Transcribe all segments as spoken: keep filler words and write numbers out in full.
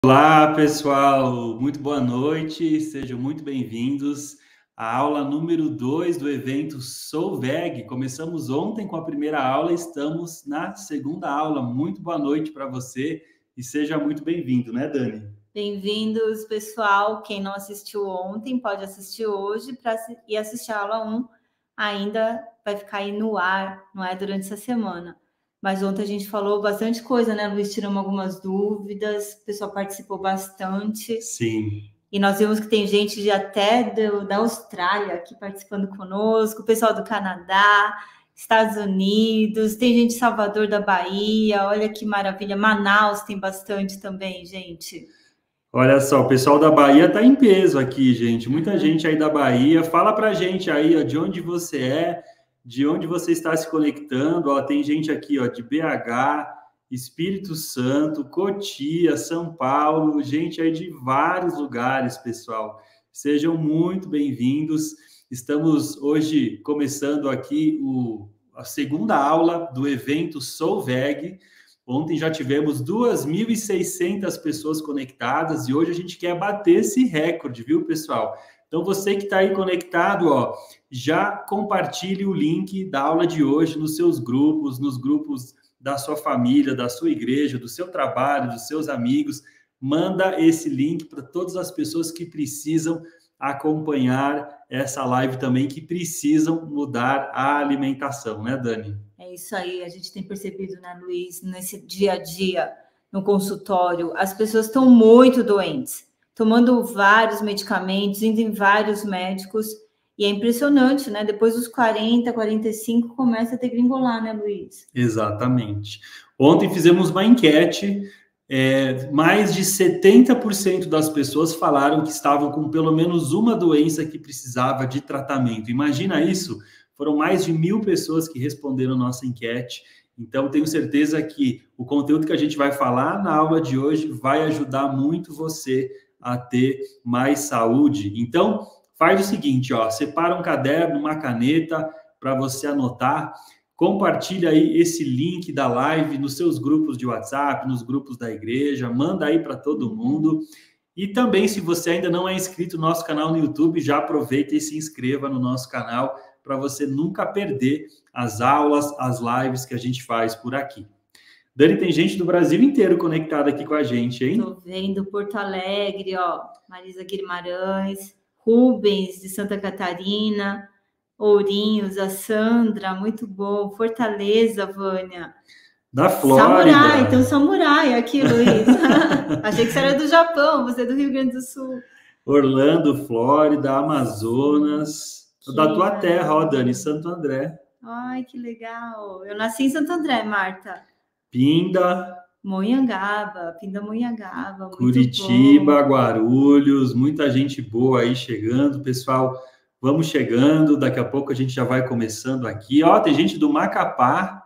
Olá, pessoal, muito boa noite, sejam muito bem-vindos à aula número dois do evento Solveg. Começamos ontem com a primeira aula, estamos na segunda aula. Muito boa noite para você e seja muito bem-vindo, né, Dani? Bem-vindos, pessoal. Quem não assistiu ontem pode assistir hoje para e assistir a aula um. Ainda vai ficar aí no ar, não é durante essa semana. Mas ontem a gente falou bastante coisa, né, Luiz? Tiramos algumas dúvidas, o pessoal participou bastante. Sim. E nós vimos que tem gente de até do, da Austrália aqui participando conosco, o pessoal do Canadá, Estados Unidos, tem gente de Salvador da Bahia, olha que maravilha. Manaus tem bastante também, gente. Olha só, o pessoal da Bahia está em peso aqui, gente. Muita uhum. gente aí da Bahia. Fala pra gente aí, ó, de onde você é, de onde você está se conectando. Ó, tem gente aqui, ó, de B H, Espírito Santo, Cotia, São Paulo, gente aí de vários lugares, pessoal. Sejam muito bem-vindos. Estamos hoje começando aqui o, a segunda aula do evento Solveg. Ontem já tivemos duas mil e seiscentas pessoas conectadas e hoje a gente quer bater esse recorde, viu, pessoal? Então, você que está aí conectado, ó, já compartilhe o link da aula de hoje nos seus grupos, nos grupos da sua família, da sua igreja, do seu trabalho, dos seus amigos. Manda esse link para todas as pessoas que precisam acompanhar essa live também, que precisam mudar a alimentação, né, Dani? É isso aí, a gente tem percebido, né, Luiz, nesse dia a dia, no consultório, as pessoas estão muito doentes, tomando vários medicamentos, indo em vários médicos, e é impressionante, né? Depois dos quarenta, quarenta e cinco, começa a degringolar, né, Luiz? Exatamente. Ontem fizemos uma enquete, é, mais de setenta por cento das pessoas falaram que estavam com pelo menos uma doença que precisava de tratamento. Imagina isso? Foram mais de mil pessoas que responderam nossa enquete. Então, tenho certeza que o conteúdo que a gente vai falar na aula de hoje vai ajudar muito você a ter mais saúde. Então, faz o seguinte, ó, separa um caderno, uma caneta para você anotar. Compartilha aí esse link da live nos seus grupos de WhatsApp, nos grupos da igreja, manda aí para todo mundo. E também, se você ainda não é inscrito no nosso canal no YouTube, já aproveita e se inscreva no nosso canal para você nunca perder as aulas, as lives que a gente faz por aqui. Dani, tem gente do Brasil inteiro conectada aqui com a gente, hein? Tô vendo Porto Alegre, ó, Marisa Guimarães, Rubens de Santa Catarina, Ourinhos, a Sandra, muito bom. Fortaleza, Vânia. Da Flórida. Samurai, tem um samurai aqui, Luiz. Achei que você era do Japão, você é do Rio Grande do Sul. Orlando, Flórida, Amazonas. Que da tua terra, ó, Dani, Santo André. Ai, que legal. Eu nasci em Santo André, Marta. Pinda. Monhangaba, Pindamonhangaba. Curitiba, Guarulhos, muita gente boa aí chegando, pessoal. Vamos chegando, daqui a pouco a gente já vai começando aqui. Ó, tem gente do Macapá,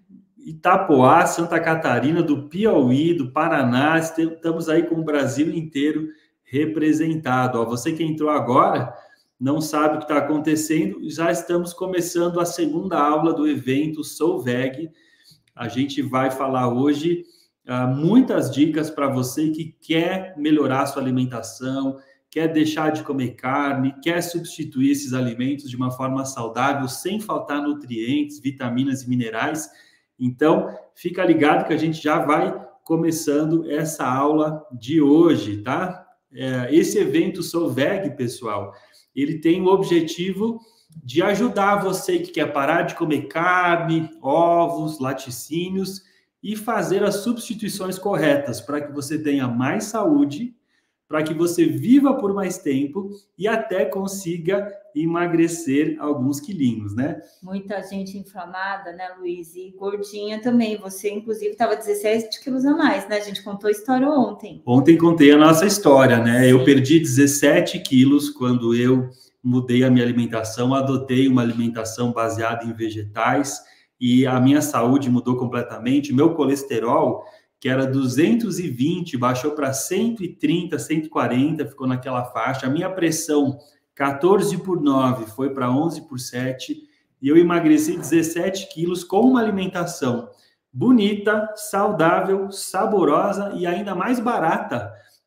Itapoá, Santa Catarina, do Piauí, do Paraná. Estamos aí com o Brasil inteiro representado. Ó, você que entrou agora, não sabe o que está acontecendo, já estamos começando a segunda aula do evento Solveg. A gente vai falar hoje uh, muitas dicas para você que quer melhorar a sua alimentação, quer deixar de comer carne, quer substituir esses alimentos de uma forma saudável, sem faltar nutrientes, vitaminas e minerais. Então, fica ligado que a gente já vai começando essa aula de hoje, tá? É, esse evento Solveg, pessoal, ele tem o objetivo de ajudar você que quer parar de comer carne, ovos, laticínios e fazer as substituições corretas para que você tenha mais saúde, para que você viva por mais tempo e até consiga emagrecer alguns quilinhos, né? Muita gente inflamada, né, Luiz? E gordinha também. Você, inclusive, estava dezessete quilos a mais, né? A gente contou a história ontem. Ontem contei a nossa história, né? Sim. Eu perdi dezessete quilos quando eu mudei a minha alimentação, adotei uma alimentação baseada em vegetais e a minha saúde mudou completamente. Meu colesterol, que era duzentos e vinte, baixou para cento e trinta, cento e quarenta, ficou naquela faixa. A minha pressão, quatorze por nove, foi para onze por sete, e eu emagreci dezessete quilos com uma alimentação bonita, saudável, saborosa e ainda mais barata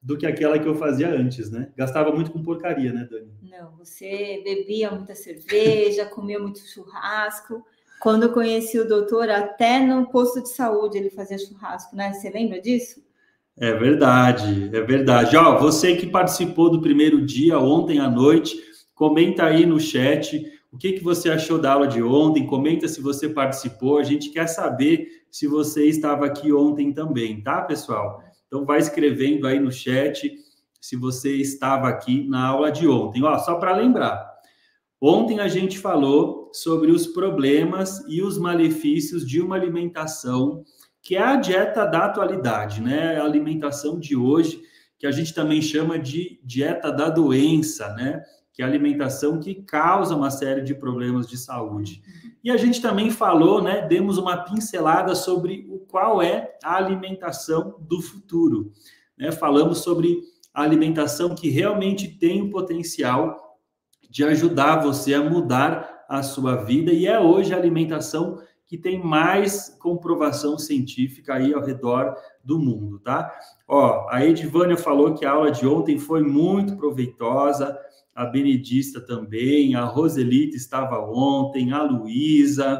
do que aquela que eu fazia antes, né? Gastava muito com porcaria, né, Dani? Não, você bebia muita cerveja, comia muito churrasco. Quando eu conheci o doutor, até no posto de saúde ele fazia churrasco, né? Você lembra disso? É verdade, é verdade. Ó, você que participou do primeiro dia ontem à noite, comenta aí no chat o que, que você achou da aula de ontem, comenta se você participou, a gente quer saber se você estava aqui ontem também, tá, pessoal? Então vai escrevendo aí no chat se você estava aqui na aula de ontem. Ó, só para lembrar, ontem a gente falou sobre os problemas e os malefícios de uma alimentação que é a dieta da atualidade, né? A alimentação de hoje, que a gente também chama de dieta da doença, né? Que é a alimentação que causa uma série de problemas de saúde. E a gente também falou, né? Demos uma pincelada sobre o qual é a alimentação do futuro, né? Falamos sobre a alimentação que realmente tem o potencial de ajudar você a mudar a sua vida, e é hoje a alimentação que tem mais comprovação científica aí ao redor do mundo, tá? Ó, a Edivânia falou que a aula de ontem foi muito proveitosa, a Benedista também, a Roselita estava ontem, a Luísa,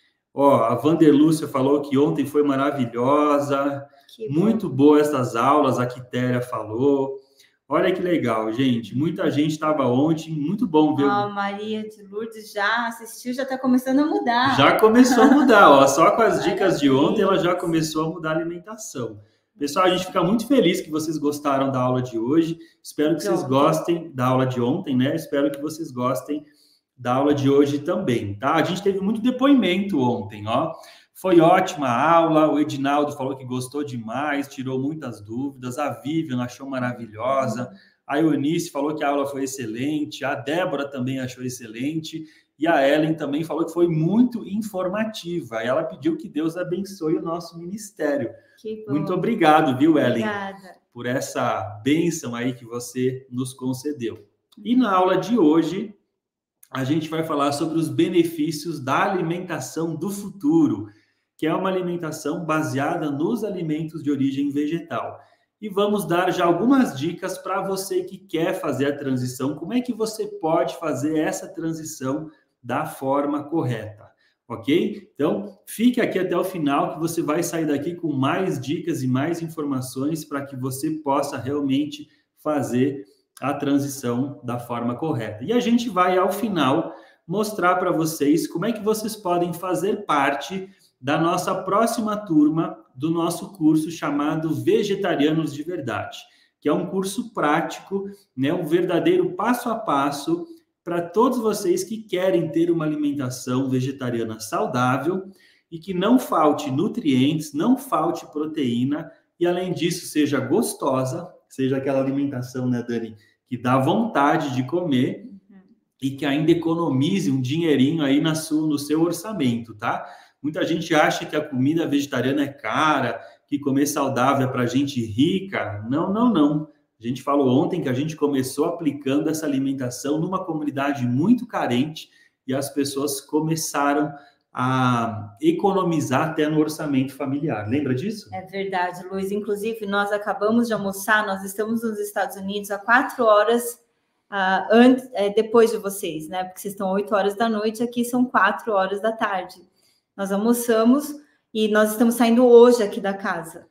ó, a Vanderlúcia falou que ontem foi maravilhosa, muito boa essas aulas, a Quitéria falou. Olha que legal, gente. Muita gente estava ontem, muito bom ver. A Maria de Lourdes já assistiu, já está começando a mudar. Já começou a mudar, ó. Só com as dicas de ontem, ela já começou a mudar a alimentação. Pessoal, a gente fica muito feliz que vocês gostaram da aula de hoje. Espero que vocês gostem da aula de ontem, né? Espero que vocês gostem da aula de hoje também, tá? A gente teve muito depoimento ontem, ó. Foi ótima a aula, o Edinaldo falou que gostou demais, tirou muitas dúvidas, a Vivian achou maravilhosa, a Eunice falou que a aula foi excelente, a Débora também achou excelente, e a Ellen também falou que foi muito informativa. Ela pediu que Deus abençoe o nosso ministério. Que bom. Muito obrigado, viu, Ellen? Obrigada. Por essa bênção aí que você nos concedeu. E na aula de hoje, a gente vai falar sobre os benefícios da alimentação do futuro, que é uma alimentação baseada nos alimentos de origem vegetal. E vamos dar já algumas dicas para você que quer fazer a transição, como é que você pode fazer essa transição da forma correta, ok? Então, fique aqui até o final que você vai sair daqui com mais dicas e mais informações para que você possa realmente fazer a transição da forma correta. E a gente vai, ao final, mostrar para vocês como é que vocês podem fazer parte da nossa próxima turma do nosso curso chamado Vegetarianos de Verdade, que é um curso prático, né, um verdadeiro passo a passo para todos vocês que querem ter uma alimentação vegetariana saudável e que não falte nutrientes, não falte proteína e, além disso, seja gostosa, seja aquela alimentação, né, Dani, que dá vontade de comer e que ainda economize um dinheirinho aí na sua, no seu orçamento, tá? Muita gente acha que a comida vegetariana é cara, que comer saudável é para gente rica. Não, não, não. A gente falou ontem que a gente começou aplicando essa alimentação numa comunidade muito carente e as pessoas começaram a economizar até no orçamento familiar. Lembra disso? É verdade, Luiz. Inclusive, nós acabamos de almoçar, nós estamos nos Estados Unidos há quatro horas uh, antes, é, depois de vocês, né? Porque vocês estão oito horas da noite, aqui são quatro horas da tarde. Nós almoçamos e nós estamos saindo hoje aqui da casa.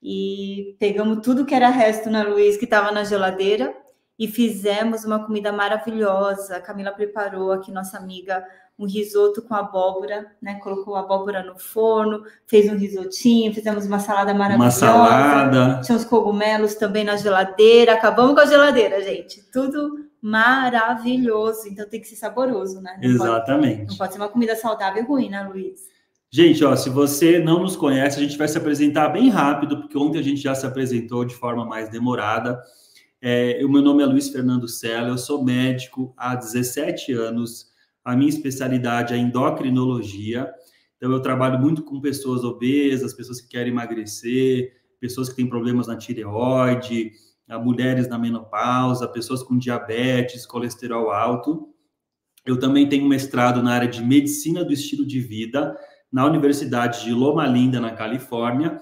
E pegamos tudo que era resto, né, Luiz, que estava na geladeira e fizemos uma comida maravilhosa. A Camila preparou aqui, nossa amiga, um risoto com abóbora, né? Colocou a abóbora no forno, fez um risotinho, fizemos uma salada maravilhosa. Uma salada. Tinha os cogumelos também na geladeira. Acabamos com a geladeira, gente. Tudo maravilhoso. Então tem que ser saboroso, né? Não Exatamente. Pode, não pode ser uma comida saudável e ruim, né, Luiz? Gente, ó, se você não nos conhece, a gente vai se apresentar bem rápido, porque ontem a gente já se apresentou de forma mais demorada. É, o meu nome é Luiz Fernando Sela, eu sou médico há dezessete anos, a minha especialidade é endocrinologia, então eu trabalho muito com pessoas obesas, pessoas que querem emagrecer, pessoas que têm problemas na tireoide, mulheres na menopausa, pessoas com diabetes, colesterol alto. Eu também tenho mestrado na área de medicina do estilo de vida, na Universidade de Loma Linda, na Califórnia,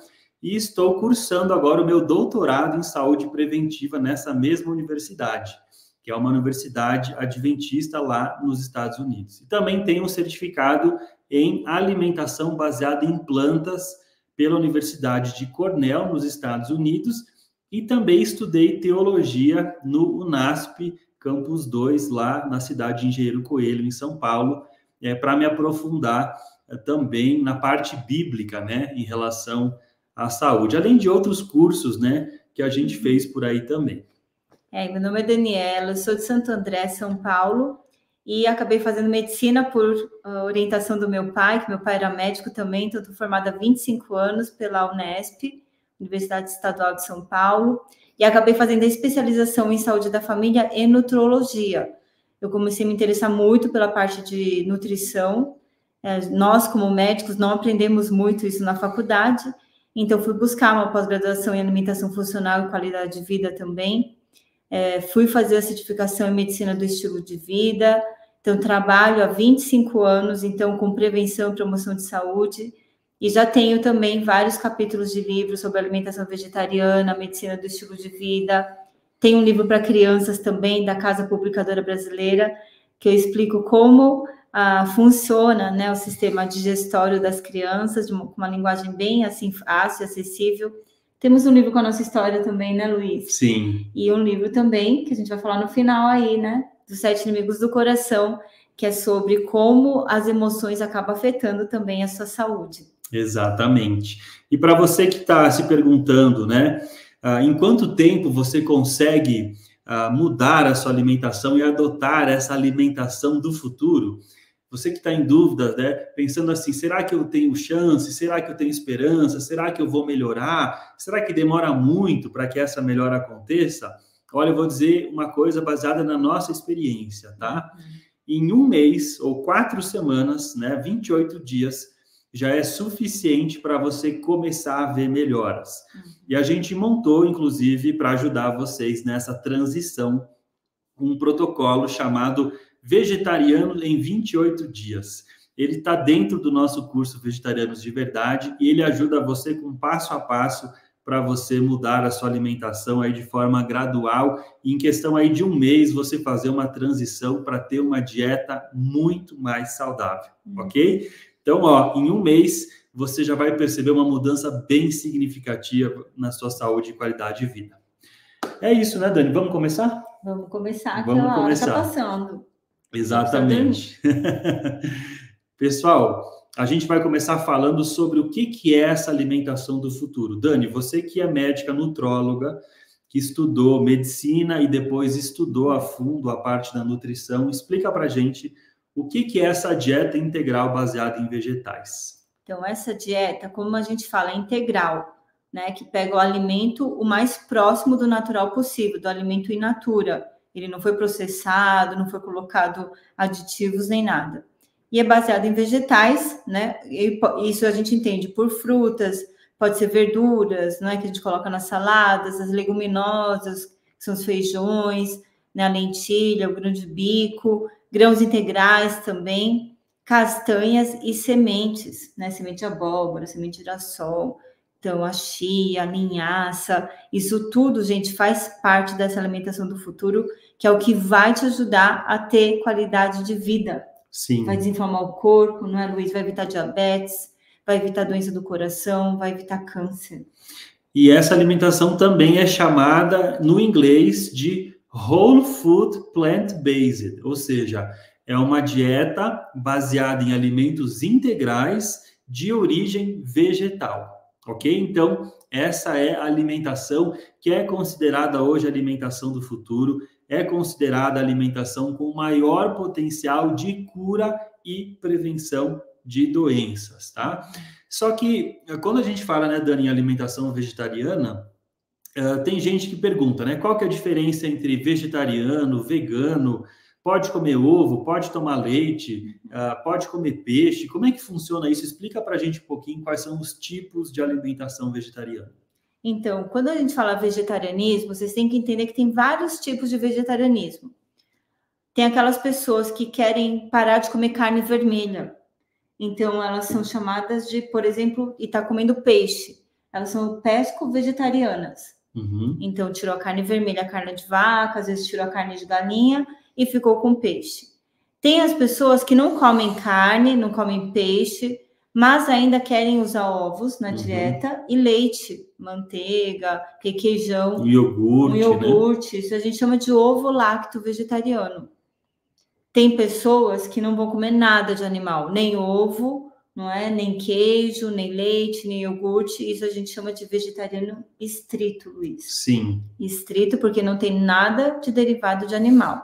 e estou cursando agora o meu doutorado em saúde preventiva nessa mesma universidade, que é uma universidade adventista lá nos Estados Unidos. E também tenho um certificado em alimentação baseada em plantas pela Universidade de Cornell, nos Estados Unidos, e também estudei teologia no UNASP, Campus dois, lá na cidade de Engenheiro Coelho, em São Paulo, é, para me aprofundar é, também na parte bíblica, né, em relação à saúde, além de outros cursos, né, que a gente fez por aí também. É, meu nome é Daniela, eu sou de Santo André, São Paulo, e acabei fazendo medicina por uh, orientação do meu pai, que meu pai era médico também, então estou formada há vinte e cinco anos pela Unesp, Universidade Estadual de São Paulo, e acabei fazendo a especialização em saúde da família e nutrologia. Eu comecei a me interessar muito pela parte de nutrição. É, nós, como médicos, não aprendemos muito isso na faculdade, então fui buscar uma pós-graduação em alimentação funcional e qualidade de vida também. É, fui fazer a certificação em medicina do estilo de vida, então trabalho há vinte e cinco anos, então, com prevenção e promoção de saúde, e já tenho também vários capítulos de livros sobre alimentação vegetariana, medicina do estilo de vida. Tem um livro para crianças também, da Casa Publicadora Brasileira, que eu explico como ah, funciona, né, o sistema digestório das crianças, de uma, uma linguagem bem assim, fácil, acessível. Temos um livro com a nossa história também, né, Luiz? Sim. E um livro também, que a gente vai falar no final aí, né, dos Sete Inimigos do Coração, que é sobre como as emoções acabam afetando também a sua saúde. Exatamente. E para você que está se perguntando, né, uh, em quanto tempo você consegue uh, mudar a sua alimentação e adotar essa alimentação do futuro? Você que está em dúvida, né, pensando assim, será que eu tenho chance? Será que eu tenho esperança? Será que eu vou melhorar? Será que demora muito para que essa melhora aconteça? Olha, eu vou dizer uma coisa baseada na nossa experiência, tá? Em um mês ou quatro semanas, né, vinte e oito dias, já é suficiente para você começar a ver melhoras. E a gente montou, inclusive, para ajudar vocês nessa transição, um protocolo chamado Vegetariano em vinte e oito dias. Ele está dentro do nosso curso Vegetarianos de Verdade e ele ajuda você com passo a passo para você mudar a sua alimentação aí de forma gradual e em questão aí de um mês você fazer uma transição para ter uma dieta muito mais saudável, hum. ok? Então, ó, em um mês, você já vai perceber uma mudança bem significativa na sua saúde e qualidade de vida. É isso, né, Dani? Vamos começar? Vamos começar, Vamos aquela começar. hora tá passando. Exatamente. Pessoal, a gente vai começar falando sobre o que, que é essa alimentação do futuro. Dani, você que é médica nutróloga, que estudou medicina e depois estudou a fundo a parte da nutrição, explica pra gente o que, que é essa dieta integral baseada em vegetais? Então, essa dieta, como a gente fala, é integral, né? Que pega o alimento o mais próximo do natural possível, do alimento in natura. Ele não foi processado, não foi colocado aditivos nem nada. E é baseado em vegetais, né? E isso a gente entende por frutas, pode ser verduras, não é? Que a gente coloca nas saladas, as leguminosas, que são os feijões, né? A lentilha, o grão de bico, grãos integrais também, castanhas e sementes, né? Semente de abóbora, semente de girassol, então a chia, a linhaça, isso tudo, gente, faz parte dessa alimentação do futuro, que é o que vai te ajudar a ter qualidade de vida. Sim. Vai desinflamar o corpo, não é, Luiz? Vai evitar diabetes, vai evitar doença do coração, vai evitar câncer. E essa alimentação também é chamada, no inglês, de Whole Food Plant-Based, ou seja, é uma dieta baseada em alimentos integrais de origem vegetal, ok? Então, essa é a alimentação que é considerada hoje a alimentação do futuro, é considerada a alimentação com maior potencial de cura e prevenção de doenças, tá? Só que, quando a gente fala, né, Dani, em alimentação vegetariana, Uh, tem gente que pergunta, né? Qual que é a diferença entre vegetariano, vegano, pode comer ovo, pode tomar leite, uh, pode comer peixe? Como é que funciona isso? Explica para a gente um pouquinho quais são os tipos de alimentação vegetariana. Então, quando a gente fala vegetarianismo, vocês têm que entender que tem vários tipos de vegetarianismo. Tem aquelas pessoas que querem parar de comer carne vermelha. Então, elas são chamadas de, por exemplo, e tá comendo peixe. elas são pesco-vegetarianas. Uhum. Então, tirou a carne vermelha, a carne de vaca, às vezes tirou a carne de galinha e ficou com peixe. Tem as pessoas que não comem carne, não comem peixe, mas ainda querem usar ovos na Uhum. dieta e leite, manteiga, requeijão, Um iogurte, um iogurte. né? Isso a gente chama de ovo lacto vegetariano. Tem pessoas que não vão comer nada de animal, nem ovo, não é? Nem queijo, nem leite, nem iogurte. Isso a gente chama de vegetariano estrito, Luiz. Sim. Estrito porque não tem nada de derivado de animal.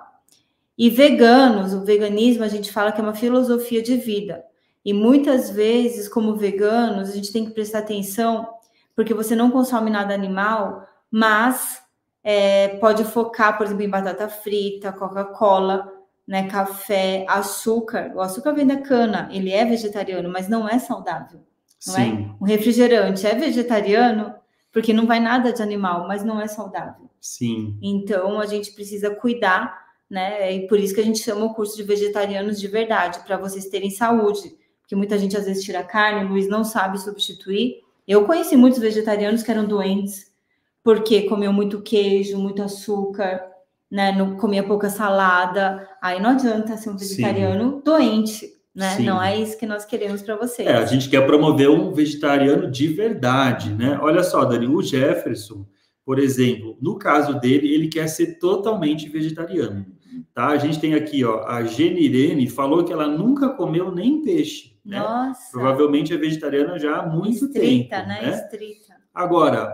E veganos, o veganismo a gente fala que é uma filosofia de vida. E muitas vezes, como veganos, a gente tem que prestar atenção, porque você não consome nada animal, mas é, pode focar, por exemplo, em batata frita, Coca-Cola, né, café, açúcar. O açúcar vem da cana, ele é vegetariano, mas não é saudável. Não Sim. é? O refrigerante é vegetariano, porque não vai nada de animal, mas não é saudável. Sim. Então, a gente precisa cuidar, né? E por isso que a gente chama o curso de vegetarianos de verdade, para vocês terem saúde. Porque muita gente às vezes tira carne, o Luiz não sabe substituir. Eu conheci muitos vegetarianos que eram doentes, porque comiam muito queijo, muito açúcar, né? Não comia pouca salada. Aí não adianta ser um vegetariano Sim. doente, né? Sim. Não é isso que nós queremos para vocês. É, a gente quer promover um vegetariano de verdade, né? Olha só, Dani, o Jefferson, por exemplo, no caso dele, ele quer ser totalmente vegetariano, tá? A gente tem aqui, ó, a Genirene falou que ela nunca comeu nem peixe, né? Nossa. Provavelmente é vegetariana já há muito Estrita, tempo, né? né? Estrita. Agora,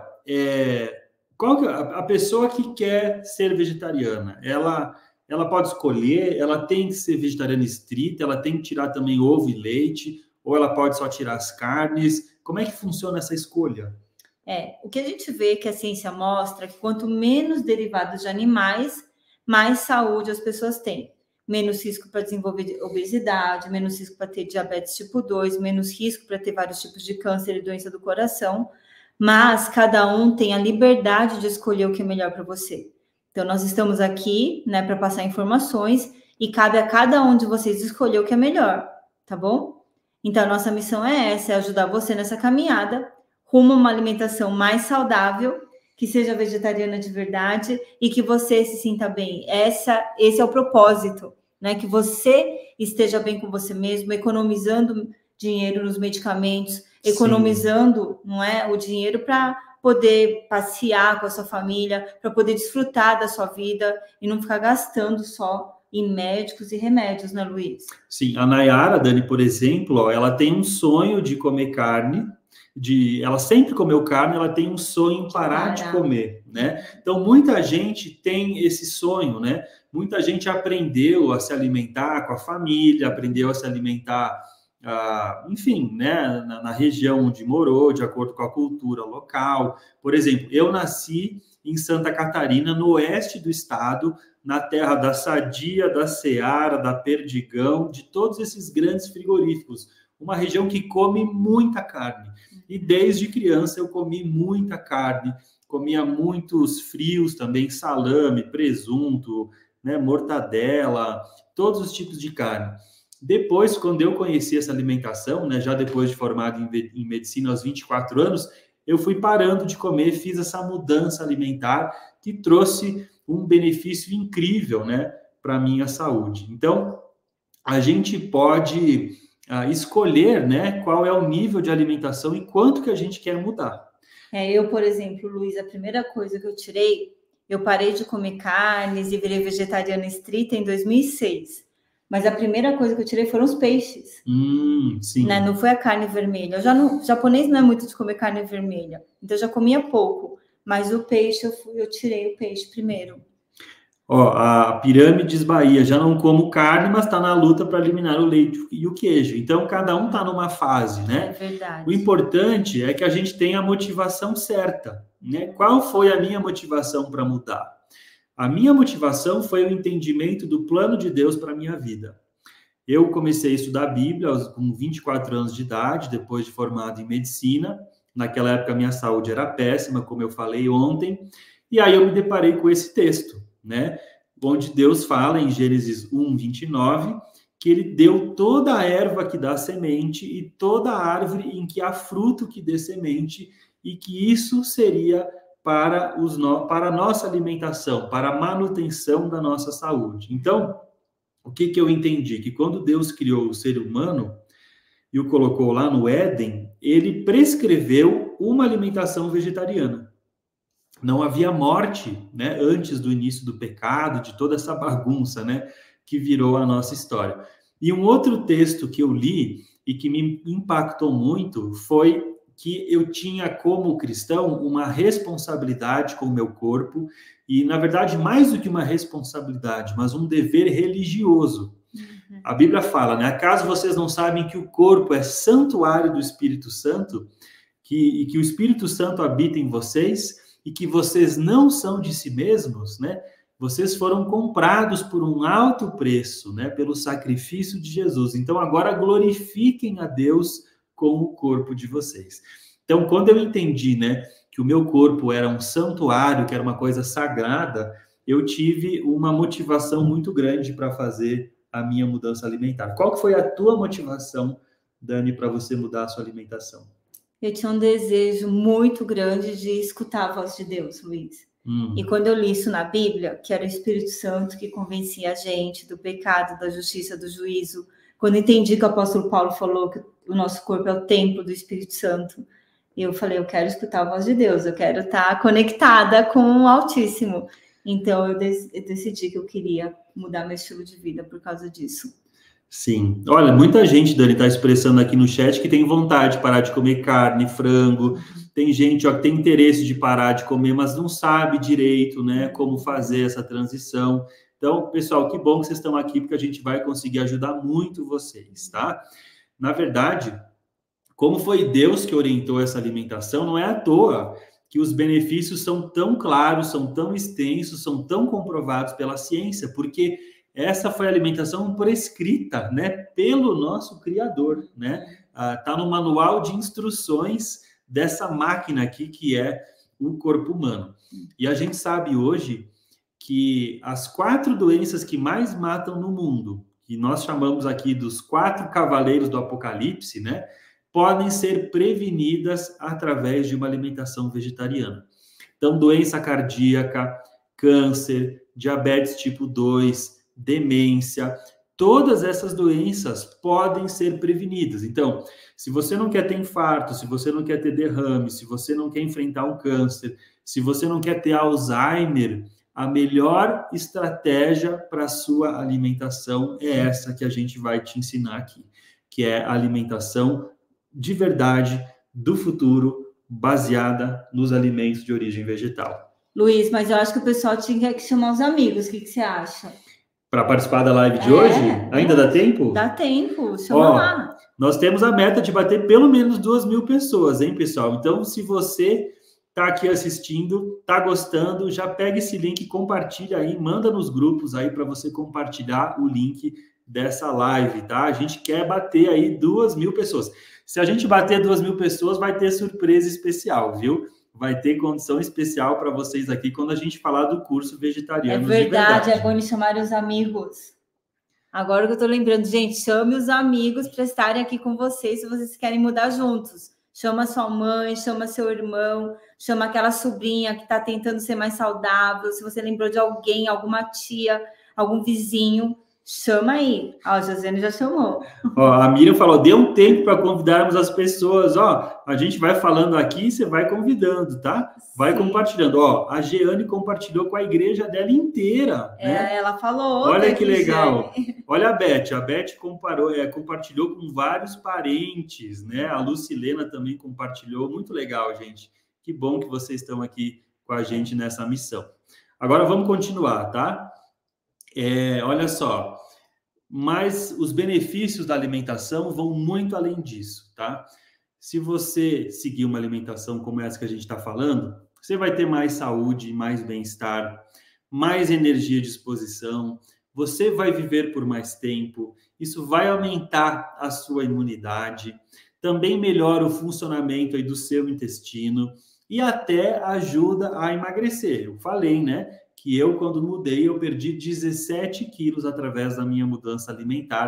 é, qual que é a, a pessoa que quer ser vegetariana? Ela, ela pode escolher, ela tem que ser vegetariana estrita, ela tem que tirar também ovo e leite, ou ela pode só tirar as carnes? Como é que funciona essa escolha? É, o que a gente vê que a ciência mostra é que quanto menos derivados de animais, mais saúde as pessoas têm. Menos risco para desenvolver obesidade, menos risco para ter diabetes tipo dois, menos risco para ter vários tipos de câncer e doença do coração. Mas cada um tem a liberdade de escolher o que é melhor para você. Então, nós estamos aqui, né, para passar informações e cabe a cada um de vocês escolher o que é melhor, tá bom? Então, a nossa missão é essa, é ajudar você nessa caminhada rumo a uma alimentação mais saudável, que seja vegetariana de verdade e que você se sinta bem. Essa, esse é o propósito, né? Que você esteja bem com você mesmo, economizando dinheiro nos medicamentos, economizando, Sim. não é, o dinheiro para poder passear com a sua família, para poder desfrutar da sua vida e não ficar gastando só em médicos e remédios, né, Luiz? Sim, a Nayara, Dani, por exemplo, ó, ela tem um sonho de comer carne, de, ela sempre comeu carne, ela tem um sonho em parar de comer, né? Então, muita gente tem esse sonho, né? Muita gente aprendeu a se alimentar com a família, aprendeu a se alimentar, ah, enfim, né? Na, na região onde morou, de acordo com a cultura local. Por exemplo, eu nasci em Santa Catarina, no oeste do estado, na terra da Sadia, da Seara, da Perdigão, de todos esses grandes frigoríficos. Uma região que come muita carne. E desde criança eu comi muita carne, comia muitos frios também, salame, presunto, né, mortadela, todos os tipos de carne. Depois, quando eu conheci essa alimentação, né, já depois de formado em, em medicina aos vinte e quatro anos, eu fui parando de comer, fiz essa mudança alimentar que trouxe um benefício incrível, né, para a minha saúde. Então, a gente pode... Uh, escolher, né, qual é o nível de alimentação e quanto que a gente quer mudar. É, eu, por exemplo, Luiz, a primeira coisa que eu tirei, eu parei de comer carnes e virei vegetariana estrita em dois mil e seis. Mas a primeira coisa que eu tirei foram os peixes. Hum, sim. Né? Não foi a carne vermelha. Eu já não, japonês não é muito de comer carne vermelha, então eu já comia pouco. Mas o peixe, eu, fui, eu tirei o peixe primeiro. Ó, a Pirâmides Bahia, já não como carne, mas está na luta para eliminar o leite e o queijo. Então, cada um está numa fase, né? É verdade. O importante é que a gente tenha a motivação certa, né? Qual foi a minha motivação para mudar? A minha motivação foi o entendimento do plano de Deus para a minha vida. Eu comecei a estudar a Bíblia com vinte e quatro anos de idade, depois de formado em medicina. Naquela época, a minha saúde era péssima, como eu falei ontem. E aí eu me deparei com esse texto, né? Onde Deus fala em Gênesis um, vinte e nove, que ele deu toda a erva que dá semente e toda a árvore em que há fruto que dê semente, e que isso seria para, os no... para a nossa alimentação, para a manutenção da nossa saúde. Então, o que, que eu entendi? Que quando Deus criou o ser humano e o colocou lá no Éden, ele prescreveu uma alimentação vegetariana. Não havia morte, né, antes do início do pecado, de toda essa bagunça, né, que virou a nossa história. E um outro texto que eu li e que me impactou muito foi que eu tinha, como cristão, uma responsabilidade com o meu corpo e, na verdade, mais do que uma responsabilidade, mas um dever religioso. Uhum. A Bíblia fala, né, acaso vocês não sabem que o corpo é santuário do Espírito Santo, que, e que o Espírito Santo habita em vocês, e que vocês não são de si mesmos, né? Vocês foram comprados por um alto preço, né? Pelo sacrifício de Jesus. Então, agora glorifiquem a Deus com o corpo de vocês. Então, quando eu entendi, né, que o meu corpo era um santuário, que era uma coisa sagrada, eu tive uma motivação muito grande para fazer a minha mudança alimentar. Qual que foi a tua motivação, Dani, para você mudar a sua alimentação? Eu tinha um desejo muito grande de escutar a voz de Deus, Luiz. Hum. E quando eu li isso na Bíblia, que era o Espírito Santo que convencia a gente do pecado, da justiça, do juízo, quando entendi que o apóstolo Paulo falou que o nosso corpo é o templo do Espírito Santo, eu falei, eu quero escutar a voz de Deus, eu quero estar conectada com o Altíssimo. Então, eu, de- eu decidi que eu queria mudar meu estilo de vida por causa disso. Sim. Olha, muita gente, Dani, está expressando aqui no chat que tem vontade de parar de comer carne, frango. Tem gente, ó, que tem interesse de parar de comer, mas não sabe direito, né, como fazer essa transição. Então, pessoal, que bom que vocês estão aqui, porque a gente vai conseguir ajudar muito vocês, tá? Na verdade, como foi Deus que orientou essa alimentação, não é à toa que os benefícios são tão claros, são tão extensos, são tão comprovados pela ciência, porque essa foi a alimentação prescrita, né, pelo nosso Criador, né? Ah, tá no manual de instruções dessa máquina aqui que é o corpo humano. E a gente sabe hoje que as quatro doenças que mais matam no mundo, que nós chamamos aqui dos quatro cavaleiros do Apocalipse, né, podem ser prevenidas através de uma alimentação vegetariana. Então, doença cardíaca, câncer, diabetes tipo dois, demência, todas essas doenças podem ser prevenidas. Então, se você não quer ter infarto, se você não quer ter derrame, se você não quer enfrentar um câncer, se você não quer ter Alzheimer, a melhor estratégia para a sua alimentação é essa que a gente vai te ensinar aqui, que é a alimentação de verdade, do futuro, baseada nos alimentos de origem vegetal. Luiz, mas eu acho que o pessoal tinha que chamar os amigos, o que, que você acha? Para participar da live de É, hoje? Ainda é, dá tempo? Dá tempo, chama Ó, lá. Nós temos a meta de bater pelo menos duas mil pessoas, hein, pessoal? Então, se você está aqui assistindo, está gostando, já pega esse link, compartilha aí, manda nos grupos aí para você compartilhar o link dessa live, tá? A gente quer bater aí duas mil pessoas. Se a gente bater duas mil pessoas, vai ter surpresa especial, viu? Vai ter condição especial para vocês aqui quando a gente falar do curso vegetariano. É verdade, de verdade. É bom chamar os amigos. Agora que eu tô lembrando, gente, chame os amigos para estarem aqui com vocês, se vocês querem mudar juntos. Chama sua mãe, chama seu irmão, chama aquela sobrinha que está tentando ser mais saudável. Se você lembrou de alguém, alguma tia, algum vizinho, chama aí. Ó, a Josiane já chamou. Ó, a Miriam falou, dê um tempo para convidarmos as pessoas. Ó, a gente vai falando aqui e você vai convidando, tá? Vai Sim. compartilhando. Ó, a Jeane compartilhou com a igreja dela inteira. É, né? Ela falou. Olha que legal. Jeane. Olha a Beth. A Beth comparou, é, compartilhou com vários parentes, né? A Lucilena também compartilhou. Muito legal, gente. Que bom que vocês estão aqui com a gente nessa missão. Agora vamos continuar, tá? É, olha só, mas os benefícios da alimentação vão muito além disso, tá? Se você seguir uma alimentação como essa que a gente está falando, você vai ter mais saúde, mais bem-estar, mais energia à disposição, você vai viver por mais tempo, isso vai aumentar a sua imunidade, também melhora o funcionamento aí do seu intestino e até ajuda a emagrecer. Eu falei, né? Que eu, quando mudei, eu perdi dezessete quilos através da minha mudança alimentar.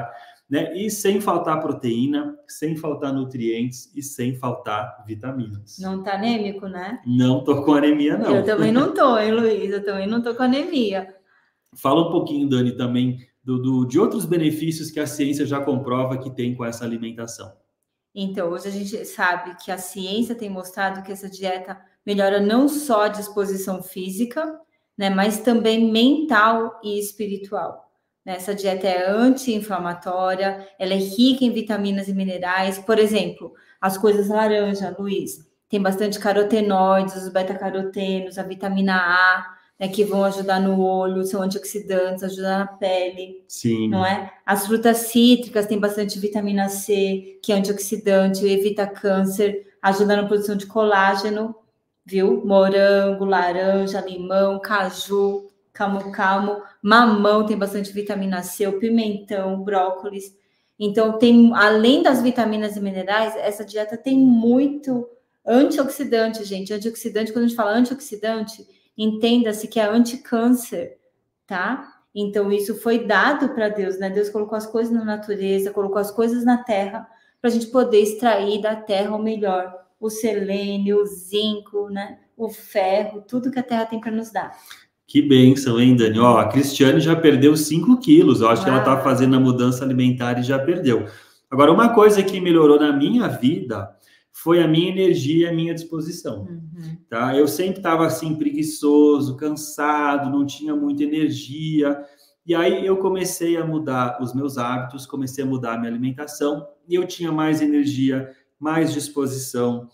né? E sem faltar proteína, sem faltar nutrientes e sem faltar vitaminas. Não tá anêmico, né? Não tô com anemia, não. Eu também não tô, hein, Luiz? Eu também não tô com anemia. Fala um pouquinho, Dani, também do, do, de outros benefícios que a ciência já comprova que tem com essa alimentação. Então, hoje a gente sabe que a ciência tem mostrado que essa dieta melhora não só a disposição física, né, mas também mental e espiritual. Essa dieta é anti-inflamatória, ela é rica em vitaminas e minerais. Por exemplo, as coisas laranja, Luiz, tem bastante carotenoides, os beta-carotenos, a vitamina A, né, que vão ajudar no olho, são antioxidantes, ajudam na pele. Sim. Não é? As frutas cítricas têm bastante vitamina C, que é antioxidante, evita câncer, ajuda na produção de colágeno, viu? Morango, laranja, limão, caju, camu-camu, mamão tem bastante vitamina C, o pimentão, o brócolis. Então, tem, além das vitaminas e minerais, essa dieta tem muito antioxidante, gente. Antioxidante, quando a gente fala antioxidante, entenda-se que é anticâncer, tá? Então, isso foi dado para Deus, né? Deus colocou as coisas na natureza, colocou as coisas na terra, para a gente poder extrair da terra o melhor. O selênio, o zinco, né? O ferro, tudo que a terra tem para nos dar. Que bênção, hein, Dani? Ó, a Cristiane já perdeu cinco quilos. Eu acho Uau. que ela está fazendo a mudança alimentar e já perdeu. Agora, uma coisa que melhorou na minha vida foi a minha energia e a minha disposição. Uhum. Tá? Eu sempre estava assim, preguiçoso, cansado, não tinha muita energia. E aí eu comecei a mudar os meus hábitos, comecei a mudar a minha alimentação e eu tinha mais energia, mais disposição.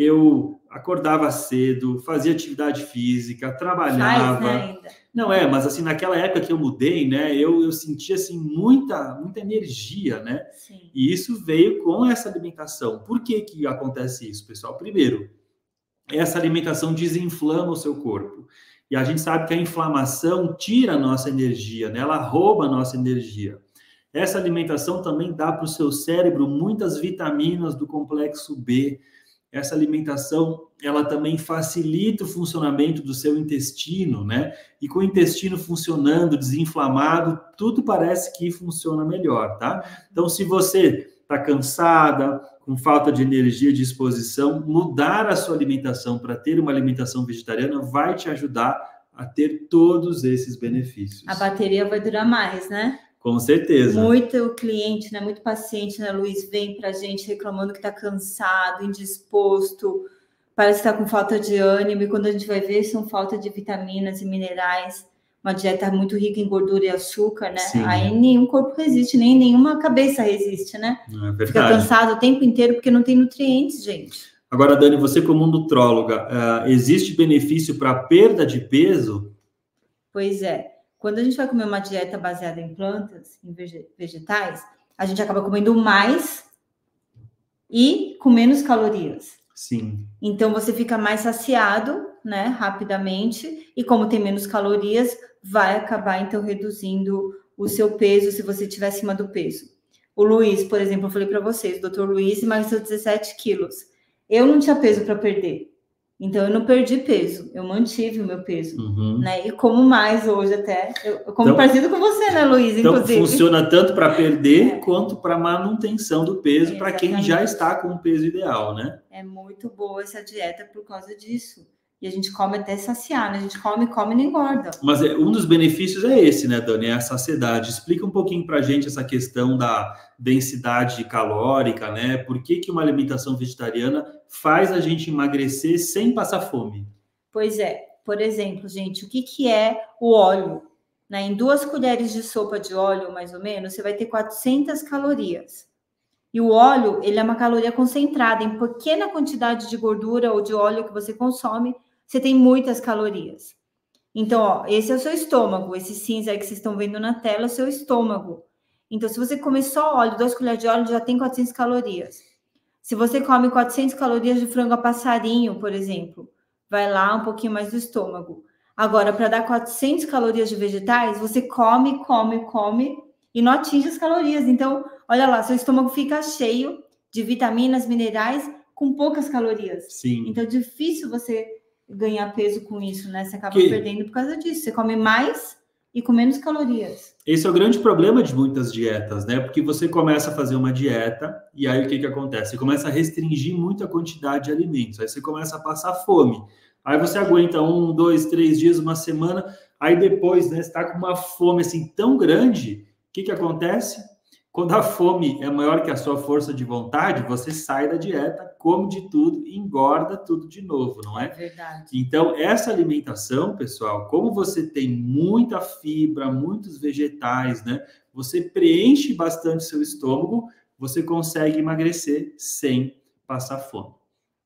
Eu acordava cedo, fazia atividade física, trabalhava. Faz, né, ainda. Não é, mas assim, naquela época que eu mudei, né, eu, eu sentia assim muita, muita energia, né? Sim. E isso veio com essa alimentação. Por que que acontece isso, pessoal? Primeiro, essa alimentação desinflama o seu corpo. E a gente sabe que a inflamação tira a nossa energia, né? Ela rouba a nossa energia. Essa alimentação também dá para o seu cérebro muitas vitaminas do complexo B. Essa alimentação, ela também facilita o funcionamento do seu intestino, né? E com o intestino funcionando, desinflamado, tudo parece que funciona melhor, tá? Então, se você está cansada, com falta de energia e disposição, mudar a sua alimentação para ter uma alimentação vegetariana vai te ajudar a ter todos esses benefícios. A bateria vai durar mais, né? Com certeza. Muito cliente, né? Muito paciente, né, Luiz? Vem pra gente reclamando que tá cansado, indisposto, parece que tá com falta de ânimo, e quando a gente vai ver, são falta de vitaminas e minerais, uma dieta muito rica em gordura e açúcar, né? Sim. Aí nenhum corpo resiste, nem nenhuma cabeça resiste, né? É verdade. Fica cansado o tempo inteiro porque não tem nutrientes, gente. Agora, Dani, você como nutróloga, uh, existe benefício para perda de peso? Pois é. Quando a gente vai comer uma dieta baseada em plantas, em vegetais, a gente acaba comendo mais e com menos calorias. Sim. Então, você fica mais saciado, né, rapidamente, e como tem menos calorias, vai acabar, então, reduzindo o seu peso se você estiver acima do peso. O Luiz, por exemplo, eu falei para vocês, o doutor Luiz emagreceu dezessete quilos. Eu não tinha peso para perder. Então, eu não perdi peso, eu mantive o meu peso, uhum. né? E como mais hoje até, eu, eu como então, parecido com você, né, Luiz? Então, inclusive. Funciona tanto para perder é. quanto para manutenção do peso, é, para quem já está com o peso ideal, né? É muito boa essa dieta por causa disso. E a gente come até saciar, né? A gente come, come e não engorda. Mas é, um dos benefícios é esse, né, Dani? É a saciedade. Explica um pouquinho para a gente essa questão da densidade calórica, né? Por que que uma alimentação vegetariana faz a gente emagrecer sem passar fome? Pois é. Por exemplo, gente, o que que é o óleo? Né? Em duas colheres de sopa de óleo, mais ou menos, você vai ter quatrocentas calorias. E o óleo, ele é uma caloria concentrada. Em pequena quantidade de gordura ou de óleo que você consome, você tem muitas calorias. Então, ó, esse é o seu estômago. Esse cinza aí que vocês estão vendo na tela é o seu estômago. Então, se você comer só óleo, duas colheres de óleo, já tem quatrocentas calorias. Se você come quatrocentas calorias de frango a passarinho, por exemplo, vai lá um pouquinho mais do estômago. Agora, para dar quatrocentas calorias de vegetais, você come, come, come e não atinge as calorias. Então, olha lá, seu estômago fica cheio de vitaminas, minerais, com poucas calorias. Sim. Então, é difícil você ganhar peso com isso, né? Você acaba que... perdendo por causa disso. Você come mais e com menos calorias. Esse é o grande problema de muitas dietas, né? Porque você começa a fazer uma dieta e aí o que que acontece? Você começa a restringir muito a quantidade de alimentos, aí você começa a passar fome. Aí você aguenta um, dois, três dias, uma semana, aí depois, né, você está com uma fome assim tão grande, o que que acontece? Quando a fome é maior que a sua força de vontade, você sai da dieta, come de tudo e engorda tudo de novo, não é? É verdade. Então, essa alimentação, pessoal, como você tem muita fibra, muitos vegetais, né? Você preenche bastante seu estômago, você consegue emagrecer sem passar fome.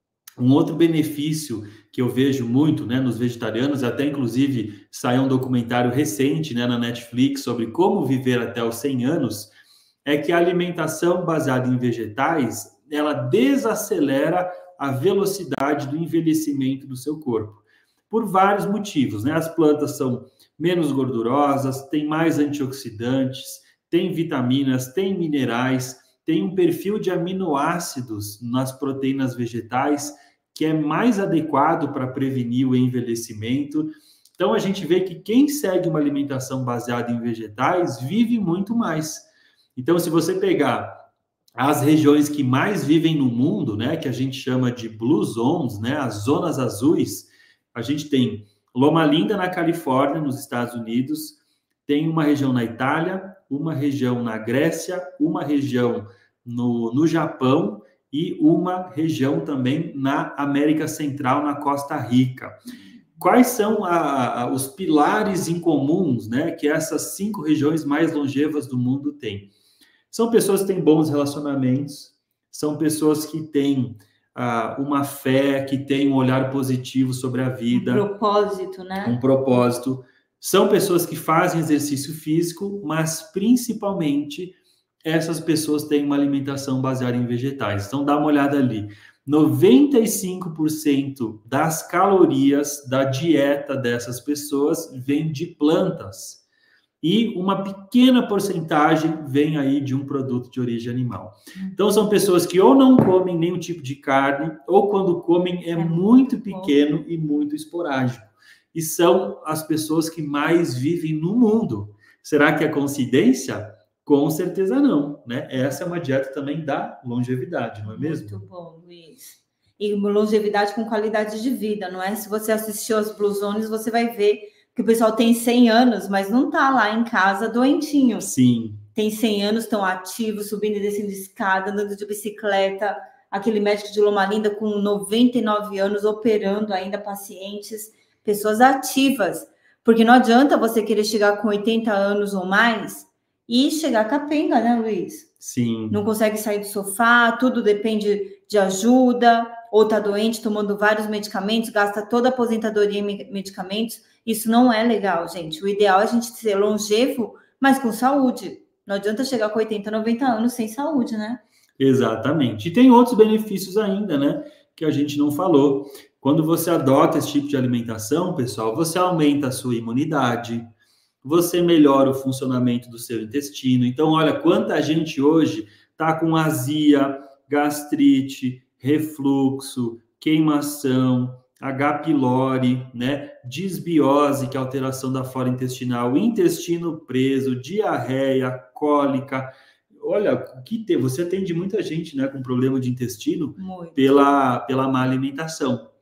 Um outro benefício que eu vejo muito, né, nos vegetarianos, até inclusive saiu um documentário recente, né, na Netflix sobre como viver até os cem anos, é que a alimentação baseada em vegetais, ela desacelera a velocidade do envelhecimento do seu corpo, por vários motivos, né? As plantas são menos gordurosas, têm mais antioxidantes, têm vitaminas, têm minerais, tem um perfil de aminoácidos nas proteínas vegetais que é mais adequado para prevenir o envelhecimento. Então, a gente vê que quem segue uma alimentação baseada em vegetais vive muito mais. Então, se você pegar as regiões que mais vivem no mundo, né, que a gente chama de Blue Zones, né, as zonas azuis, a gente tem Loma Linda, na Califórnia, nos Estados Unidos, tem uma região na Itália, uma região na Grécia, uma região no, no Japão e uma região também na América Central, na Costa Rica. Quais são a, a, os pilares em comuns, né, que essas cinco regiões mais longevas do mundo têm? São pessoas que têm bons relacionamentos, são pessoas que têm uh, uma fé, que têm um olhar positivo sobre a vida. Um propósito, né? Um propósito. São pessoas que fazem exercício físico, mas principalmente essas pessoas têm uma alimentação baseada em vegetais. Então dá uma olhada ali. noventa e cinco por cento das calorias da dieta dessas pessoas vem de plantas. E uma pequena porcentagem vem aí de um produto de origem animal. Então, são pessoas que ou não comem nenhum tipo de carne, ou quando comem é, é muito pequeno bom. E muito esporádico. E são as pessoas que mais vivem no mundo. Será que é coincidência? Com certeza não, né? Essa é uma dieta também da longevidade, não é mesmo? Muito bom, Luiz. E longevidade com qualidade de vida, não é? Se você assistiu às Blue Zones, você vai ver que o pessoal tem cem anos, mas não tá lá em casa doentinho. Sim. Tem cem anos, estão ativos, subindo e descendo de escada, andando de bicicleta. Aquele médico de Loma Linda com noventa e nove anos, operando ainda pacientes, pessoas ativas. Porque não adianta você querer chegar com oitenta anos ou mais e chegar capenga, né, Luiz? Sim. Não consegue sair do sofá, tudo depende de ajuda, ou tá doente, tomando vários medicamentos, gasta toda a aposentadoria em medicamentos. Isso não é legal, gente. O ideal é a gente ser longevo, mas com saúde. Não adianta chegar com oitenta, noventa anos sem saúde, né? Exatamente. E tem outros benefícios ainda, né? Que a gente não falou. Quando você adota esse tipo de alimentação, pessoal, você aumenta a sua imunidade, você melhora o funcionamento do seu intestino. Então, olha, quanta gente hoje tá com azia, gastrite, refluxo, queimação, H. pylori, né? Disbiose, que é alteração da flora intestinal, intestino preso, diarreia, cólica. Olha, que te... você atende muita gente, né, com problema de intestino pela, pela má alimentação.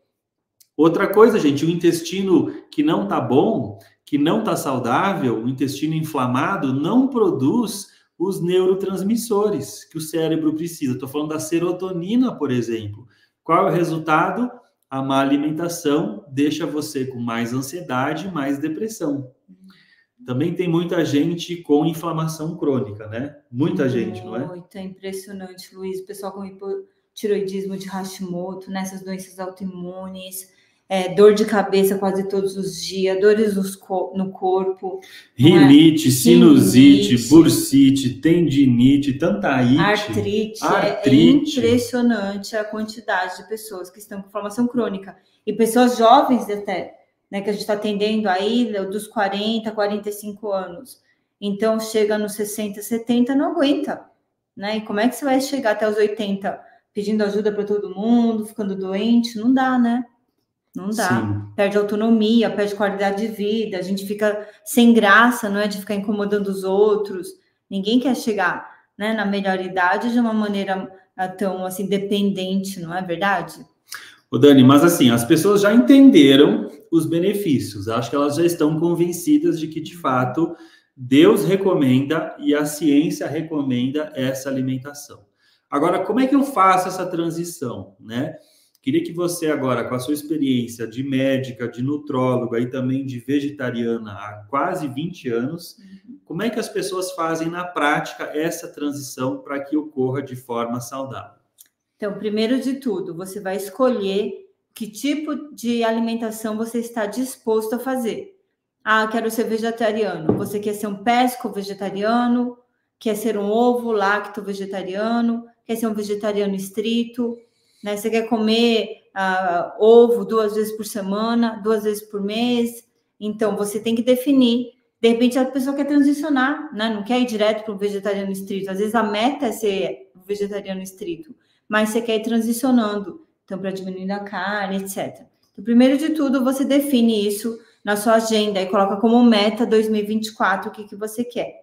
Outra coisa, gente, o intestino que não tá bom, que não tá saudável, o intestino inflamado, não produz os neurotransmissores que o cérebro precisa. Estou falando da serotonina, por exemplo. Qual é o resultado? A má alimentação deixa você com mais ansiedade, mais depressão. Também tem muita gente com inflamação crônica, né? Muita muito, gente, não é? Muito, é impressionante, Luiz. O pessoal com hipotiroidismo de Hashimoto, nessas doenças autoimunes, é, dor de cabeça quase todos os dias, dores no corpo. Rinite, é? sinusite, Rinite, bursite, tendinite, tantaite. Artrite. artrite. É, é impressionante a quantidade de pessoas que estão com inflamação crônica. E pessoas jovens até, né, que a gente está atendendo aí dos quarenta, quarenta e cinco anos. Então, chega nos sessenta, setenta, não aguenta, né? E como é que você vai chegar até os oitenta pedindo ajuda para todo mundo, ficando doente? Não dá, né? Não dá. Sim. Perde autonomia, perde qualidade de vida, a gente fica sem graça, não é? De ficar incomodando os outros. Ninguém quer chegar, né, na melhor idade de uma maneira tão assim dependente, não é verdade? Ô Dani, mas assim, as pessoas já entenderam os benefícios. Acho que elas já estão convencidas de que, de fato, Deus recomenda e a ciência recomenda essa alimentação. Agora, como é que eu faço essa transição, né? Queria que você agora, com a sua experiência de médica, de nutróloga e também de vegetariana há quase vinte anos, como é que as pessoas fazem na prática essa transição para que ocorra de forma saudável? Então, primeiro de tudo, você vai escolher que tipo de alimentação você está disposto a fazer. Ah, quero ser vegetariano. Você quer ser um pesco vegetariano? Quer ser um ovo lacto vegetariano? Quer ser um vegetariano estrito? Né? Você quer comer uh, ovo duas vezes por semana, duas vezes por mês? Então, você tem que definir. De repente, a pessoa quer transicionar, né? Não quer ir direto para o vegetariano estrito. Às vezes, a meta é ser vegetariano estrito, mas você quer ir transicionando. Então, para diminuir a carne, etcétera. Então, primeiro de tudo, você define isso na sua agenda e coloca como meta dois mil e vinte e quatro o que, que você quer.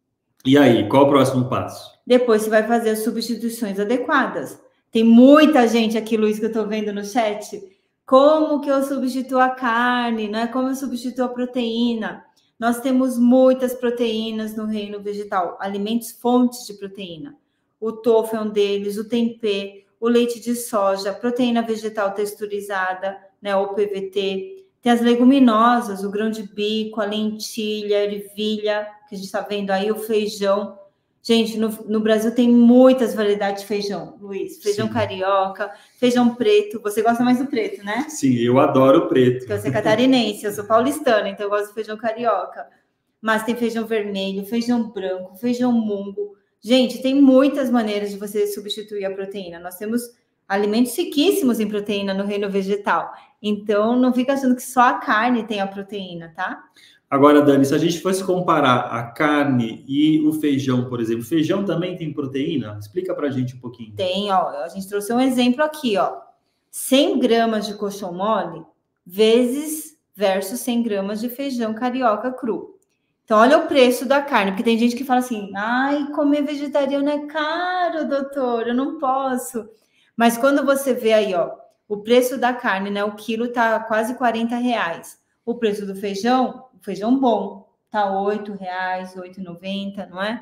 E aí, qual o próximo passo? Depois, você vai fazer as substituições adequadas. Tem muita gente aqui, Luiz, que eu estou vendo no chat. Como que eu substituo a carne, né? Como eu substituo a proteína? Nós temos muitas proteínas no reino vegetal, alimentos fontes de proteína. O tofu é um deles, o tempê, o leite de soja, proteína vegetal texturizada, né? O P V T. Tem as leguminosas, o grão de bico, a lentilha, a ervilha, que a gente está vendo aí, o feijão. Gente, no, no Brasil tem muitas variedades de feijão, Luiz. Feijão Sim. carioca, feijão preto. Você gosta mais do preto, né? Sim, eu adoro o preto. Porque você é catarinense, eu sou paulistana, então eu gosto do feijão carioca. Mas tem feijão vermelho, feijão branco, feijão mungo. Gente, tem muitas maneiras de você substituir a proteína. Nós temos alimentos riquíssimos em proteína no reino vegetal. Então, não fica achando que só a carne tem a proteína, tá? Agora, Dani, se a gente fosse comparar a carne e o feijão, por exemplo, feijão também tem proteína? Explica pra gente um pouquinho. Tem, ó. A gente trouxe um exemplo aqui, ó. cem gramas de coxão mole vezes versus cem gramas de feijão carioca cru. Então, olha o preço da carne, porque tem gente que fala assim, ai, comer vegetariano é caro, doutor, eu não posso. Mas quando você vê aí, ó, o preço da carne, né, o quilo tá quase quarenta reais. O preço do feijão, o feijão bom, tá oito reais, oito e noventa, não é?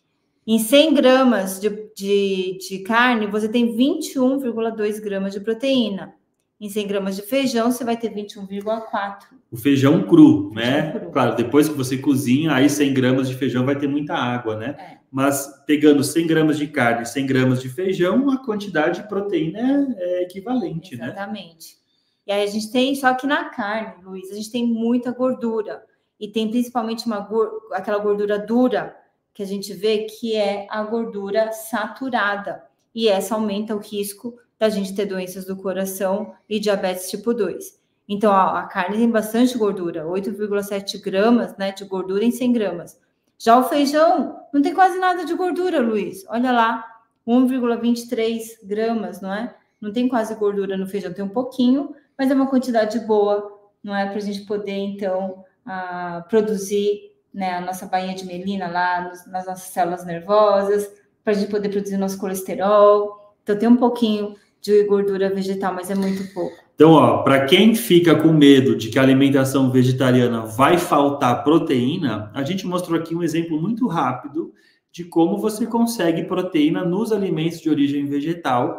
Em cem gramas de, de, de carne, você tem vinte e um vírgula dois gramas de proteína. Em cem gramas de feijão, você vai ter vinte e um vírgula quatro. O feijão cru, feijão né? Cru. Claro, depois que você cozinha, aí cem gramas de feijão vai ter muita água, né? É. Mas pegando cem gramas de carne e cem gramas de feijão, a quantidade de proteína é, é equivalente, Exatamente. né? Exatamente. E aí a gente tem, só que na carne, Luiz, a gente tem muita gordura. E tem principalmente uma, aquela gordura dura, que a gente vê que é a gordura saturada. E essa aumenta o risco da gente ter doenças do coração e diabetes tipo dois. Então, ó, a carne tem bastante gordura, oito vírgula sete gramas, né, de gordura em cem gramas. Já o feijão não tem quase nada de gordura, Luiz. Olha lá, um vírgula vinte e três gramas, não é? Não tem quase gordura no feijão, tem um pouquinho, mas é uma quantidade boa, não é? Para a gente poder, então, uh, produzir, né, a nossa bainha de melina lá nos, nas nossas células nervosas, para a gente poder produzir nosso colesterol. Então, tem um pouquinho de gordura vegetal, mas é muito pouco. Então, ó, para quem fica com medo de que a alimentação vegetariana vai faltar proteína, a gente mostrou aqui um exemplo muito rápido de como você consegue proteína nos alimentos de origem vegetal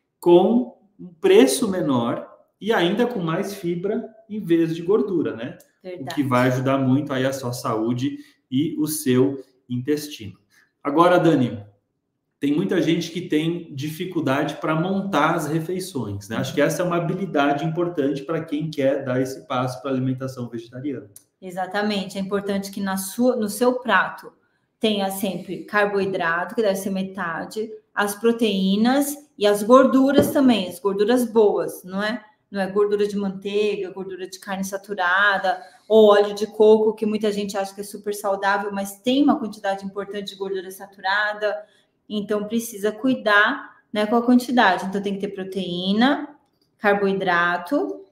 com um preço menor e ainda com mais fibra em vez de gordura, né? Verdade. O que vai ajudar muito aí a sua saúde e o seu intestino. Agora, Dani, tem muita gente que tem dificuldade para montar as refeições, né? Acho que essa é uma habilidade importante para quem quer dar esse passo para a alimentação vegetariana. Exatamente. É importante que na sua, no seu prato tenha sempre carboidrato, que deve ser metade, as proteínas e as gorduras também, as gorduras boas, não é? Não é gordura de manteiga, gordura de carne saturada, ou óleo de coco, que muita gente acha que é super saudável, mas tem uma quantidade importante de gordura saturada. Então, precisa cuidar, né, com a quantidade. Então, tem que ter proteína, carboidrato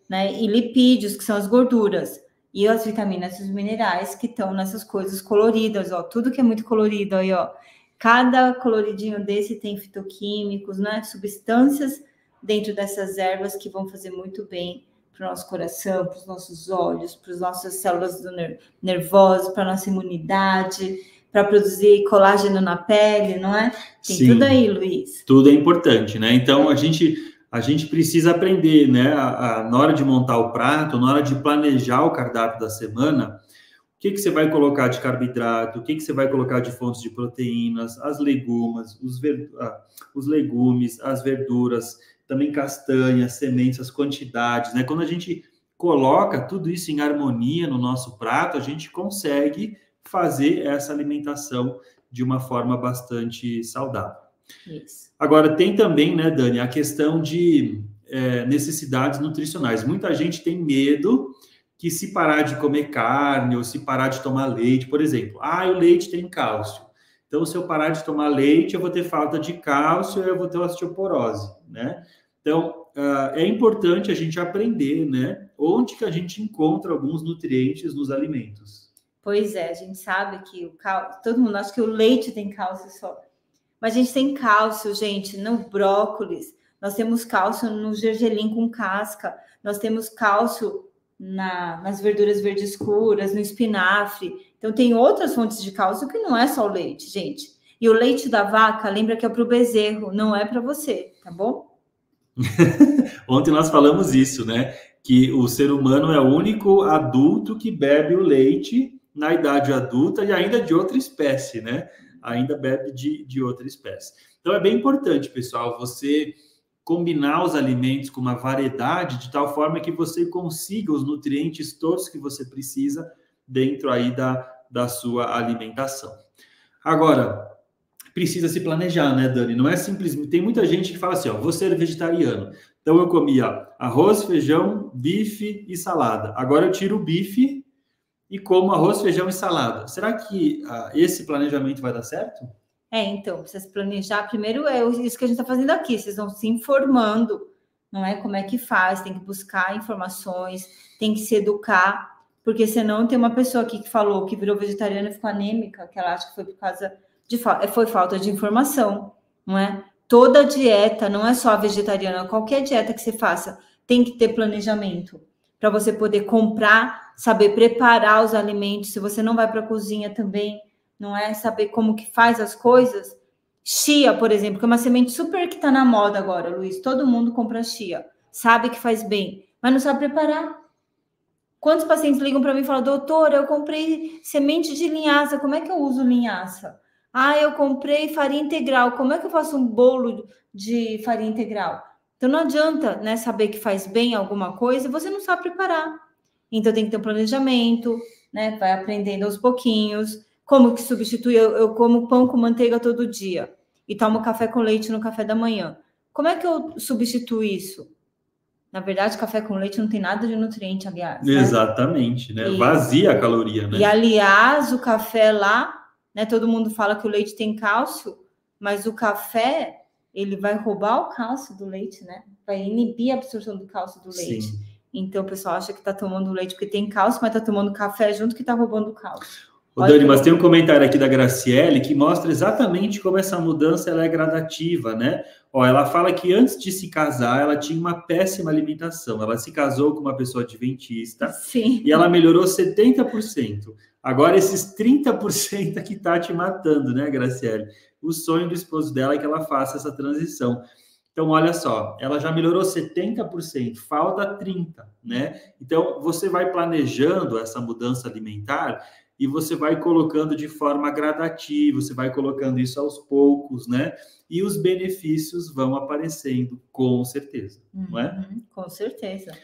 né? E lipídios, que são as gorduras. E as vitaminas e os minerais que estão nessas coisas coloridas, ó. Tudo que é muito colorido aí, ó. Cada coloridinho desse tem fitoquímicos, né? Substâncias dentro dessas ervas que vão fazer muito bem para o nosso coração, para os nossos olhos, para as nossas células do ner nervosas, para a nossa imunidade, para produzir colágeno na pele, não é? Tem Sim, tudo aí, Luiz. Tudo é importante, né? Então, a gente, a gente precisa aprender, né? A, a, na hora de montar o prato, na hora de planejar o cardápio da semana, o que, que você vai colocar de carboidrato, o que, que você vai colocar de fontes de proteínas, as legumas, os, ver, ah, os legumes, as verduras, também castanhas, sementes, as quantidades, né? Quando a gente coloca tudo isso em harmonia no nosso prato, a gente consegue fazer essa alimentação de uma forma bastante saudável. Isso. Agora, tem também, né, Dani, a questão de é, necessidades nutricionais. Muita gente tem medo que se parar de comer carne ou se parar de tomar leite, por exemplo, ah, o leite tem cálcio. Então, se eu parar de tomar leite, eu vou ter falta de cálcio e eu vou ter osteoporose, né? Então, uh, é importante a gente aprender, né, onde que a gente encontra alguns nutrientes nos alimentos. Pois é, a gente sabe que o cálcio, todo mundo acha que o leite tem cálcio só. Mas a gente tem cálcio, gente, no brócolis. Nós temos cálcio no gergelim com casca. Nós temos cálcio na, nas verduras verdes escuras, no espinafre. Então, tem outras fontes de cálcio que não é só o leite, gente. E o leite da vaca, lembra que é para o bezerro, não é para você, tá bom? Ontem nós falamos isso, né? Que o ser humano é o único adulto que bebe o leite na idade adulta e ainda de outra espécie, né? Ainda bebe de, de outra espécie. Então, é bem importante, pessoal, você combinar os alimentos com uma variedade de tal forma que você consiga os nutrientes todos que você precisa dentro aí da, da sua alimentação. Agora, precisa se planejar, né, Dani? Não é simplesmente... Tem muita gente que fala assim, ó, vou ser vegetariano. Então, eu comia arroz, feijão, bife e salada. Agora eu tiro o bife e como arroz, feijão e salada. Será que ah, esse planejamento vai dar certo? É, então, vocês planejar, primeiro é isso que a gente está fazendo aqui, vocês vão se informando, não é? Como é que faz, tem que buscar informações, tem que se educar, porque senão tem uma pessoa aqui que falou que virou vegetariana e ficou anêmica, que ela acha que foi por causa de foi falta de informação, não é? Toda dieta, não é só a vegetariana, qualquer dieta que você faça, tem que ter planejamento, para você poder comprar, saber preparar os alimentos, se você não vai para a cozinha também, não é? Saber como que faz as coisas. Chia, por exemplo, que é uma semente super que está na moda agora, Luiz. Todo mundo compra chia. Sabe que faz bem, mas não sabe preparar. Quantos pacientes ligam para mim e falam, doutora, eu comprei semente de linhaça, como é que eu uso linhaça? Ah, eu comprei farinha integral, como é que eu faço um bolo de farinha integral? Então, não adianta, né, saber que faz bem alguma coisa e você não sabe preparar. Então, tem que ter um planejamento, né? Vai aprendendo aos pouquinhos. Como que substitui? Eu, eu como pão com manteiga todo dia e tomo café com leite no café da manhã. Como é que eu substituo isso? Na verdade, café com leite não tem nada de nutriente, aliás. Né? Exatamente, né? Vazia a caloria, né? E, aliás, o café lá, né? Todo mundo fala que o leite tem cálcio, mas o café, ele vai roubar o cálcio do leite, né? Vai inibir a absorção do cálcio do leite. Sim. Então, o pessoal acha que está tomando leite porque tem cálcio, mas está tomando café junto que está roubando o cálcio. Ô, Dani, mas tem um comentário aqui da Graciele que mostra exatamente como essa mudança ela é gradativa, né? Ó, ela fala que antes de se casar, ela tinha uma péssima alimentação. Ela se casou com uma pessoa adventista. Sim. E ela melhorou setenta por cento. Agora, esses trinta por cento é que tá te matando, né, Graciele? O sonho do esposo dela é que ela faça essa transição. Então, olha só, ela já melhorou setenta por cento, falta trinta por cento, né? Então, você vai planejando essa mudança alimentar e você vai colocando de forma gradativa, você vai colocando isso aos poucos, né? E os benefícios vão aparecendo, com certeza, uhum, não é? Com certeza.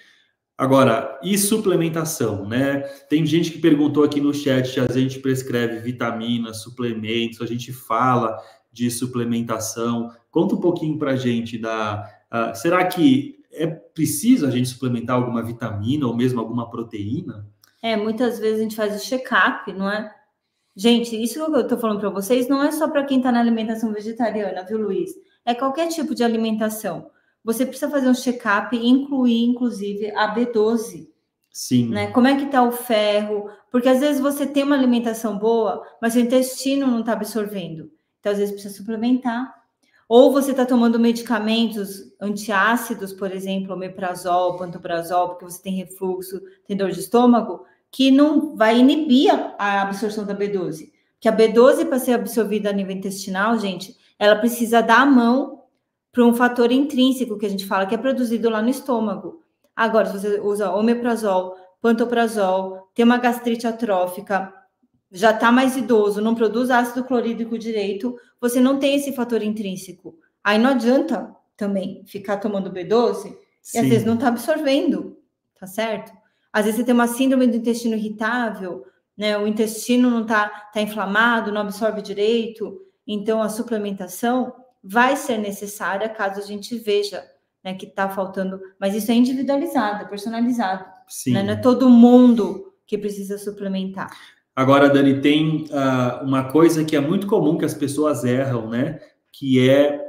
Agora, e suplementação, né? Tem gente que perguntou aqui no chat se a gente prescreve vitaminas, suplementos, a gente fala de suplementação. Conta um pouquinho para a gente da... Uh, será que é preciso a gente suplementar alguma vitamina ou mesmo alguma proteína? É, muitas vezes a gente faz o check-up, não é? Gente, isso que eu tô falando para vocês não é só para quem tá na alimentação vegetariana, viu, Luiz? É qualquer tipo de alimentação. você precisa fazer um check-up e incluir, inclusive, a B doze. Sim. Né? Como é que está o ferro? Porque às vezes você tem uma alimentação boa, mas seu intestino não está absorvendo. Então, às vezes, precisa suplementar. Ou você está tomando medicamentos antiácidos, por exemplo, omeprazol, pantoprazol, porque você tem refluxo, tem dor de estômago, que não vai inibir a absorção da B doze. Porque a B doze, para ser absorvida a nível intestinal, gente, ela precisa dar a mão para um fator intrínseco que a gente fala, que é produzido lá no estômago. Agora, se você usa omeprazol, pantoprazol, tem uma gastrite atrófica, já está mais idoso, não produz ácido clorídrico direito, você não tem esse fator intrínseco. Aí não adianta também ficar tomando B doze Sim. e às vezes não está absorvendo, tá certo? Às vezes você tem uma síndrome do intestino irritável, né? O intestino não está tá inflamado, não absorve direito, então a suplementação vai ser necessária caso a gente veja, né, que está faltando, mas isso é individualizado, personalizado. Sim. Né? Não é todo mundo que precisa suplementar. Agora, Dani, tem uh, uma coisa que é muito comum que as pessoas erram, né? Que é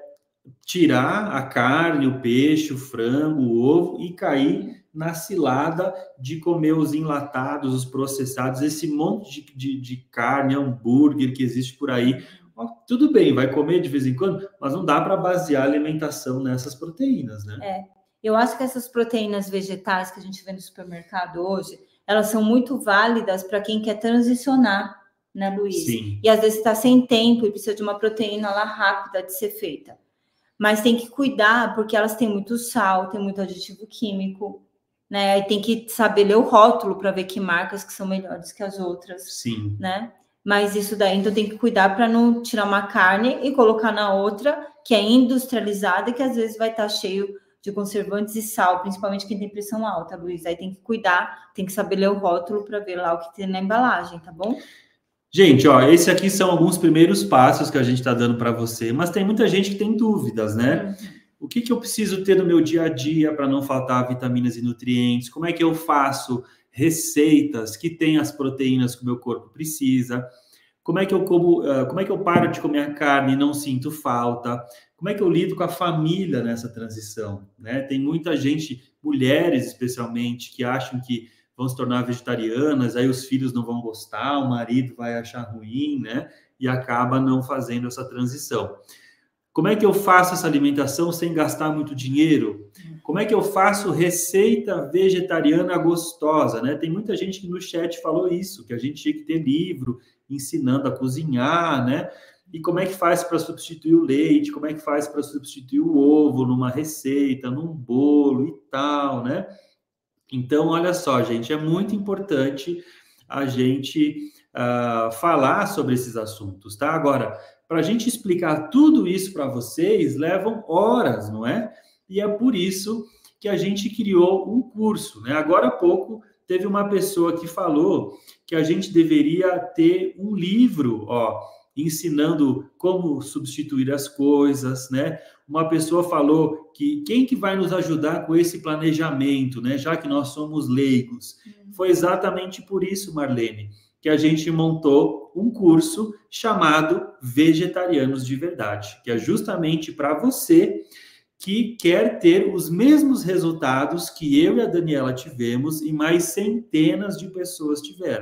tirar a carne, o peixe, o frango, o ovo e cair na cilada de comer os enlatados, os processados, esse monte de, de, de carne, hambúrguer que existe por aí. Tudo bem, vai comer de vez em quando, mas não dá para basear a alimentação nessas proteínas, né? É, eu acho que essas proteínas vegetais que a gente vê no supermercado hoje, elas são muito válidas para quem quer transicionar, né, Luiz? Sim. E às vezes está sem tempo e precisa de uma proteína lá rápida de ser feita. Mas tem que cuidar, porque elas têm muito sal, tem muito aditivo químico, né? Aí tem que saber ler o rótulo para ver que marcas que são melhores que as outras. Sim. Né? Mas isso daí, então tem que cuidar para não tirar uma carne e colocar na outra, que é industrializada, que às vezes vai estar cheio de conservantes e sal, principalmente quem tem pressão alta, Luiz. Aí tem que cuidar, tem que saber ler o rótulo para ver lá o que tem na embalagem, tá bom? Gente, ó, esse aqui são alguns primeiros passos que a gente está dando para você, mas tem muita gente que tem dúvidas, né? Uhum. O que, que eu preciso ter no meu dia a dia para não faltar vitaminas e nutrientes? Como é que eu faço receitas que têm as proteínas que o meu corpo precisa? Como é que eu como, uh, como é que eu paro de comer a carne e não sinto falta? Como é que eu lido com a família nessa transição? Né? Tem muita gente, mulheres especialmente, que acham que vão se tornar vegetarianas, aí os filhos não vão gostar, o marido vai achar ruim, né? E acaba não fazendo essa transição. Como é que eu faço essa alimentação sem gastar muito dinheiro? Como é que eu faço receita vegetariana gostosa, né? Tem muita gente que no chat falou isso, que a gente tinha que ter livro ensinando a cozinhar, né? E como é que faz para substituir o leite? Como é que faz para substituir o ovo numa receita, num bolo e tal, né? Então, olha só, gente, é muito importante a gente uh, falar sobre esses assuntos, tá? Agora, para a gente explicar tudo isso para vocês, levam horas, não é? E é por isso que a gente criou um curso, né? Agora há pouco teve uma pessoa que falou que a gente deveria ter um livro, ó, ensinando como substituir as coisas, né? Uma pessoa falou que quem que vai nos ajudar com esse planejamento, né? Já que nós somos leigos. Foi exatamente por isso, Marlene, que a gente montou um curso chamado Vegetarianos de Verdade, que é justamente para você que quer ter os mesmos resultados que eu e a Daniela tivemos e mais centenas de pessoas tiveram.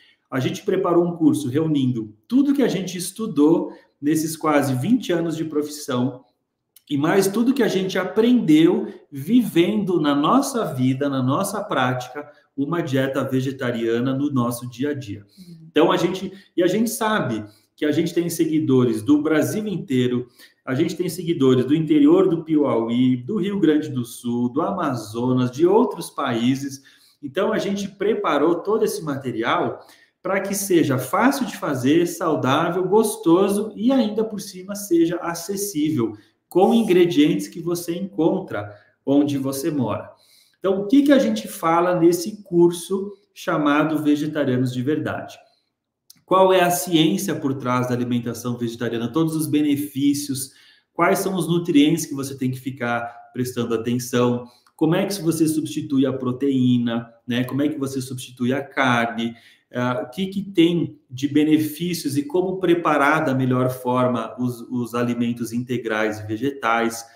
A gente preparou um curso reunindo tudo que a gente estudou nesses quase vinte anos de profissão e mais tudo que a gente aprendeu vivendo na nossa vida, na nossa prática, uma dieta vegetariana no nosso dia a dia. Então, a gente, e a gente sabe que a gente tem seguidores do Brasil inteiro, a gente tem seguidores do interior do Piauí, do Rio Grande do Sul, do Amazonas, de outros países. Então, a gente preparou todo esse material para que seja fácil de fazer, saudável, gostoso e ainda por cima seja acessível, com ingredientes que você encontra onde você mora. Então, o que, que a gente fala nesse curso chamado Vegetarianos de Verdade? Qual é a ciência por trás da alimentação vegetariana? Todos os benefícios, quais são os nutrientes que você tem que ficar prestando atenção? Como é que você substitui a proteína, né? Como é que você substitui a carne? Uh, o que, que tem de benefícios e como preparar da melhor forma os, os alimentos integrais e vegetais.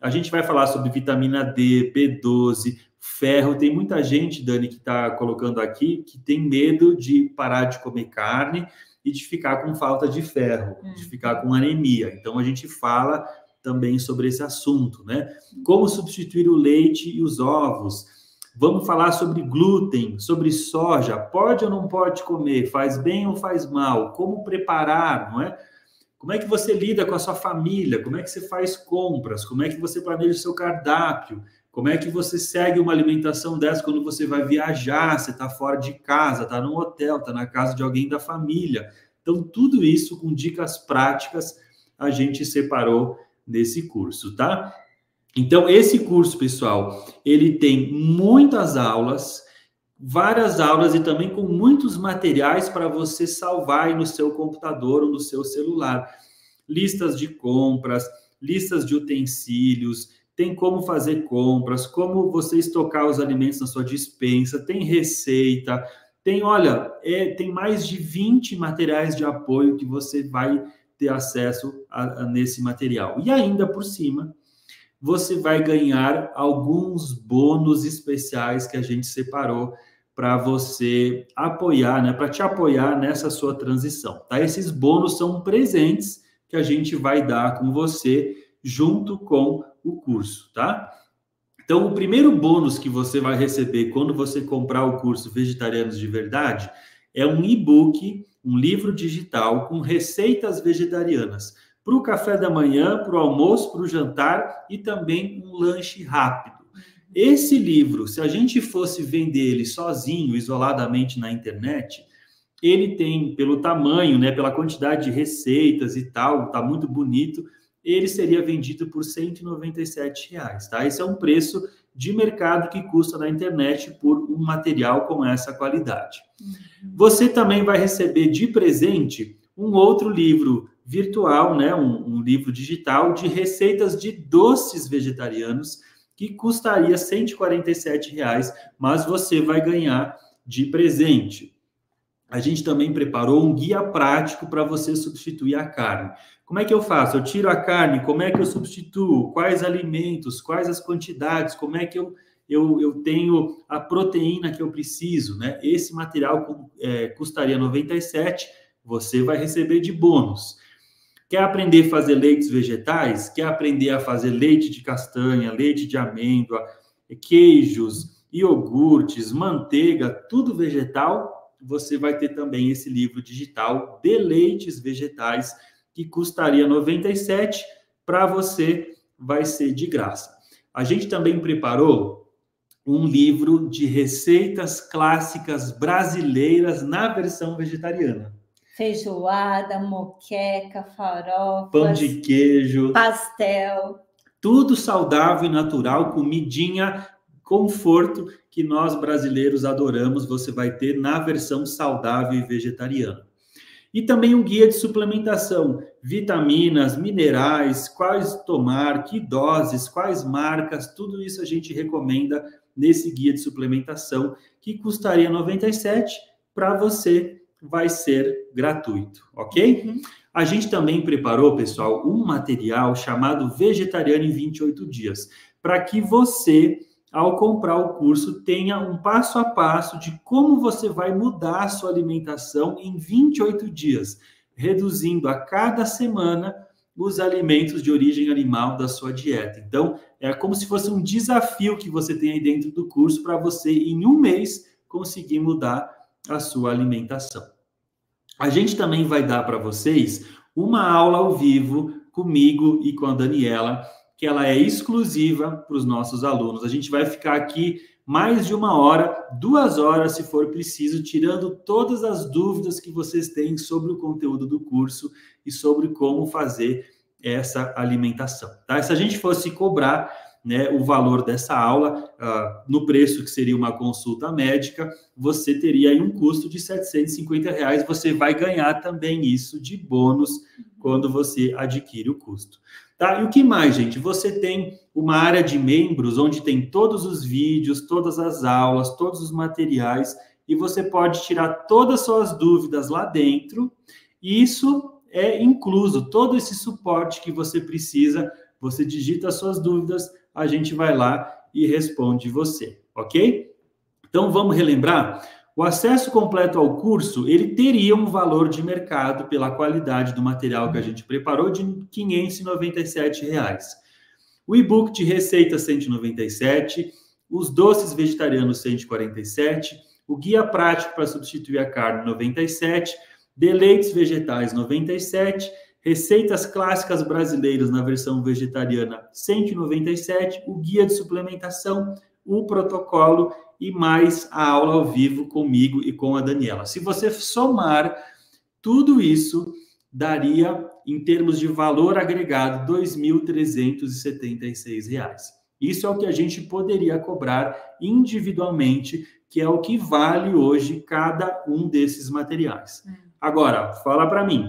A gente vai falar sobre vitamina D, B doze, ferro. Tem muita gente, Dani, que está colocando aqui, que tem medo de parar de comer carne e de ficar com falta de ferro, hum. de ficar com anemia. Então, a gente fala também sobre esse assunto, né? Como substituir o leite e os ovos. Vamos falar sobre glúten, sobre soja. Pode ou não pode comer? Faz bem ou faz mal? Como preparar, não é? Como é que você lida com a sua família? Como é que você faz compras? Como é que você planeja o seu cardápio? Como é que você segue uma alimentação dessa quando você vai viajar, você está fora de casa, está num hotel, está na casa de alguém da família? Então, tudo isso com dicas práticas a gente separou nesse curso, tá? Então, esse curso, pessoal, ele tem muitas aulas, várias aulas e também com muitos materiais para você salvar aí no seu computador ou no seu celular. Listas de compras, listas de utensílios, tem como fazer compras, como você estocar os alimentos na sua despensa, tem receita, tem, olha, é, tem mais de vinte materiais de apoio que você vai ter acesso a, a, nesse material. E ainda por cima, você vai ganhar alguns bônus especiais que a gente separou para você apoiar, né, para te apoiar nessa sua transição, tá? Esses bônus são presentes que a gente vai dar com você junto com o curso, tá? Então, o primeiro bônus que você vai receber quando você comprar o curso Vegetarianos de Verdade é um e-book, um livro digital com receitas vegetarianas para o café da manhã, para o almoço, para o jantar e também um lanche rápido. Esse livro, se a gente fosse vender ele sozinho, isoladamente na internet, ele tem, pelo tamanho, né, pela quantidade de receitas e tal, tá muito bonito, ele seria vendido por cento e noventa e sete reais, tá? Esse é um preço de mercado que custa na internet por um material com essa qualidade. Uhum. Você também vai receber de presente um outro livro virtual, né, um, um livro digital de receitas de doces vegetarianos que custaria cento e quarenta e sete reais, mas você vai ganhar de presente. A gente também preparou um guia prático para você substituir a carne. Como é que eu faço? Eu tiro a carne, como é que eu substituo? Quais alimentos? Quais as quantidades? Como é que eu, eu, eu tenho a proteína que eu preciso, né? Esse material é, custaria noventa e sete reais, você vai receber de bônus. Quer aprender a fazer leites vegetais? Quer aprender a fazer leite de castanha, leite de amêndoa, queijos, iogurtes, manteiga, tudo vegetal? Você vai ter também esse livro digital de leites vegetais, que custaria noventa e sete reais, para você vai ser de graça. A gente também preparou um livro de receitas clássicas brasileiras na versão vegetariana. Feijoada, moqueca, farofa, pão de queijo, pastel. Tudo saudável e natural, comidinha, conforto que nós brasileiros adoramos, você vai ter na versão saudável e vegetariana. E também um guia de suplementação, vitaminas, minerais, quais tomar, que doses, quais marcas, tudo isso a gente recomenda nesse guia de suplementação, que custaria noventa e sete reais, para você vai ser gratuito, ok? Uhum. A gente também preparou, pessoal, um material chamado Vegetariano em vinte e oito dias, para que você, ao comprar o curso, tenha um passo a passo de como você vai mudar a sua alimentação em vinte e oito dias, reduzindo a cada semana os alimentos de origem animal da sua dieta. Então, é como se fosse um desafio que você tem aí dentro do curso para você, em um mês, conseguir mudar a sua alimentação. A gente também vai dar para vocês uma aula ao vivo comigo e com a Daniela, que ela é exclusiva para os nossos alunos. A gente vai ficar aqui mais de uma hora, duas horas, se for preciso, tirando todas as dúvidas que vocês têm sobre o conteúdo do curso e sobre como fazer essa alimentação, tá? Se a gente fosse cobrar, né, o valor dessa aula, uh, no preço que seria uma consulta médica, você teria aí um custo de setecentos e cinquenta reais, você vai ganhar também isso de bônus quando você adquire o custo. Tá? E o que mais, gente? Você tem uma área de membros onde tem todos os vídeos, todas as aulas, todos os materiais, e você pode tirar todas as suas dúvidas lá dentro. E isso é incluso todo esse suporte que você precisa você digita as suas dúvidas, a gente vai lá e responde você, ok? Então, vamos relembrar? O acesso completo ao curso, ele teria um valor de mercado pela qualidade do material que a gente preparou de quinhentos e noventa e sete reais. O e-book de receita, cento e noventa e sete reais, os doces vegetarianos, cento e quarenta e sete reais, o guia prático para substituir a carne, noventa e sete reais, deleites vegetais, noventa e sete reais, receitas clássicas brasileiras na versão vegetariana, cento e noventa e sete reais, o guia de suplementação, o protocolo e mais a aula ao vivo comigo e com a Daniela. Se você somar tudo isso, daria, em termos de valor agregado, dois mil trezentos e setenta e seis reais. Isso é o que a gente poderia cobrar individualmente, que é o que vale hoje cada um desses materiais. Agora, fala para mim,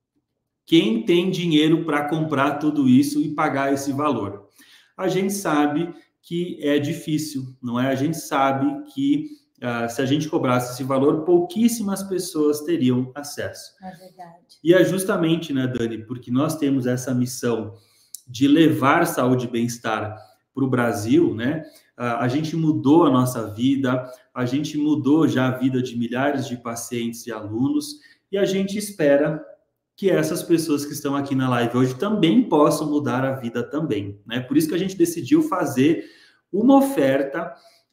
quem tem dinheiro para comprar tudo isso e pagar esse valor? A gente sabe que é difícil, não é? A gente sabe que uh, se a gente cobrasse esse valor, pouquíssimas pessoas teriam acesso. É verdade. E é justamente, né, Dani, porque nós temos essa missão de levar saúde e bem-estar para o Brasil, né? Uh, a gente mudou a nossa vida, a gente mudou já a vida de milhares de pacientes e alunos, e a gente espera que essas pessoas que estão aqui na live hoje também possam mudar a vida também, né? Por isso que a gente decidiu fazer uma oferta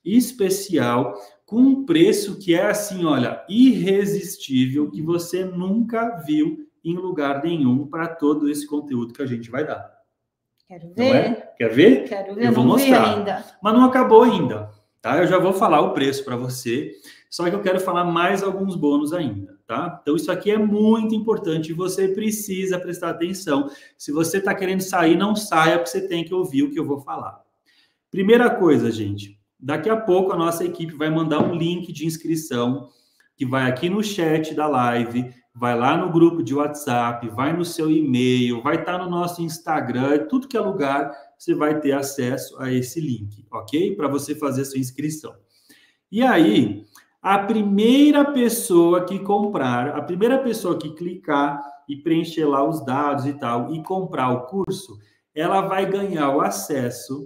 especial com um preço que é assim, olha, irresistível, que você nunca viu em lugar nenhum para todo esse conteúdo que a gente vai dar. Quero ver. Não é? Quer ver? Quero ver, eu vou não mostrar. Vi ainda. Mas não acabou ainda, tá? Eu já vou falar o preço para você, só que eu quero falar mais alguns bônus ainda, tá? Então, isso aqui é muito importante e você precisa prestar atenção. Se você está querendo sair, não saia, porque você tem que ouvir o que eu vou falar. Primeira coisa, gente, daqui a pouco a nossa equipe vai mandar um link de inscrição que vai aqui no chat da live, vai lá no grupo de WhatsApp, vai no seu e-mail, vai estar no nosso Instagram, tudo que é lugar, você vai ter acesso a esse link, ok? Para você fazer a sua inscrição. E aí, a primeira pessoa que comprar, a primeira pessoa que clicar e preencher lá os dados e tal, e comprar o curso, ela vai ganhar o acesso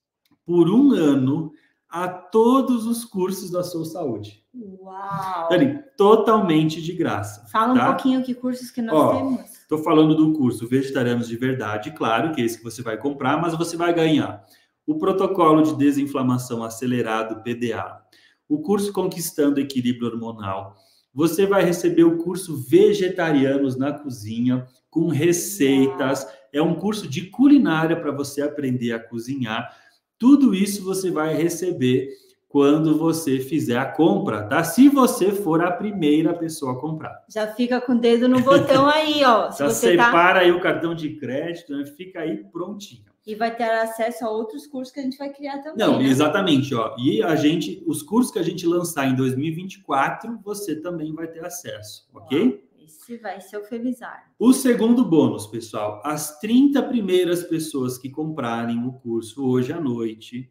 por um ano a todos os cursos da Sou Saúde. Uau! Dani, totalmente de graça. Fala tá? um pouquinho que cursos que nós Ó, temos. Estou falando do curso Vegetarianos de Verdade, claro, que é esse que você vai comprar, mas você vai ganhar o protocolo de desinflamação acelerado, P D A, o curso Conquistando Equilíbrio Hormonal, você vai receber o curso Vegetarianos na Cozinha, com receitas, é um curso de culinária para você aprender a cozinhar. Tudo isso você vai receber quando você fizer a compra, tá? Se você for a primeira pessoa a comprar. Já fica com o dedo no botão aí, ó. Se Já você separa tá... aí o cartão de crédito, né? Fica aí prontinho. E vai ter acesso a outros cursos que a gente vai criar também. Não, né? Exatamente, ó. E a gente, os cursos que a gente lançar em dois mil e vinte e quatro, você também vai ter acesso, ok? Uau, esse vai ser o Felizar. O segundo bônus, pessoal, as trinta primeiras pessoas que comprarem o curso hoje à noite,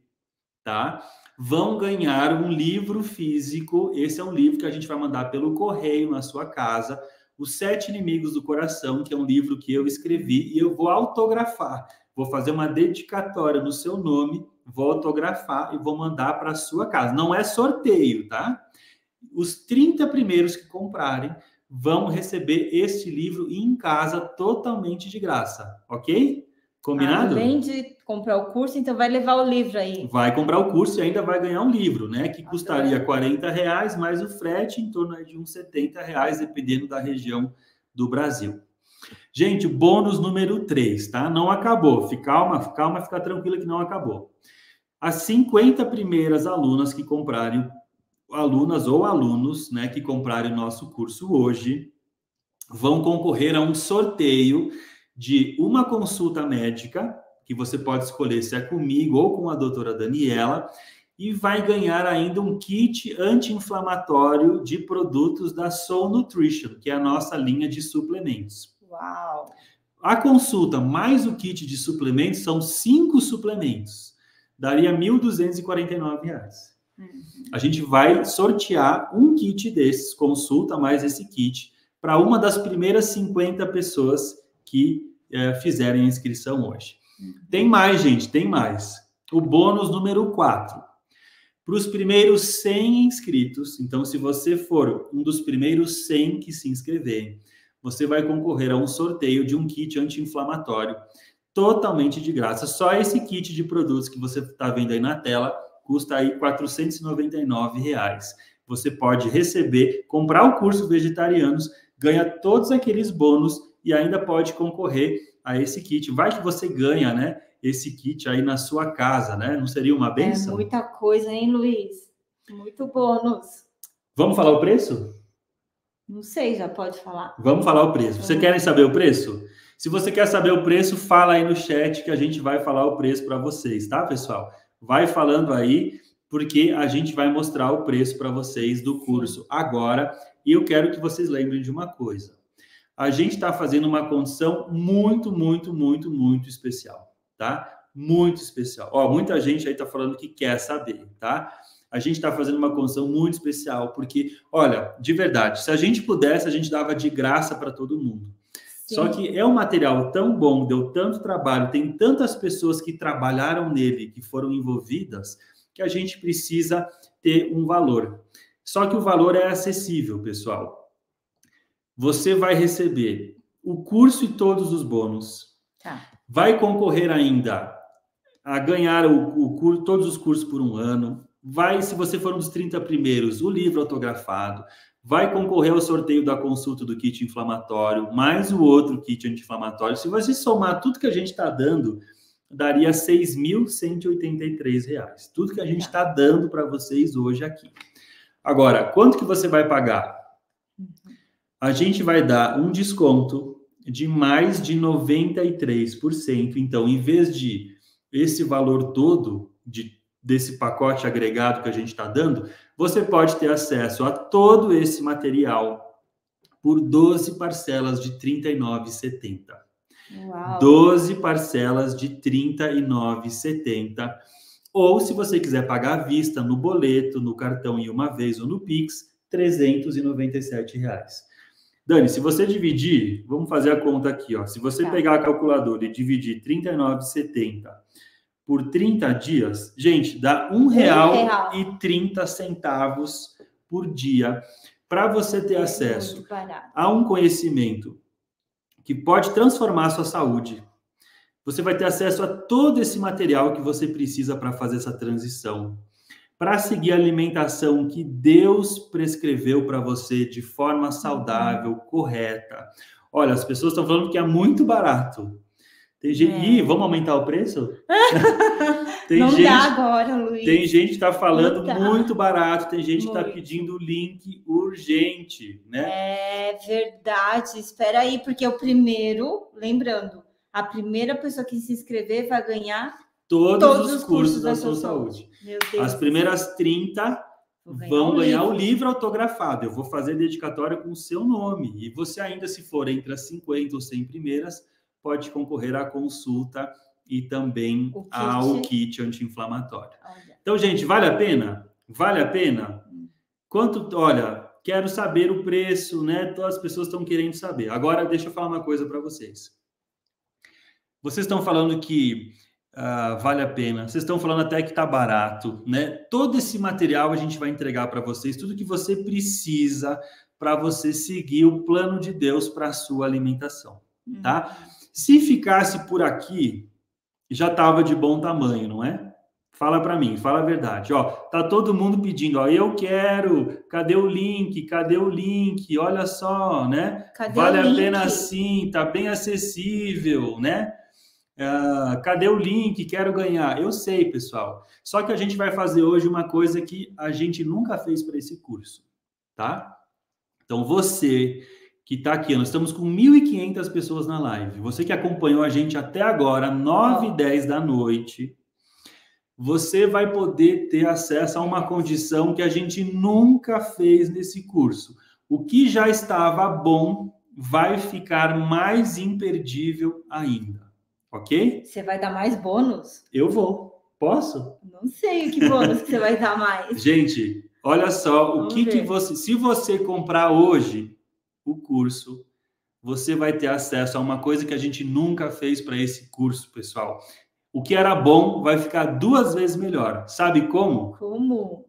tá? Vão ganhar um livro físico. Esse é um livro que a gente vai mandar pelo correio na sua casa, Os Sete Inimigos do Coração, que é um livro que eu escrevi e eu vou autografar. Vou fazer uma dedicatória no seu nome, vou autografar e vou mandar para a sua casa. Não é sorteio, tá? Os trinta primeiros que comprarem vão receber este livro em casa totalmente de graça, ok? Combinado? Além de comprar o curso, então vai levar o livro aí. Vai comprar o curso e ainda vai ganhar um livro, né? Que custaria quarenta reais, mais o frete em torno de uns setenta reais, dependendo da região do Brasil. Gente, bônus número três, tá? Não acabou. Fica, calma, calma, fica tranquila que não acabou. As cinquenta primeiras alunas que comprarem, alunas ou alunos, né, que comprarem o nosso curso hoje, vão concorrer a um sorteio de uma consulta médica, que você pode escolher se é comigo ou com a doutora Daniela, e vai ganhar ainda um kit anti-inflamatório de produtos da Soul Nutrition, que é a nossa linha de suplementos. Uau! A consulta mais o kit de suplementos são cinco suplementos. Daria mil duzentos e quarenta e nove reais. Uhum. A gente vai sortear um kit desses, consulta mais esse kit, para uma das primeiras cinquenta pessoas que é, fizerem a inscrição hoje. Tem mais, gente, tem mais. O bônus número quatro. Para os primeiros cem inscritos, então se você for um dos primeiros cem que se inscreverem, você vai concorrer a um sorteio de um kit anti-inflamatório totalmente de graça. Só esse kit de produtos que você está vendo aí na tela custa aí quatrocentos e noventa e nove reais. Você pode receber, comprar o curso Vegetarianos, ganha todos aqueles bônus e ainda pode concorrer a esse kit. Vai que você ganha, né? Esse kit aí na sua casa, né? Não seria uma bênção? É muita coisa, hein, Luiz? Muito bônus. Vamos falar o preço? Não sei, já pode falar. Vamos falar o preço. Vocês querem saber o preço? Se você quer saber o preço, fala aí no chat que a gente vai falar o preço para vocês, tá, pessoal? Vai falando aí, porque a gente vai mostrar o preço para vocês do curso agora. E eu quero que vocês lembrem de uma coisa. A gente está fazendo uma condição muito, muito, muito, muito especial. Tá? Muito especial. Ó, muita gente aí tá falando que quer saber, tá? A gente está fazendo uma condição muito especial, porque, olha, de verdade, se a gente pudesse, a gente dava de graça para todo mundo. Sim. Só que é um material tão bom, deu tanto trabalho, tem tantas pessoas que trabalharam nele, que foram envolvidas, que a gente precisa ter um valor. Só que o valor é acessível, pessoal. Você vai receber o curso e todos os bônus. Tá. Vai concorrer ainda a ganhar o, o curso, todos os cursos por um ano. Vai, se você for um dos trinta primeiros, o livro autografado. Vai concorrer ao sorteio da consulta do kit inflamatório, mais o outro kit anti-inflamatório. Se você somar tudo que a gente está dando, daria seis mil cento e oitenta e três reais. Tudo que a gente está dando para vocês hoje aqui. Agora, quanto que você vai pagar? A gente vai dar um desconto de mais de noventa e três por cento. Então, em vez de esse valor todo de, desse pacote agregado que a gente está dando, você pode ter acesso a todo esse material por doze parcelas de trinta e nove reais e setenta centavos. doze parcelas de trinta e nove reais e setenta centavos. Ou, se você quiser pagar à vista, no boleto, no cartão em uma vez ou no Pix, trezentos e noventa e sete reais. Dani, se você dividir, vamos fazer a conta aqui, ó. Se você tá. pegar a calculadora e dividir trinta e nove reais e setenta centavos por trinta dias, gente, dá um real e trinta centavos por dia para você ter acesso a um conhecimento que pode transformar a sua saúde. Você vai ter acesso a todo esse material que você precisa para fazer essa transição, para seguir a alimentação que Deus prescreveu para você de forma saudável, correta. Olha, as pessoas estão falando que é muito barato. Tem gente... É. Ih, vamos aumentar o preço? Tem Não gente... dá agora, Luiz. Tem gente que está falando muito barato, tem gente muito. que está pedindo link urgente, né? É verdade. Espera aí, porque o primeiro, lembrando, a primeira pessoa que se inscrever vai ganhar Todos, Todos os cursos, cursos da sua saúde. saúde. Meu Deus. As primeiras trinta ganhar vão um ganhar o livro. livro autografado. Eu vou fazer dedicatória com o seu nome. E você ainda, se for entre as cinquenta ou cem primeiras, pode concorrer à consulta e também kit. ao kit anti-inflamatório. Então, gente, vale a pena? Vale a pena? Quanto, olha, quero saber o preço, né? Todas as pessoas estão querendo saber. Agora, deixa eu falar uma coisa para vocês. Vocês estão falando que Uh, vale a pena. Vocês estão falando até que está barato, né? Todo esse material a gente vai entregar para vocês, tudo que você precisa para você seguir o plano de Deus para a sua alimentação, tá? Uhum. Se ficasse por aqui, já estava de bom tamanho, não é? Fala para mim, fala a verdade. Ó, tá todo mundo pedindo, ó, eu quero, cadê o link? Cadê o link? Olha só, né? Cadê vale a pena sim, tá bem acessível, né? Uh, cadê o link? Quero ganhar. Eu sei, pessoal. Só que a gente vai fazer hoje uma coisa que a gente nunca fez para esse curso, tá? Então, você que está aqui, nós estamos com mil e quinhentas pessoas na live. Você que acompanhou a gente até agora, nove e dez da noite, você vai poder ter acesso a uma condição que a gente nunca fez nesse curso. O que já estava bom vai ficar mais imperdível ainda. Ok? Você vai dar mais bônus? Eu vou. Posso? Não sei que bônus que você vai dar mais. Gente, olha só, Vamos o que, que você... Se você comprar hoje o curso, você vai ter acesso a uma coisa que a gente nunca fez para esse curso, pessoal. O que era bom vai ficar duas vezes melhor. Sabe como? Como?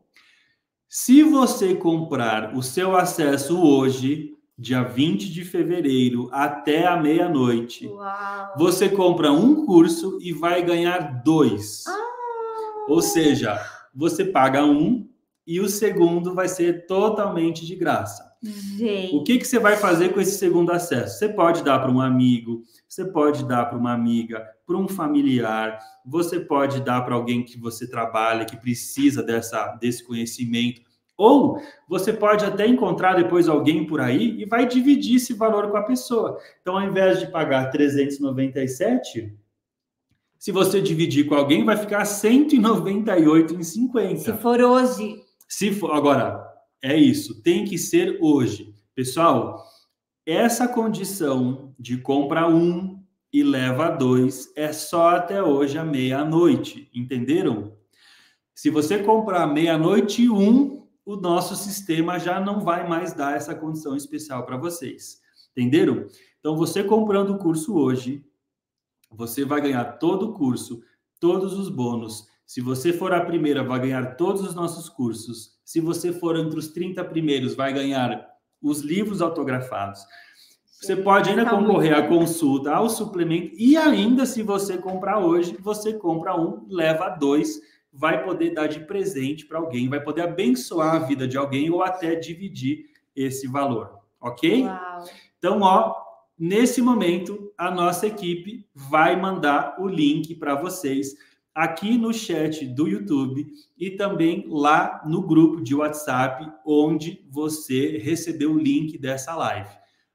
Se você comprar o seu acesso hoje, dia vinte de fevereiro, até a meia-noite, você compra um curso e vai ganhar dois. Ah. Ou seja, você paga um e o segundo vai ser totalmente de graça. Gente. O que, que você vai fazer com esse segundo acesso? Você pode dar para um amigo, você pode dar para uma amiga, para um familiar, você pode dar para alguém que você trabalha, que precisa dessa, desse conhecimento, ou você pode até encontrar depois alguém por aí e vai dividir esse valor com a pessoa. Então, ao invés de pagar trezentos e noventa e sete, se você dividir com alguém, vai ficar cento e noventa e oito reais e cinquenta centavos. Se for hoje. Se for, agora, é isso, tem que ser hoje. Pessoal, essa condição de compra um e leva dois é só até hoje à meia-noite, entenderam? Se você comprar meia-noite e um, o nosso sistema já não vai mais dar essa condição especial para vocês, entenderam? Então, você comprando o curso hoje, você vai ganhar todo o curso, todos os bônus. Se você for a primeira, vai ganhar todos os nossos cursos. Se você for entre os trinta primeiros, vai ganhar os livros autografados. Você pode ainda concorrer à consulta, ao suplemento. E ainda, se você comprar hoje, você compra um, leva dois, vai poder dar de presente para alguém, vai poder abençoar a vida de alguém ou até dividir esse valor, ok? Uau. Então, ó, nesse momento, a nossa equipe vai mandar o link para vocês aqui no chat do YouTube e também lá no grupo de WhatsApp, onde você recebeu o link dessa live,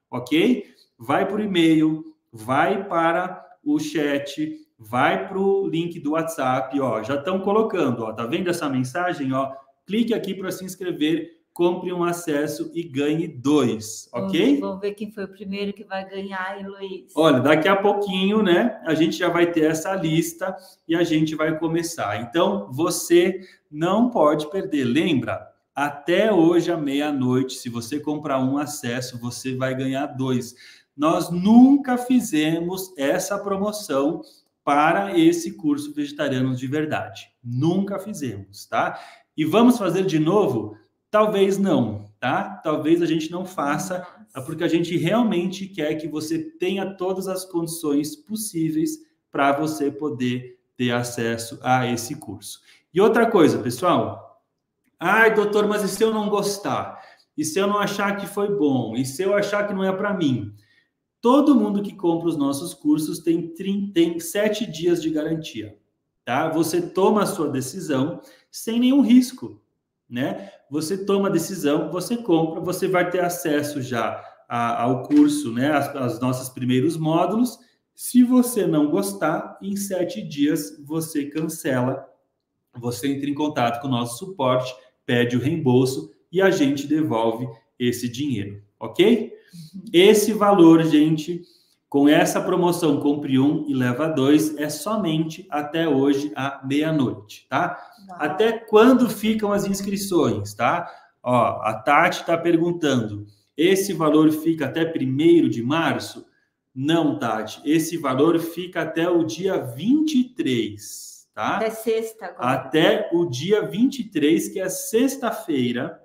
ok? Vai para o e-mail, vai para o chat, vai para o link do WhatsApp, ó, já estão colocando, ó, tá vendo essa mensagem, ó? Clique aqui para se inscrever, compre um acesso e ganhe dois, ok? Vamos ver quem foi o primeiro que vai ganhar, hein, Luiz? Olha, daqui a pouquinho, né, a gente já vai ter essa lista e a gente vai começar. Então, você não pode perder. Lembra, até hoje à meia-noite, se você comprar um acesso, você vai ganhar dois. Nós nunca fizemos essa promoção para esse curso Vegetarianos de Verdade. Nunca fizemos, tá? E vamos fazer de novo? Talvez não, tá? Talvez a gente não faça, porque a gente realmente quer que você tenha todas as condições possíveis para você poder ter acesso a esse curso. E outra coisa, pessoal. Ai, doutor, mas e se eu não gostar? E se eu não achar que foi bom? E se eu achar que não é para mim? Todo mundo que compra os nossos cursos tem, tem sete dias de garantia, tá? Você toma a sua decisão sem nenhum risco, né? Você toma a decisão, você compra, você vai ter acesso já a, ao curso, né? As, as nossos primeiros módulos. Se você não gostar, em sete dias você cancela, você entra em contato com o nosso suporte, pede o reembolso e a gente devolve esse dinheiro, ok? Esse valor, gente, com essa promoção compre um e leva dois, é somente até hoje à meia-noite, tá? Uau. Até quando ficam as inscrições, tá? Ó, a Tati está perguntando, esse valor fica até primeiro de março? Não, Tati, esse valor fica até o dia vinte e três, tá? Até sexta agora. Até o dia vinte e três, que é sexta-feira,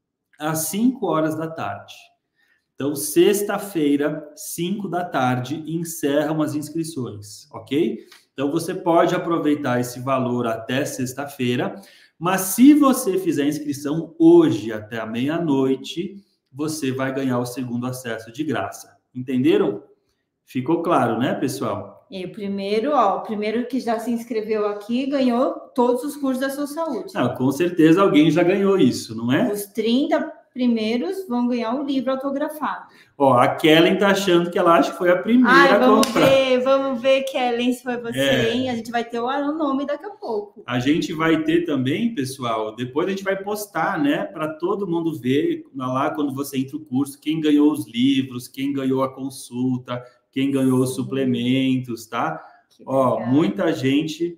às cinco horas da tarde. Então, sexta-feira, cinco da tarde, encerram as inscrições, ok? Então, você pode aproveitar esse valor até sexta-feira, mas se você fizer a inscrição hoje até a meia-noite, você vai ganhar o segundo acesso de graça. Entenderam? Ficou claro, né, pessoal? E o primeiro, ó, o primeiro que já se inscreveu aqui ganhou todos os cursos da sua saúde. Não, com certeza alguém já ganhou isso, não é? Os trinta primeiros vão ganhar um livro autografado. Ó, a Kellen tá achando que ela acha que foi a primeira Ai, a vamos comprar. ver, vamos ver, Kellen, se foi você, É. hein? A gente vai ter o nome daqui a pouco. A gente vai ter também, pessoal, depois a gente vai postar, né, para todo mundo ver lá quando você entra o curso, quem ganhou os livros, quem ganhou a consulta, quem ganhou os suplementos, tá? Ó, muita gente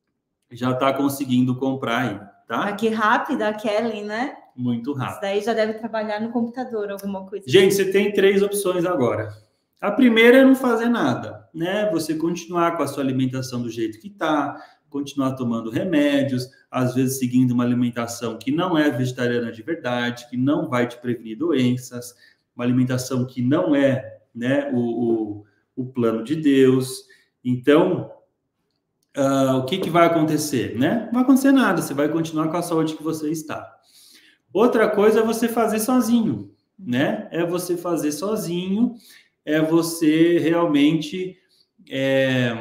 já tá conseguindo comprar aí, tá? Ah, que rápida a Kellen, né? Muito rápido. Isso daí já deve trabalhar no computador, alguma coisa. Gente, você tem três opções agora. A primeira é não fazer nada, né? Você continuar com a sua alimentação do jeito que está, continuar tomando remédios, às vezes seguindo uma alimentação que não é vegetariana de verdade, que não vai te prevenir doenças, uma alimentação que não é, né, o, o, o plano de Deus. Então, uh, o que, que vai acontecer, né? Não vai acontecer nada, você vai continuar com a saúde que você está. Outra coisa é você fazer sozinho, né? É você fazer sozinho, é você realmente... É,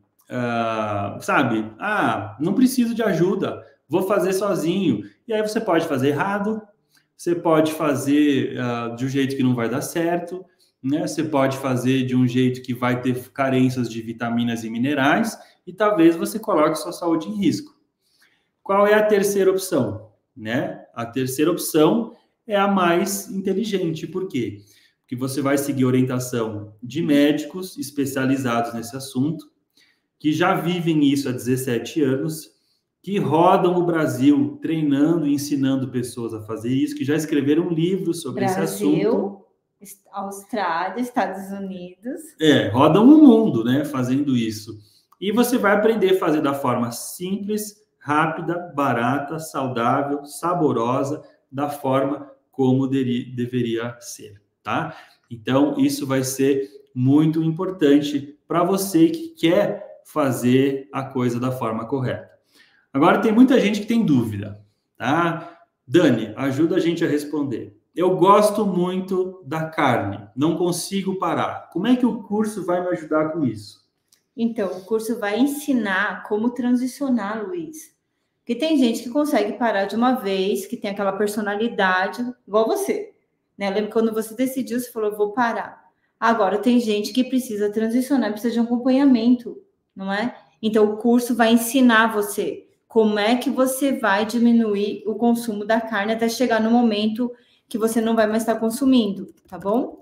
Uh, sabe, ah, não preciso de ajuda, vou fazer sozinho. E aí você pode fazer errado, você pode fazer uh, de um jeito que não vai dar certo, né? Você pode fazer de um jeito que vai ter carências de vitaminas e minerais, e talvez você coloque sua saúde em risco. Qual é a terceira opção, né? A terceira opção é a mais inteligente. Por quê? Porque você vai seguir orientação de médicos especializados nesse assunto, que já vivem isso há dezessete anos, que rodam o Brasil treinando e ensinando pessoas a fazer isso, que já escreveram um livro sobre Brasil, esse assunto. Austrália, Estados Unidos. É, rodam o mundo, né, fazendo isso. E você vai aprender a fazer da forma simples, rápida, barata, saudável, saborosa, da forma como deri- deveria ser, tá? Então, isso vai ser muito importante para você que quer fazer a coisa da forma correta. Agora, tem muita gente que tem dúvida, tá? Dani, ajuda a gente a responder. Eu gosto muito da carne, não consigo parar. Como é que o curso vai me ajudar com isso? Então, o curso vai ensinar como transicionar, Luiz. Porque tem gente que consegue parar de uma vez, que tem aquela personalidade, igual você, né? Eu lembro que quando você decidiu, você falou, eu vou parar. Agora, tem gente que precisa transicionar, precisa de um acompanhamento, não é? Então, o curso vai ensinar você como é que você vai diminuir o consumo da carne até chegar no momento que você não vai mais estar consumindo, tá bom?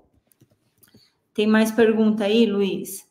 Tem mais pergunta aí, Luiz?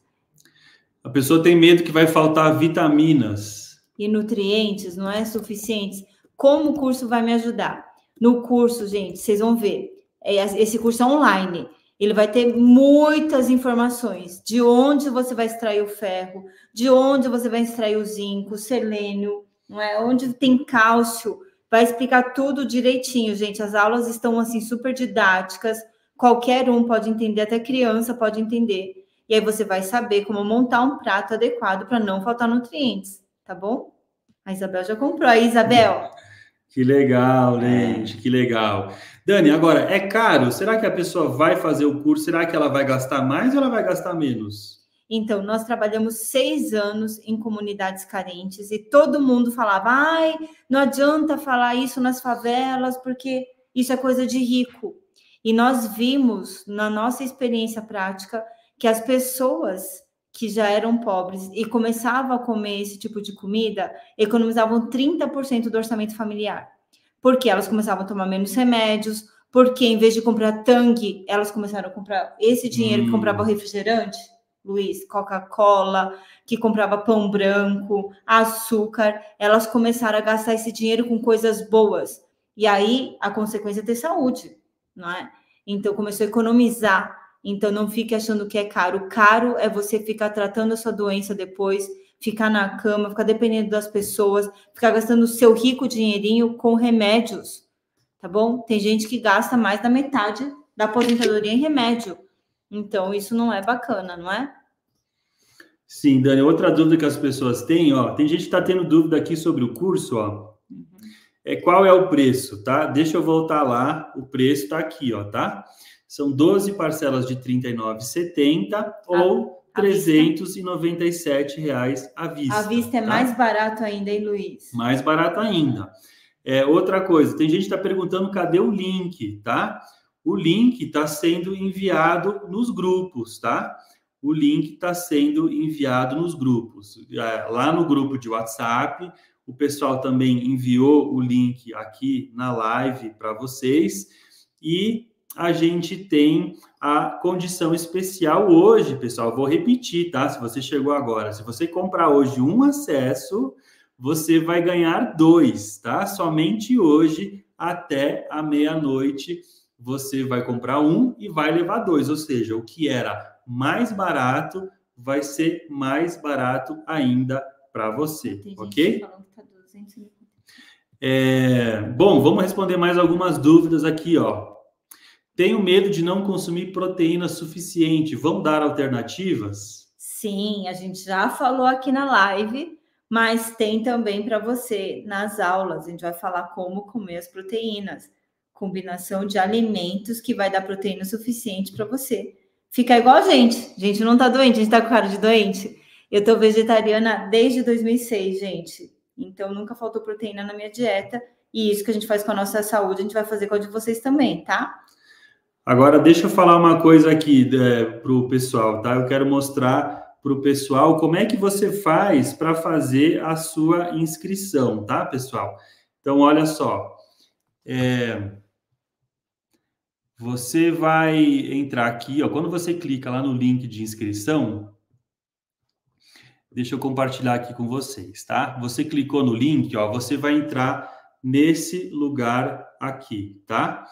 A pessoa tem medo que vai faltar vitaminas. E nutrientes, não é suficientes. Como o curso vai me ajudar? No curso, gente, vocês vão ver. Esse curso é online. Ele vai ter muitas informações de onde você vai extrair o ferro, de onde você vai extrair o zinco, o selênio, não é? Onde tem cálcio. Vai explicar tudo direitinho, gente. As aulas estão, assim, super didáticas. Qualquer um pode entender, até criança pode entender. E aí você vai saber como montar um prato adequado para não faltar nutrientes, tá bom? A Isabel já comprou. Aí, Isabel... Que legal, gente, é. Que legal. Dani, agora, é caro? Será que a pessoa vai fazer o curso? Será que ela vai gastar mais ou ela vai gastar menos? Então, nós trabalhamos seis anos em comunidades carentes e todo mundo falava, ai, não adianta falar isso nas favelas porque isso é coisa de rico. E nós vimos, na nossa experiência prática, que as pessoas que já eram pobres e começavam a comer esse tipo de comida, economizavam trinta por cento do orçamento familiar. Porque elas começavam a tomar menos remédios, porque em vez de comprar Tang, elas começaram a comprar esse dinheiro hum. que comprava refrigerante, Luiz, Coca-Cola, que comprava pão branco, açúcar, elas começaram a gastar esse dinheiro com coisas boas. E aí, a consequência é ter saúde, não é? Então, começou a economizar. Então, não fique achando que é caro. Caro é você ficar tratando a sua doença depois, ficar na cama, ficar dependendo das pessoas, ficar gastando o seu rico dinheirinho com remédios, tá bom? Tem gente que gasta mais da metade da aposentadoria em remédio. Então, isso não é bacana, não é? Sim, Dani. Outra dúvida que as pessoas têm, ó, tem gente que está tendo dúvida aqui sobre o curso, ó. Uhum. É qual é o preço, tá? Deixa eu voltar lá, o preço está aqui, ó, tá? São doze parcelas de trinta e nove reais e setenta centavos ou trezentos e noventa e sete reais à vista. À vista é tá? mais barato ainda, hein, Luiz? Mais barato ainda. É, outra coisa, tem gente que está perguntando cadê o link, tá? O link está sendo enviado nos grupos, tá? O link está sendo enviado nos grupos. Lá no grupo de WhatsApp, o pessoal também enviou o link aqui na live para vocês. E a gente tem a condição especial hoje, pessoal. Vou repetir, tá? Se você chegou agora, se você comprar hoje um acesso, você vai ganhar dois, tá? Somente hoje, até a meia-noite, você vai comprar um e vai levar dois, ou seja, o que era mais barato vai ser mais barato ainda para você, Tem ok? gente falando que tá duzentos e cinquenta. É, bom, vamos responder mais algumas dúvidas aqui, ó. Tenho medo de não consumir proteína suficiente. Vão dar alternativas? Sim, a gente já falou aqui na live, mas tem também para você nas aulas. A gente vai falar como comer as proteínas, combinação de alimentos que vai dar proteína suficiente para você. Fica igual a gente. A gente não tá doente, a gente tá com cara de doente. Eu tô vegetariana desde dois mil e seis, gente. Então nunca faltou proteína na minha dieta. E isso que a gente faz com a nossa saúde, a gente vai fazer com a de vocês também, tá? Agora, deixa eu falar uma coisa aqui é, para o pessoal, tá? Eu quero mostrar para o pessoal como é que você faz para fazer a sua inscrição, tá, pessoal? Então, olha só. É, você vai entrar aqui, ó. Quando você clica lá no link de inscrição, deixa eu compartilhar aqui com vocês, tá? Você clicou no link, ó, você vai entrar nesse lugar aqui, tá?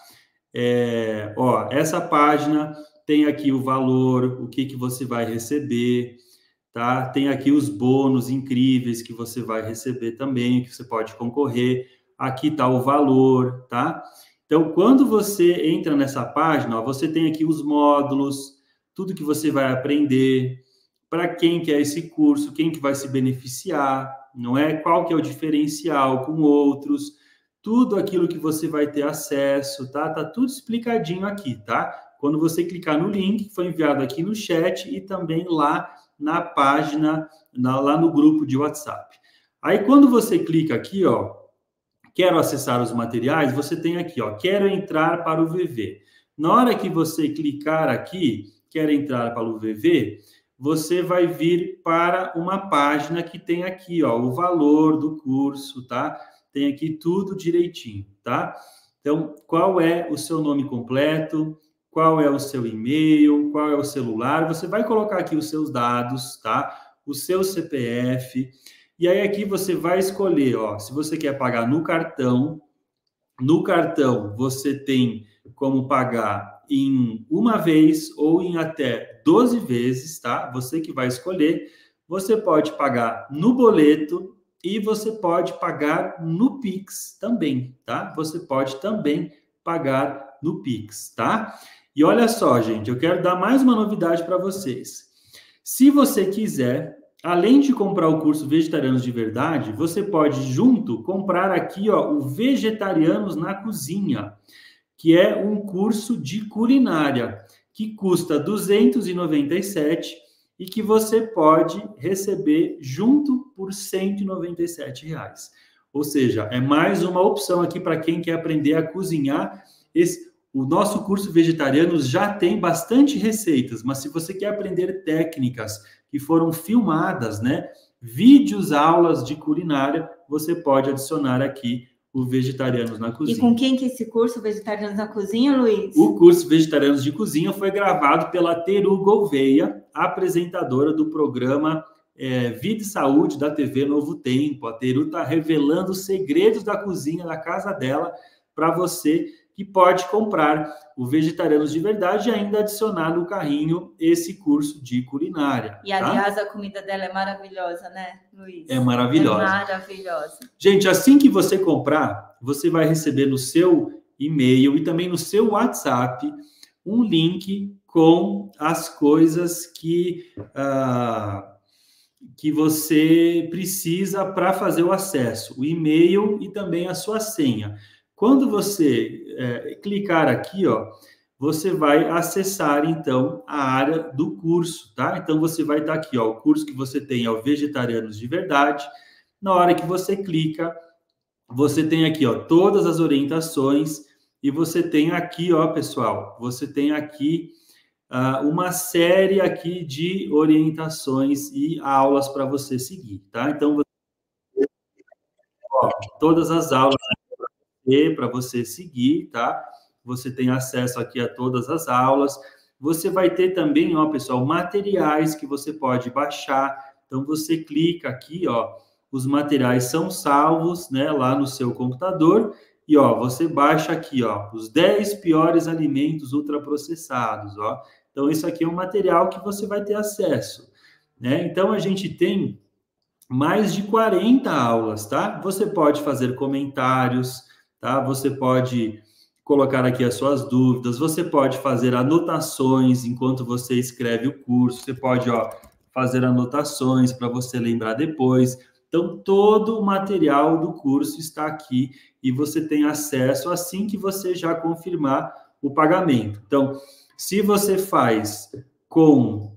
É, ó, essa página tem aqui o valor, o que que você vai receber, tá? Tem aqui os bônus incríveis que você vai receber também, que você pode concorrer. Aqui tá o valor, tá? Então, quando você entra nessa página, ó, você tem aqui os módulos, tudo que você vai aprender, para quem quer esse curso, quem que vai se beneficiar, não é? Qual que é o diferencial com outros, tudo aquilo que você vai ter acesso, tá? Tá tudo explicadinho aqui, tá? Quando você clicar no link, que foi enviado aqui no chat e também lá na página, na, lá no grupo de WhatsApp. Aí, quando você clica aqui, ó, quero acessar os materiais, você tem aqui, ó, quero entrar para o V V. Na hora que você clicar aqui, quero entrar para o V V, você vai vir para uma página que tem aqui, ó, o valor do curso, tá? Tem aqui tudo direitinho, tá? Então, qual é o seu nome completo? Qual é o seu e-mail? Qual é o celular? Você vai colocar aqui os seus dados, tá? O seu C P F. E aí aqui você vai escolher, ó, se você quer pagar no cartão. No cartão, você tem como pagar em uma vez ou em até doze vezes, tá? Você que vai escolher. Você pode pagar no boleto e você pode pagar no Pix também, tá? Você pode também pagar no Pix, tá? E olha só, gente, eu quero dar mais uma novidade para vocês. Se você quiser, além de comprar o curso Vegetarianos de Verdade, você pode, junto, comprar aqui, ó, o Vegetarianos na Cozinha, que é um curso de culinária, que custa duzentos e noventa e sete reais e que você pode receber junto por cento e noventa e sete reais. Ou seja, é mais uma opção aqui para quem quer aprender a cozinhar. Esse, o nosso curso Vegetarianos já tem bastante receitas, mas se você quer aprender técnicas que foram filmadas, né, vídeos, aulas de culinária, você pode adicionar aqui o Vegetarianos na Cozinha. E com quem que é esse curso Vegetarianos na Cozinha, Luiz? O curso Vegetarianos de Cozinha foi gravado pela Teru Gouveia, apresentadora do programa é, Vida e Saúde da T V Novo Tempo. A Teru está revelando os segredos da cozinha da casa dela para você que pode comprar o Vegetarianos de Verdade e ainda adicionar no carrinho esse curso de culinária. E, aliás, tá? A comida dela é maravilhosa, né, Luiz? É maravilhosa. É maravilhosa. Gente, assim que você comprar, você vai receber no seu e-mail e também no seu WhatsApp um link com as coisas que, uh, que você precisa para fazer o acesso. O e-mail e também a sua senha. Quando você é, clicar aqui, ó, você vai acessar, então, a área do curso, tá? Então, você vai estar aqui, ó, o curso que você tem é o Vegetarianos de Verdade. Na hora que você clica, você tem aqui, ó, todas as orientações e você tem aqui, ó, pessoal, você tem aqui uh, uma série aqui de orientações e aulas para você seguir, tá? Então, você... ó, todas as aulas para você seguir, tá? Você tem acesso aqui a todas as aulas. Você vai ter também, ó, pessoal, materiais que você pode baixar. Então, você clica aqui, ó, os materiais são salvos, né, lá no seu computador e ó, você baixa aqui, ó, os dez piores alimentos ultraprocessados, ó. Então, isso aqui é um material que você vai ter acesso, né? Então, a gente tem mais de quarenta aulas, tá? Você pode fazer comentários, tá? Você pode colocar aqui as suas dúvidas, você pode fazer anotações enquanto você escreve o curso, você pode, ó, fazer anotações para você lembrar depois. Então, todo o material do curso está aqui e você tem acesso assim que você já confirmar o pagamento. Então, se você faz com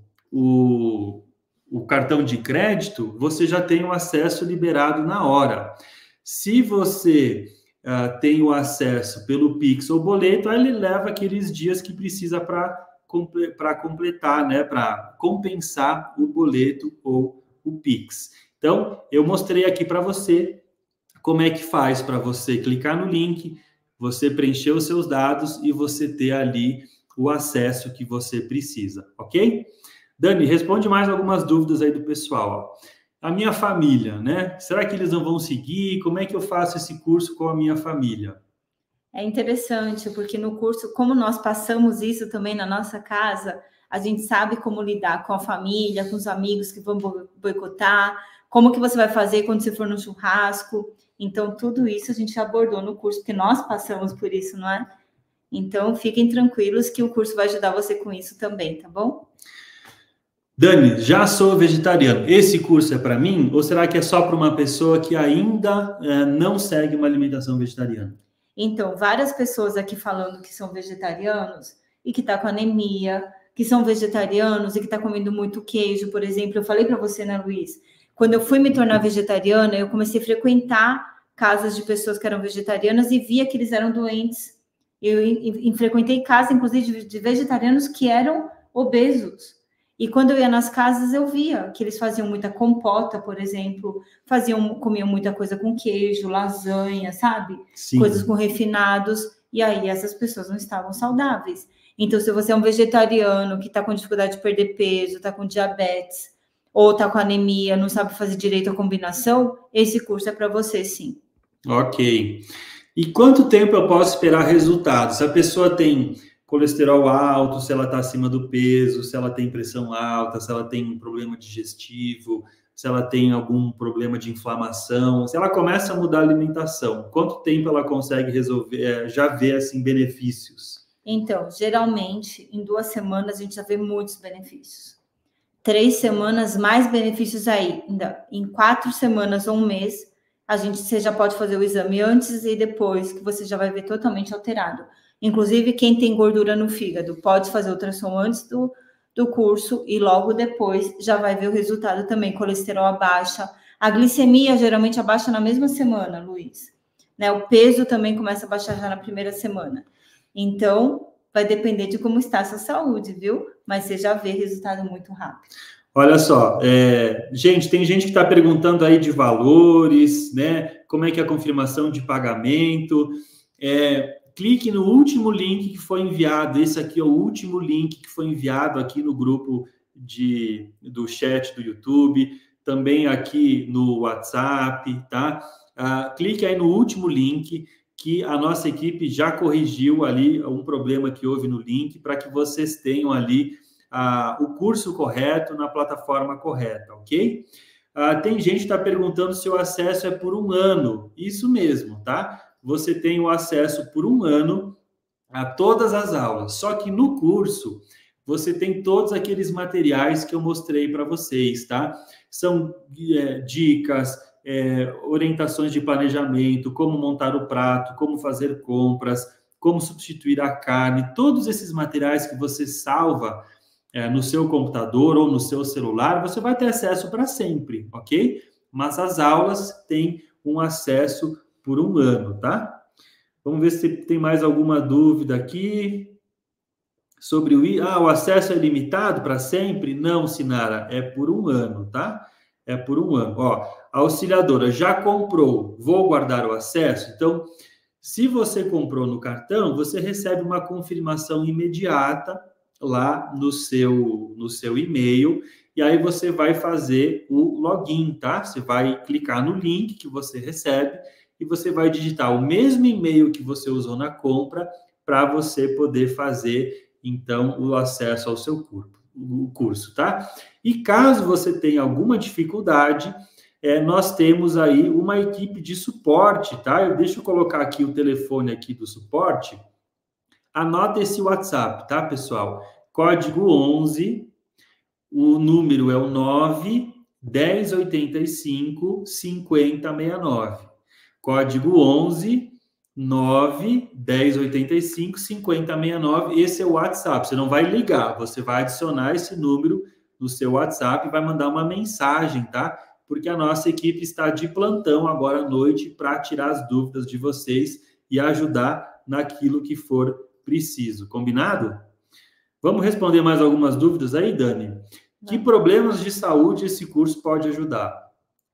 o, o cartão de crédito, você já tem o acesso liberado na hora. Se você uh, tem o acesso pelo Pix ou boleto, aí ele leva aqueles dias que precisa para para completar, né, para compensar o boleto ou o Pix. Então, eu mostrei aqui para você como é que faz para você clicar no link, você preencher os seus dados e você ter ali o acesso que você precisa, ok? Dani, responde mais algumas dúvidas aí do pessoal. Ó. A minha família, né? Será que eles não vão seguir? Como é que eu faço esse curso com a minha família? É interessante, porque no curso, como nós passamos isso também na nossa casa, a gente sabe como lidar com a família, com os amigos que vão boicotar, como que você vai fazer quando você for no churrasco. Então, tudo isso a gente abordou no curso, porque nós passamos por isso, não é? Então, fiquem tranquilos que o curso vai ajudar você com isso também, tá bom? Dani, já sou vegetariano. Esse curso é para mim? Ou será que é só para uma pessoa que ainda é, não segue uma alimentação vegetariana? Então, várias pessoas aqui falando que são vegetarianos e que tá com anemia, que são vegetarianos e que tá comendo muito queijo, por exemplo. Eu falei para você, né, Luiz? Quando eu fui me tornar vegetariana, eu comecei a frequentar casas de pessoas que eram vegetarianas e via que eles eram doentes. Eu e, e, frequentei casas, inclusive, de vegetarianos que eram obesos. E quando eu ia nas casas, eu via que eles faziam muita compota, por exemplo, faziam, comiam muita coisa com queijo, lasanha, sabe? Sim. Coisas com refinados, e aí essas pessoas não estavam saudáveis. Então, se você é um vegetariano que está com dificuldade de perder peso, está com diabetes, ou está com anemia, não sabe fazer direito a combinação, esse curso é para você, sim. Ok. E quanto tempo eu posso esperar resultados? Se a pessoa tem colesterol alto, se ela está acima do peso, se ela tem pressão alta, se ela tem um problema digestivo, se ela tem algum problema de inflamação, se ela começa a mudar a alimentação, quanto tempo ela consegue resolver, já ver assim, benefícios? Então, geralmente, em duas semanas a gente já vê muitos benefícios. Três semanas, mais benefícios ainda. Em quatro semanas ou um mês, a gente, você já pode fazer o exame antes e depois, que você já vai ver totalmente alterado. Inclusive, quem tem gordura no fígado pode fazer ultrassom antes do, do curso e logo depois já vai ver o resultado também. Colesterol abaixa. A glicemia geralmente abaixa na mesma semana, Luiz. Né? O peso também começa a baixar já na primeira semana. Então, vai depender de como está a sua saúde, viu? Mas você já vê resultado muito rápido. Olha só, é, gente, tem gente que está perguntando aí de valores, né? Como é que é a confirmação de pagamento? É, clique no último link que foi enviado. Esse aqui é o último link que foi enviado aqui no grupo de, do chat do YouTube, também aqui no WhatsApp, tá? Ah, clique aí no último link que a nossa equipe já corrigiu ali um problema que houve no link para que vocês tenham ali ah, o curso correto na plataforma correta, ok? Ah, tem gente que está perguntando se o acesso é por um ano. Isso mesmo, tá? Você tem o acesso por um ano a todas as aulas. Só que no curso, você tem todos aqueles materiais que eu mostrei para vocês, tá? São é, dicas, é, orientações de planejamento, como montar o prato, como fazer compras, como substituir a carne. Todos esses materiais que você salva é, no seu computador ou no seu celular, você vai ter acesso para sempre, ok? Mas as aulas têm um acesso por um ano, tá? Vamos ver se tem mais alguma dúvida aqui sobre o... Ah, o acesso é limitado para sempre? Não, Sinara, é por um ano, tá? É por um ano. Ó, a auxiliadora já comprou, vou guardar o acesso? Então, se você comprou no cartão, você recebe uma confirmação imediata lá no seu, no seu e-mail, e aí você vai fazer o login, tá? Você vai clicar no link que você recebe, e você vai digitar o mesmo e-mail que você usou na compra para você poder fazer, então, o acesso ao seu curso, o curso, tá? E caso você tenha alguma dificuldade, é, nós temos aí uma equipe de suporte, tá? Eu, deixa eu colocar aqui o telefone aqui do suporte. Anota esse WhatsApp, tá, pessoal? Código onze, o número é o nove, dez, oitenta e cinco, cinquenta, sessenta e nove. Código onze, nove, dez, oitenta e cinco, cinquenta, sessenta e nove. Esse é o WhatsApp. Você não vai ligar, você vai adicionar esse número no seu WhatsApp e vai mandar uma mensagem, tá? Porque a nossa equipe está de plantão agora à noite para tirar as dúvidas de vocês e ajudar naquilo que for preciso. Combinado? Vamos responder mais algumas dúvidas aí, Dani? Que problemas de saúde esse curso pode ajudar?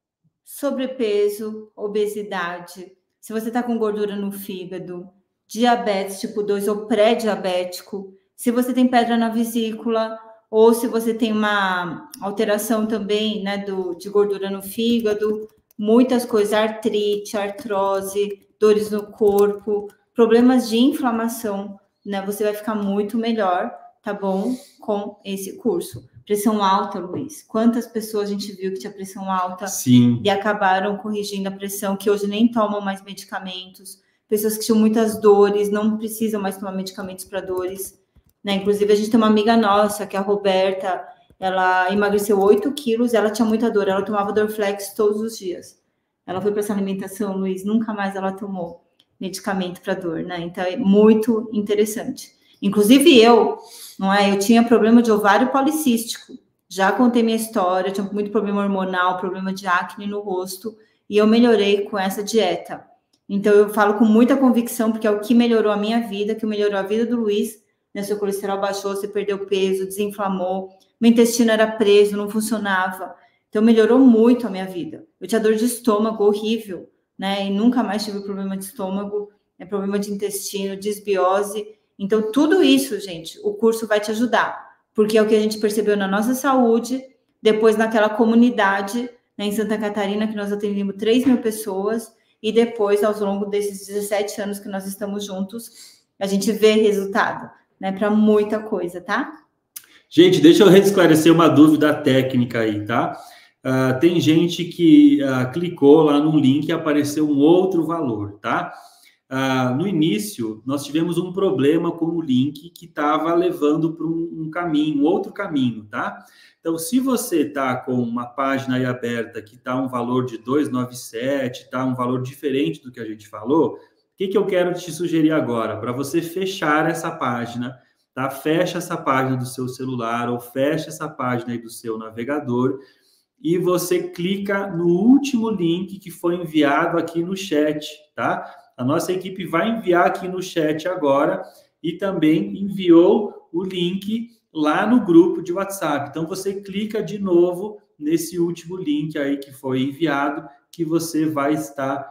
Sobrepeso, obesidade, se você está com gordura no fígado, diabetes tipo dois ou pré-diabético, se você tem pedra na vesícula, ou se você tem uma alteração também, né, do, de gordura no fígado, muitas coisas, artrite, artrose, dores no corpo, problemas de inflamação, né, você vai ficar muito melhor, tá bom, com esse curso. Pressão alta, Luiz. Quantas pessoas a gente viu que tinha pressão alta? Sim. E acabaram corrigindo a pressão, que hoje nem tomam mais medicamentos. Pessoas que tinham muitas dores, não precisam mais tomar medicamentos para dores. Né? Inclusive, a gente tem uma amiga nossa, que é a Roberta, ela emagreceu oito quilos, ela tinha muita dor, ela tomava Dorflex todos os dias. Ela foi para essa alimentação, Luiz, nunca mais ela tomou medicamento para dor, né? Então, é muito interessante. Inclusive eu, não é? Eu tinha problema de ovário policístico. Já contei minha história, eu tinha muito problema hormonal, problema de acne no rosto, e eu melhorei com essa dieta. Então eu falo com muita convicção, porque é o que melhorou a minha vida, que melhorou a vida do Luiz, né? Seu colesterol baixou, você perdeu peso, desinflamou, meu intestino era preso, não funcionava. Então melhorou muito a minha vida. Eu tinha dor de estômago horrível, né? E nunca mais tive problema de estômago, é problema de intestino, desbiose. Então, tudo isso, gente, o curso vai te ajudar, porque é o que a gente percebeu na nossa saúde, depois naquela comunidade, né, em Santa Catarina, que nós atendemos três mil pessoas, e depois, ao longo desses dezessete anos que nós estamos juntos, a gente vê resultado, né, para muita coisa, tá? Gente, deixa eu esclarecer uma dúvida técnica aí, tá? Uh, tem gente que uh, clicou lá no link e apareceu um outro valor, tá? Uh, no início, nós tivemos um problema com o link que estava levando para um, um caminho, um outro caminho, tá? Então, se você está com uma página aí aberta que está um valor de duzentos e noventa e sete, está um valor diferente do que a gente falou, o que, que eu quero te sugerir agora? Para você fechar essa página, tá? Fecha essa página do seu celular ou fecha essa página aí do seu navegador e você clica no último link que foi enviado aqui no chat, tá? A nossa equipe vai enviar aqui no chat agora e também enviou o link lá no grupo de WhatsApp. Então, você clica de novo nesse último link aí que foi enviado, que você vai estar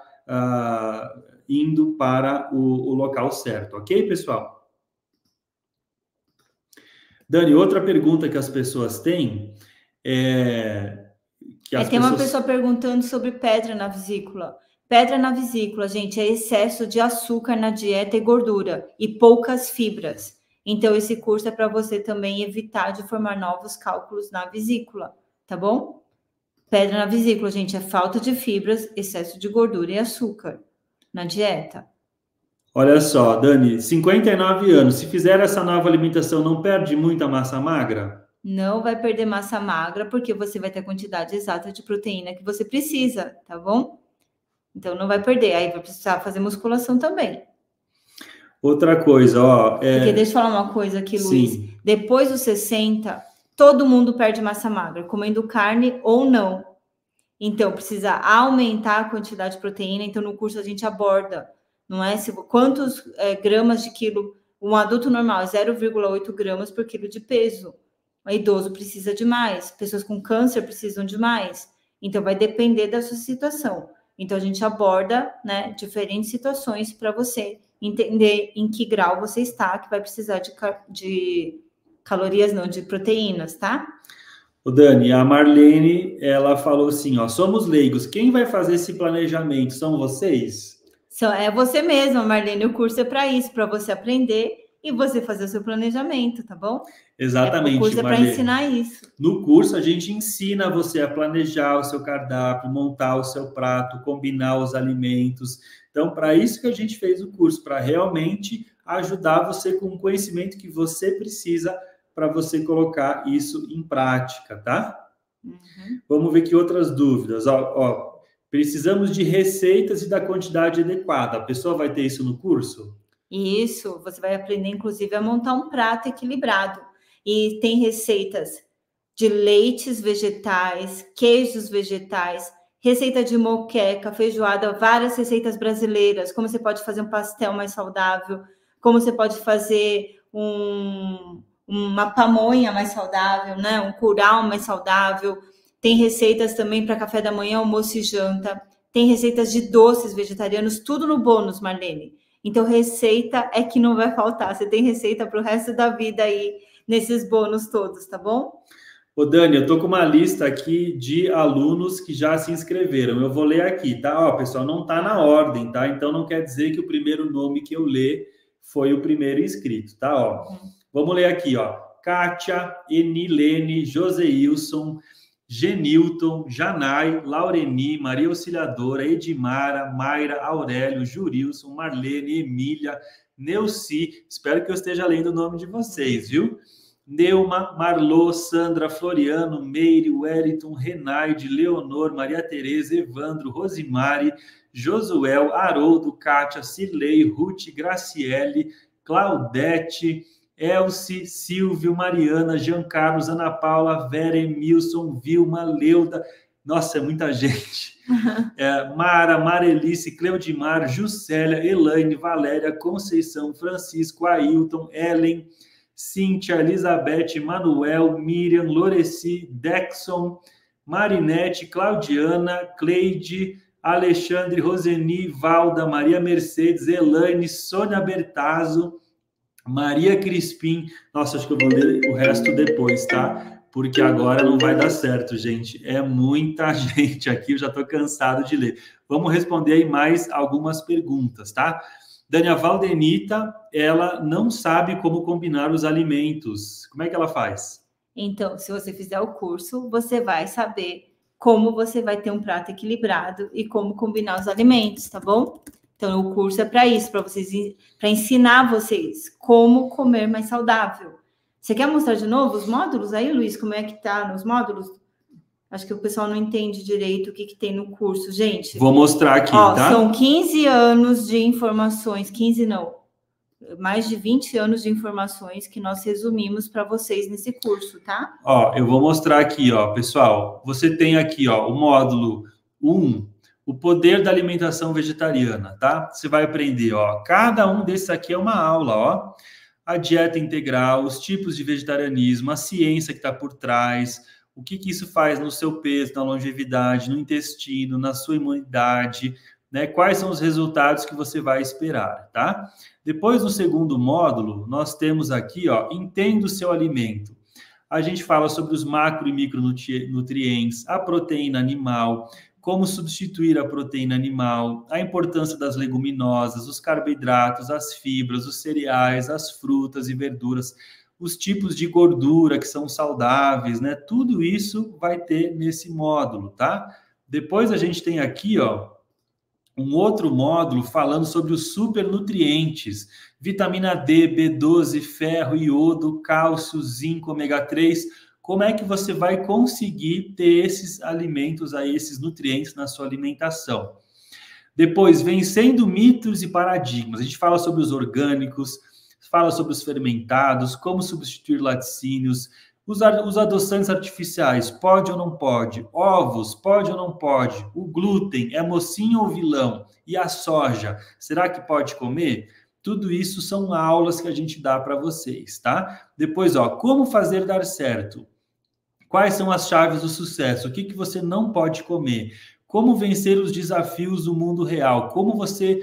uh, indo para o, o local certo. Ok, pessoal? Dani, outra pergunta que as pessoas têm é... Que as é tem pessoas... uma pessoa perguntando sobre pedra na vesícula. Pedra na vesícula, gente, é excesso de açúcar na dieta e gordura e poucas fibras. Então, esse curso é para você também evitar de formar novos cálculos na vesícula, tá bom? Pedra na vesícula, gente, é falta de fibras, excesso de gordura e açúcar na dieta. Olha só, Dani, cinquenta e nove anos, se fizer essa nova alimentação, não perde muita massa magra? Não vai perder massa magra, porque você vai ter a quantidade exata de proteína que você precisa, tá bom? Então, não vai perder. Aí vai precisar fazer musculação também. Outra coisa, ó... É... Porque deixa eu falar uma coisa aqui, Luiz. Sim. Depois dos sessenta, todo mundo perde massa magra, comendo carne ou não. Então, precisa aumentar a quantidade de proteína. Então, no curso a gente aborda, não é? Se, quantos é, gramas de quilo... Um adulto normal é zero vírgula oito gramas por quilo de peso. O idoso precisa de mais. Pessoas com câncer precisam de mais. Então, vai depender da sua situação. Então, a gente aborda, né, diferentes situações para você entender em que grau você está, que vai precisar de, de calorias, não, de proteínas, tá? O Dani, a Marlene, ela falou assim, ó, somos leigos, quem vai fazer esse planejamento? São vocês? É você mesma, Marlene, o curso é para isso, para você aprender e você fazer o seu planejamento, tá bom? Exatamente, é, o curso é para ensinar isso. No curso, a gente ensina você a planejar o seu cardápio, montar o seu prato, combinar os alimentos. Então, para isso que a gente fez o curso, para realmente ajudar você com o conhecimento que você precisa para você colocar isso em prática, tá? Uhum. Vamos ver que outras dúvidas. Ó, ó, precisamos de receitas e da quantidade adequada. A pessoa vai ter isso no curso? Isso, você vai aprender, inclusive, a montar um prato equilibrado. E tem receitas de leites vegetais, queijos vegetais, receita de moqueca, feijoada, várias receitas brasileiras, como você pode fazer um pastel mais saudável, como você pode fazer um, uma pamonha mais saudável, né? Um curau mais saudável. Tem receitas também para café da manhã, almoço e janta. Tem receitas de doces vegetarianos, tudo no bônus, Marlene. Então, receita é que não vai faltar. Você tem receita para o resto da vida aí, nesses bônus todos, tá bom? Ô, Dani, eu tô com uma lista aqui de alunos que já se inscreveram. Eu vou ler aqui, tá? Ó, pessoal, não tá na ordem, tá? Então, não quer dizer que o primeiro nome que eu ler foi o primeiro inscrito, tá? Ó, uhum. Vamos ler aqui, ó. Kátia, Enilene, Joseilson, Genilton, Janai, Laureni, Maria Auxiliadora, Edmara, Mayra, Aurélio, Jurilson, Marlene, Emília, Neuci. Espero que eu esteja lendo o nome de vocês, viu? Neuma, Marlô, Sandra, Floriano, Meire, Wellington, Renaide, Leonor, Maria Tereza, Evandro, Rosimari, Josuel, Haroldo, Kátia, Cirlei, Ruth, Graciele, Claudete, Elci, Silvio, Mariana, Jean Carlos, Ana Paula, Vera, Emilson, Vilma, Leuda. Nossa, é muita gente. É, Mara, Marelice, Cleudimar, Juscelia, Elaine, Valéria, Conceição, Francisco, Ailton, Ellen, Cíntia, Elizabeth, Manuel, Miriam, Loreci, Dexon, Marinete, Claudiana, Cleide, Alexandre, Roseni, Valda, Maria Mercedes, Elaine, Sônia Bertazzo, Maria Crispim. Nossa, acho que eu vou ler o resto depois, tá? Porque agora não vai dar certo, gente. É muita gente aqui, eu já estou cansado de ler. Vamos responder aí mais algumas perguntas, tá? Dania Valdenita, ela não sabe como combinar os alimentos. Como é que ela faz? Então, se você fizer o curso, você vai saber como você vai ter um prato equilibrado e como combinar os alimentos, tá bom? Então, o curso é para isso, para vocês, para ensinar vocês como comer mais saudável. Você quer mostrar de novo os módulos aí, Luiz? Como é que tá nos módulos? Acho que o pessoal não entende direito o que, que tem no curso, gente. Vou mostrar aqui, ó, tá? São quinze anos de informações, quinze não, mais de vinte anos de informações que nós resumimos para vocês nesse curso, tá? Ó, eu vou mostrar aqui, ó, pessoal. Você tem aqui, ó, o módulo um, o poder da alimentação vegetariana, tá? Você vai aprender, ó, cada um desses aqui é uma aula, ó. A dieta integral, os tipos de vegetarianismo, a ciência que está por trás, o que, que isso faz no seu peso, na longevidade, no intestino, na sua imunidade, né? Quais são os resultados que você vai esperar, tá? Depois, no segundo módulo, nós temos aqui, ó, entenda o seu alimento. A gente fala sobre os macro e micronutrientes, a proteína animal, como substituir a proteína animal, a importância das leguminosas, os carboidratos, as fibras, os cereais, as frutas e verduras, os tipos de gordura que são saudáveis, né? Tudo isso vai ter nesse módulo, tá? Depois a gente tem aqui, ó, um outro módulo falando sobre os supernutrientes, vitamina D, B doze, ferro, iodo, cálcio, zinco, ômega três. Como é que você vai conseguir ter esses alimentos aí, esses nutrientes na sua alimentação? Depois, vencendo mitos e paradigmas. A gente fala sobre os orgânicos, fala sobre os fermentados, como substituir laticínios, os, os adoçantes artificiais, pode ou não pode? Ovos, pode ou não pode? O glúten, é mocinho ou vilão? E a soja, será que pode comer? Tudo isso são aulas que a gente dá para vocês, tá? Depois, ó, como fazer dar certo? Quais são as chaves do sucesso? O que, que você não pode comer? Como vencer os desafios do mundo real? Como você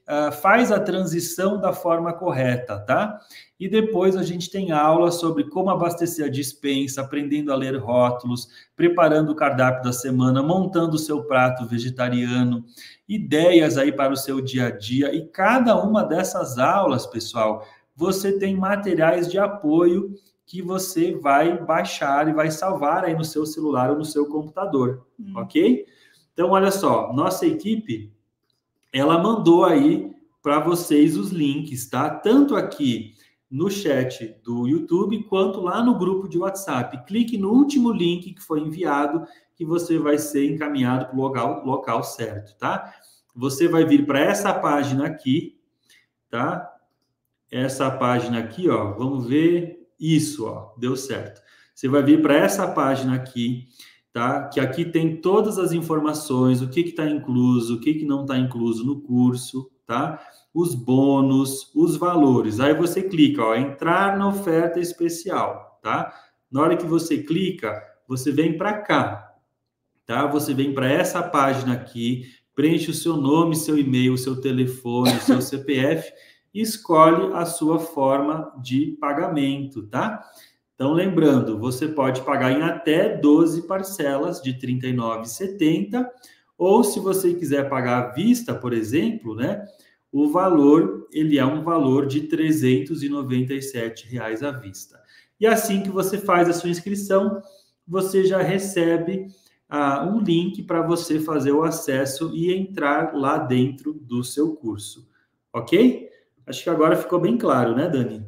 uh, faz a transição da forma correta, tá? E depois a gente tem aula sobre como abastecer a despensa, aprendendo a ler rótulos, preparando o cardápio da semana, montando o seu prato vegetariano, ideias aí para o seu dia a dia. E cada uma dessas aulas, pessoal, você tem materiais de apoio que você vai baixar e vai salvar aí no seu celular ou no seu computador, hum. ok? Então, olha só, nossa equipe, ela mandou aí para vocês os links, tá? Tanto aqui no chat do YouTube, quanto lá no grupo de WhatsApp. Clique no último link que foi enviado, que você vai ser encaminhado para o local, local certo, tá? Você vai vir para essa página aqui, tá? Essa página aqui, ó, vamos ver, isso, ó, deu certo. Você vai vir para essa página aqui, tá? Que aqui tem todas as informações, o que que está incluso, o que que não está incluso no curso, tá? Os bônus, os valores. Aí você clica, ó, entrar na oferta especial, tá? Na hora que você clica, você vem para cá, tá? Você vem para essa página aqui, preenche o seu nome, seu e-mail, seu telefone, o seu C P F e escolhe a sua forma de pagamento, tá? Então, lembrando, você pode pagar em até doze parcelas de trinta e nove reais e setenta centavos, ou se você quiser pagar à vista, por exemplo, né? O valor, ele é um valor de trezentos e noventa e sete reais à vista. E assim que você faz a sua inscrição, você já recebe ah, um link para você fazer o acesso e entrar lá dentro do seu curso. Ok? Acho que agora ficou bem claro, né, Dani?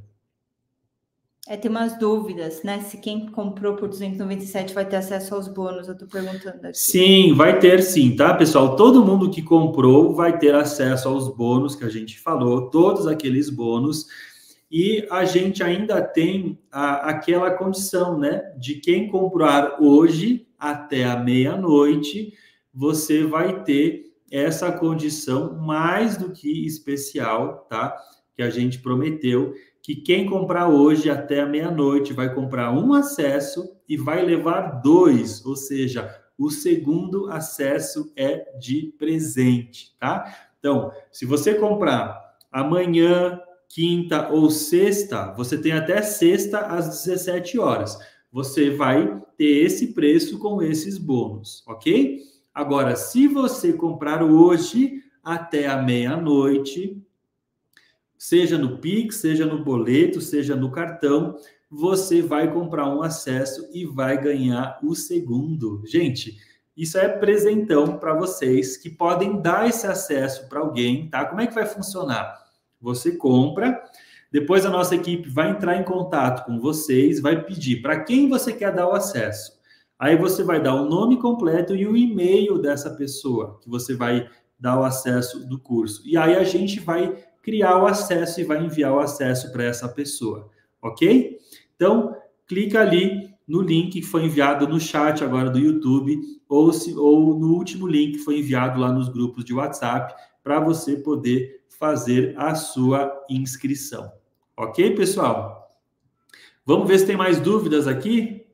É, tem umas dúvidas, né? Se quem comprou por duzentos e noventa e sete vai ter acesso aos bônus, eu tô perguntando aqui. Sim, vai ter sim, tá, pessoal? Todo mundo que comprou vai ter acesso aos bônus que a gente falou, todos aqueles bônus. E a gente ainda tem a, aquela condição, né? De quem comprar hoje até a meia-noite, você vai ter essa condição mais do que especial, tá? Que a gente prometeu, que quem comprar hoje até a meia-noite vai comprar um acesso e vai levar dois, ou seja, o segundo acesso é de presente, tá? Então, se você comprar amanhã, quinta ou sexta, você tem até sexta às dezessete horas. Você vai ter esse preço com esses bônus, ok? Agora, se você comprar hoje até a meia-noite, seja no Pix, seja no boleto, seja no cartão, você vai comprar um acesso e vai ganhar o segundo. Gente, isso é presentão para vocês que podem dar esse acesso para alguém, tá? Como é que vai funcionar? Você compra, depois a nossa equipe vai entrar em contato com vocês, vai pedir para quem você quer dar o acesso. Aí você vai dar o nome completo e o e-mail dessa pessoa que você vai dar o acesso do curso. E aí a gente vai criar o acesso e vai enviar o acesso para essa pessoa, ok? Então, clica ali no link que foi enviado no chat agora do YouTube ou, se, ou no último link que foi enviado lá nos grupos de WhatsApp para você poder fazer a sua inscrição. Ok, pessoal? Vamos ver se tem mais dúvidas aqui?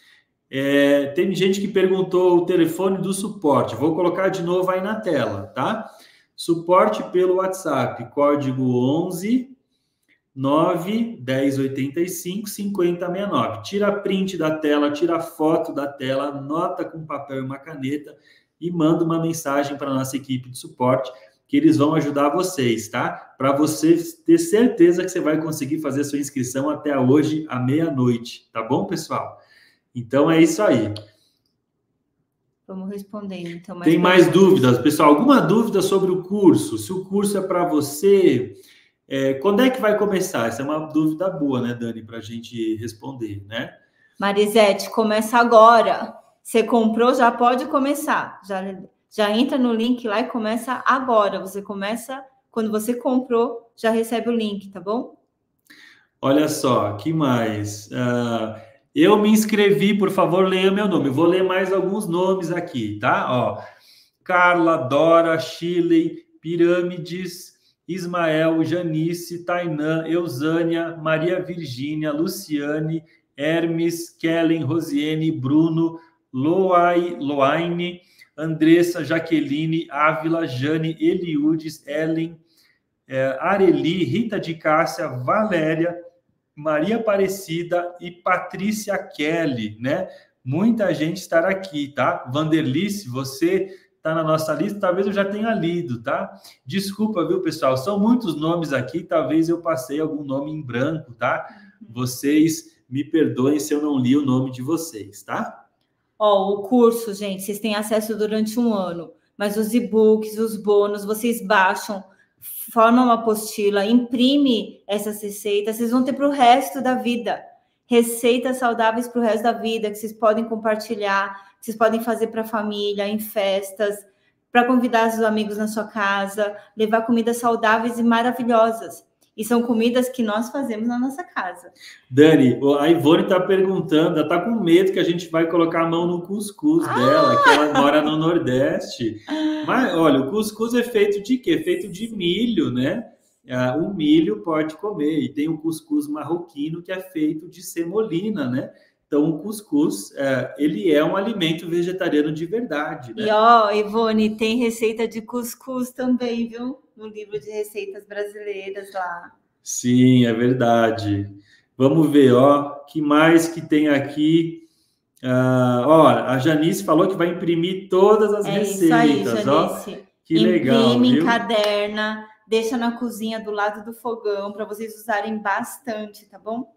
É, tem gente que perguntou o telefone do suporte. Vou colocar de novo aí na tela, tá? Suporte pelo WhatsApp, código onze nove dez oitenta e cinco cinquenta sessenta e nove. Tira print da tela, tira foto da tela, anota com papel e uma caneta e manda uma mensagem para a nossa equipe de suporte que eles vão ajudar vocês, tá? Para você ter certeza que você vai conseguir fazer a sua inscrição até hoje à meia-noite, tá bom, pessoal? Então é isso aí. Vamos respondendo, então. Mais Tem mais dúvidas, pessoal? Alguma dúvida sobre o curso? Se o curso é para você, é, quando é que vai começar? Essa é uma dúvida boa, né, Dani, para a gente responder, né? Marisete, começa agora. Você comprou, já pode começar. Já, já entra no link lá e começa agora. Você começa, quando você comprou, já recebe o link, tá bom? Olha só, que mais? Uh... Eu me inscrevi, por favor, leia meu nome. Vou ler mais alguns nomes aqui, tá? Ó, Carla, Dora, Shirley, Pirâmides, Ismael, Janice, Tainã, Eusânia, Maria Virgínia, Luciane, Hermes, Kellen, Rosiane, Bruno, Loai, Loaine, Andressa, Jaqueline, Ávila, Jane, Eliudes, Ellen, é, Areli, Rita de Cássia, Valéria, Maria Aparecida e Patrícia Kelly, né? Muita gente estará aqui, tá? Vanderlice, você está na nossa lista, talvez eu já tenha lido, tá? Desculpa, viu, pessoal? São muitos nomes aqui, talvez eu passei algum nome em branco, tá? Vocês me perdoem se eu não li o nome de vocês, tá? Ó, o curso, gente, vocês têm acesso durante um ano, mas os e-books, os bônus, vocês baixam, formam uma apostila, imprime essas receitas, vocês vão ter para o resto da vida. Receitas saudáveis para o resto da vida, que vocês podem compartilhar, que vocês podem fazer para a família, em festas, para convidar os amigos na sua casa, levar comidas saudáveis e maravilhosas. E são comidas que nós fazemos na nossa casa. Dani, a Ivone está perguntando, ela está com medo que a gente vai colocar a mão no cuscuz ah! dela, que ela mora no Nordeste. Mas, olha, o cuscuz é feito de quê? Feito de milho, né? Ah, o milho pode comer. E tem o cuscuz marroquino, que é feito de semolina, né? Então, o cuscuz, é, ele é um alimento vegetariano de verdade, né? E, ó, Ivone, tem receita de cuscuz também, viu? No livro de receitas brasileiras lá. Sim, é verdade. Vamos ver, ó, que mais que tem aqui? Ah, ó, a Janice falou que vai imprimir todas as é receitas, isso aí, Janice. Ó. Que legal, imprime, viu? encaderna, deixa na cozinha do lado do fogão para vocês usarem bastante, tá bom?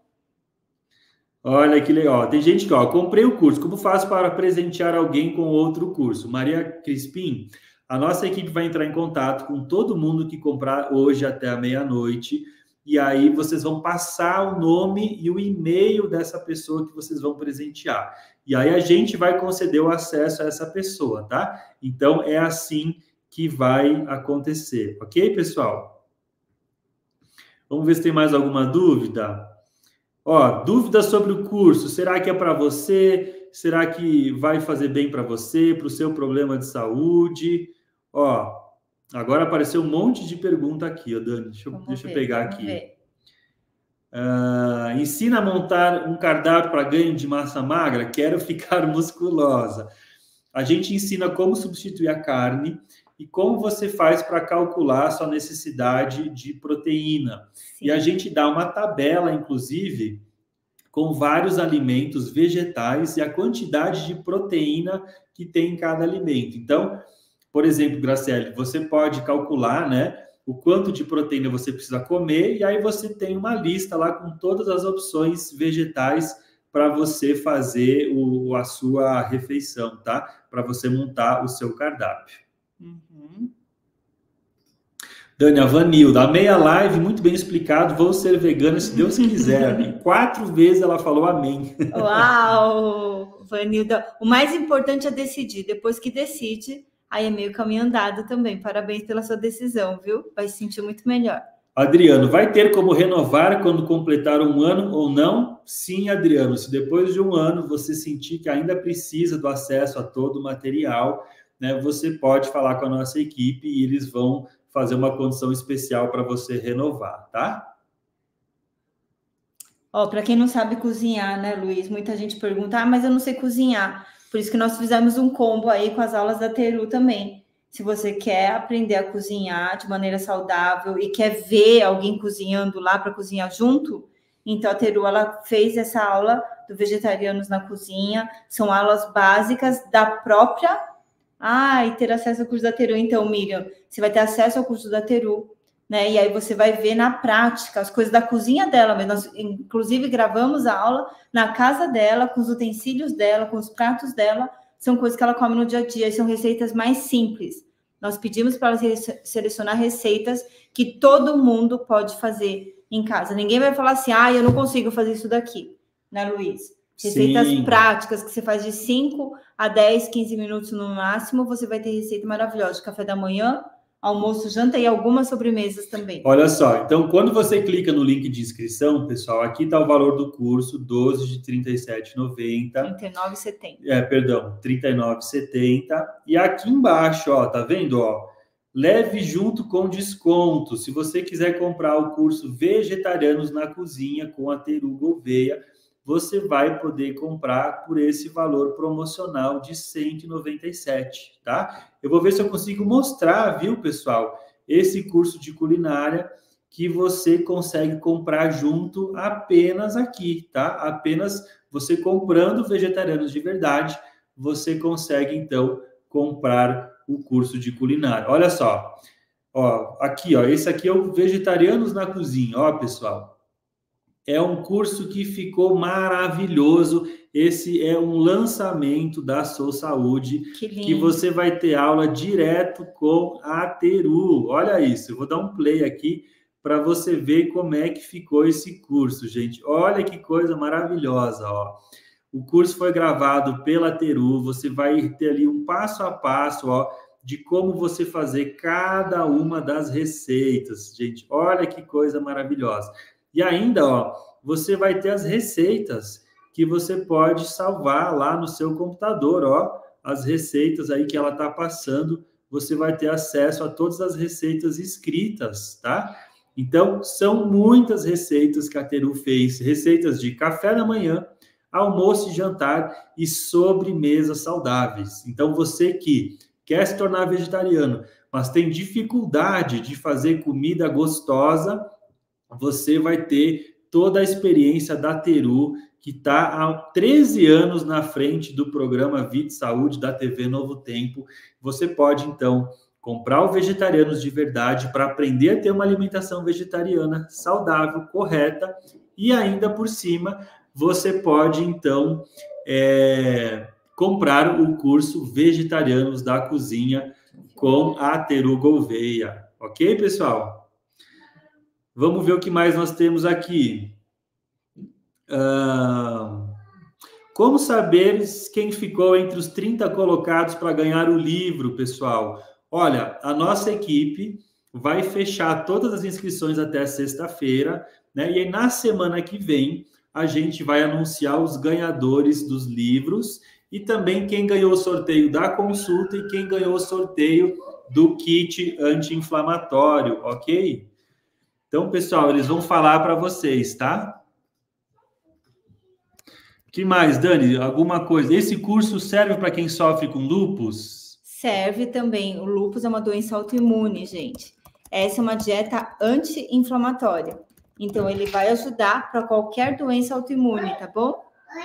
Olha que legal. Tem gente que, ó, comprei o curso. Como faço para presentear alguém com outro curso? Maria Crispim, a nossa equipe vai entrar em contato com todo mundo que comprar hoje até a meia-noite. E aí vocês vão passar o nome e o e-mail dessa pessoa que vocês vão presentear. E aí a gente vai conceder o acesso a essa pessoa, tá? Então é assim que vai acontecer. Ok, pessoal? Vamos ver se tem mais alguma dúvida. Ó, dúvidas sobre o curso, será que é para você? Será que vai fazer bem para você, para o seu problema de saúde? Ó, agora apareceu um monte de pergunta aqui, ó, Dani, deixa, eu, deixa ver, eu pegar aqui. Uh, ensina a montar um cardápio para ganho de massa magra? Quero ficar musculosa. A gente ensina como substituir a carne e como você faz para calcular a sua necessidade de proteína. Sim. E a gente dá uma tabela, inclusive, com vários alimentos vegetais e a quantidade de proteína que tem em cada alimento. Então, por exemplo, Graciele, você pode calcular, né, o quanto de proteína você precisa comer e aí você tem uma lista lá com todas as opções vegetais para você fazer o, a sua refeição, tá? Para você montar o seu cardápio. Uhum. Dani, a Vanilda, a meia live, muito bem explicado, vou ser vegana se Deus quiser. E quatro vezes ela falou amém. Uau, Vanilda, o mais importante é decidir. Depois que decide, aí é meio caminho andado também. Parabéns pela sua decisão, viu? Vai se sentir muito melhor. Adriano, vai ter como renovar quando completar um ano ou não? Sim, Adriano, se depois de um ano você sentir que ainda precisa do acesso a todo o material, né, você pode falar com a nossa equipe e eles vão fazer uma condição especial para você renovar, tá? Ó, para quem não sabe cozinhar, né, Luiz? Muita gente pergunta, ah, mas eu não sei cozinhar. Por isso que nós fizemos um combo aí com as aulas da Teru também. Se você quer aprender a cozinhar de maneira saudável e quer ver alguém cozinhando lá para cozinhar junto, então a Teru, ela fez essa aula do Vegetarianos na Cozinha. São aulas básicas da própria... Ah, e ter acesso ao curso da Teru. Então, Miriam, você vai ter acesso ao curso da Teru, né? E aí você vai ver na prática as coisas da cozinha dela. Mas nós, inclusive, gravamos a aula na casa dela, com os utensílios dela, com os pratos dela. São coisas que ela come no dia a dia, são receitas mais simples. Nós pedimos para ela selecionar receitas que todo mundo pode fazer em casa. Ninguém vai falar assim, ah, eu não consigo fazer isso daqui, né, Luiz? Receitas Sim. práticas que você faz de cinco a dez, quinze minutos no máximo, você vai ter receita maravilhosa de café da manhã, almoço, janta e algumas sobremesas também. Olha só, então quando você clica no link de inscrição, pessoal, aqui está o valor do curso, doze de trinta e sete reais e noventa centavos. trinta e nove reais e setenta centavos. É, perdão, trinta e nove reais e setenta centavos. E aqui embaixo, ó, tá vendo, ó? Leve junto com desconto. Se você quiser comprar o curso Vegetarianos na Cozinha com a Teru Gouveia, você vai poder comprar por esse valor promocional de cento e noventa e sete reais, tá? Eu vou ver se eu consigo mostrar, viu, pessoal? esse curso de culinária que você consegue comprar junto apenas aqui, tá? Apenas você comprando Vegetarianos de Verdade, você consegue, então, comprar o curso de culinária. Olha só, ó, aqui, ó, esse aqui é o Vegetarianos na Cozinha, ó, pessoal. É um curso que ficou maravilhoso. Esse é um lançamento da Sou Saúde, que, que você vai ter aula direto com a Teru. Olha isso, eu vou dar um play aqui para você ver como é que ficou esse curso, gente. Olha que coisa maravilhosa, ó. O curso foi gravado pela Teru, você vai ter ali um passo a passo, ó, de como você fazer cada uma das receitas, gente. Olha que coisa maravilhosa. E ainda, ó, você vai ter as receitas que você pode salvar lá no seu computador, ó, as receitas aí que ela tá passando, você vai ter acesso a todas as receitas escritas, tá? Então, são muitas receitas que a Teru fez, receitas de café da manhã, almoço e jantar e sobremesas saudáveis. Então, você que quer se tornar vegetariano, mas tem dificuldade de fazer comida gostosa, você vai ter toda a experiência da Teru, que está há treze anos na frente do programa Vida e Saúde da T V Novo Tempo. Você pode, então, comprar o Vegetarianos de Verdade para aprender a ter uma alimentação vegetariana saudável, correta, e ainda por cima, você pode, então, é, comprar o curso Vegetarianos da Cozinha com a Teru Gouveia. Ok, pessoal? Vamos ver o que mais nós temos aqui. Ah, como saber quem ficou entre os trinta colocados para ganhar o livro, pessoal? Olha, a nossa equipe vai fechar todas as inscrições até sexta-feira, né? E aí, na semana que vem, a gente vai anunciar os ganhadores dos livros e também quem ganhou o sorteio da consulta e quem ganhou o sorteio do kit anti-inflamatório, ok? Então, pessoal, eles vão falar para vocês, tá? O que mais, Dani? Alguma coisa? Esse curso serve para quem sofre com lúpus? Serve também. O lúpus é uma doença autoimune, gente. Essa é uma dieta anti-inflamatória. Então, ele vai ajudar para qualquer doença autoimune, tá bom?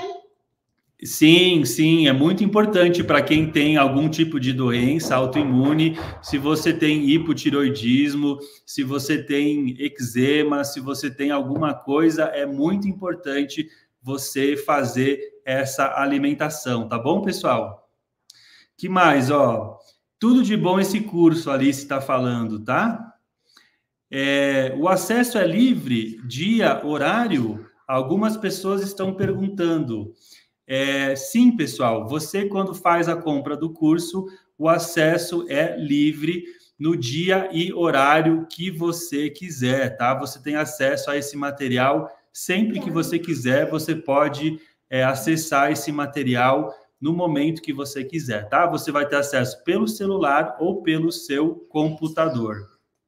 Sim, sim, é muito importante para quem tem algum tipo de doença autoimune, se você tem hipotiroidismo, se você tem eczema, se você tem alguma coisa, é muito importante você fazer essa alimentação, tá bom, pessoal? Que mais, ó? Tudo de bom esse curso, a Alice está falando, tá? É, o acesso é livre, dia, horário? Algumas pessoas estão perguntando. É, sim, pessoal, você quando faz a compra do curso, o acesso é livre no dia e horário que você quiser, tá? Você tem acesso a esse material sempre que você quiser, você pode é, acessar esse material no momento que você quiser, tá? Você vai ter acesso pelo celular ou pelo seu computador.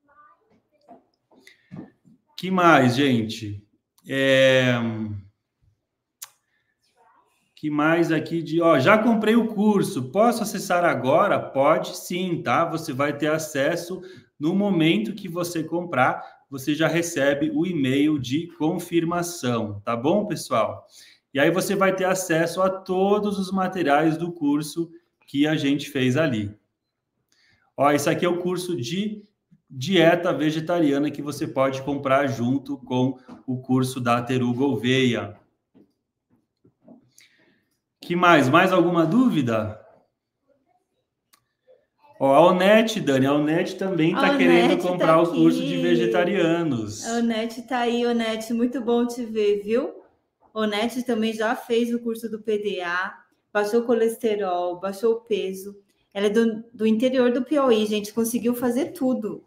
Que mais, gente? É... Que mais aqui de... Ó, já comprei o curso, posso acessar agora? Pode sim, tá? Você vai ter acesso no momento que você comprar, você já recebe o e-mail de confirmação, tá bom, pessoal? E aí você vai ter acesso a todos os materiais do curso que a gente fez ali. Ó, esse aqui é o curso de dieta vegetariana que você pode comprar junto com o curso da Teru Gouveia. Que mais? Mais alguma dúvida? Ó, a Onete, Dani, a Onete também está querendo comprar tá o curso de vegetarianos. A Onete está aí, Onete, muito bom te ver, viu? Onete também já fez o curso do P D A, baixou o colesterol, baixou o peso. Ela é do, do interior do Piauí, gente, conseguiu fazer tudo.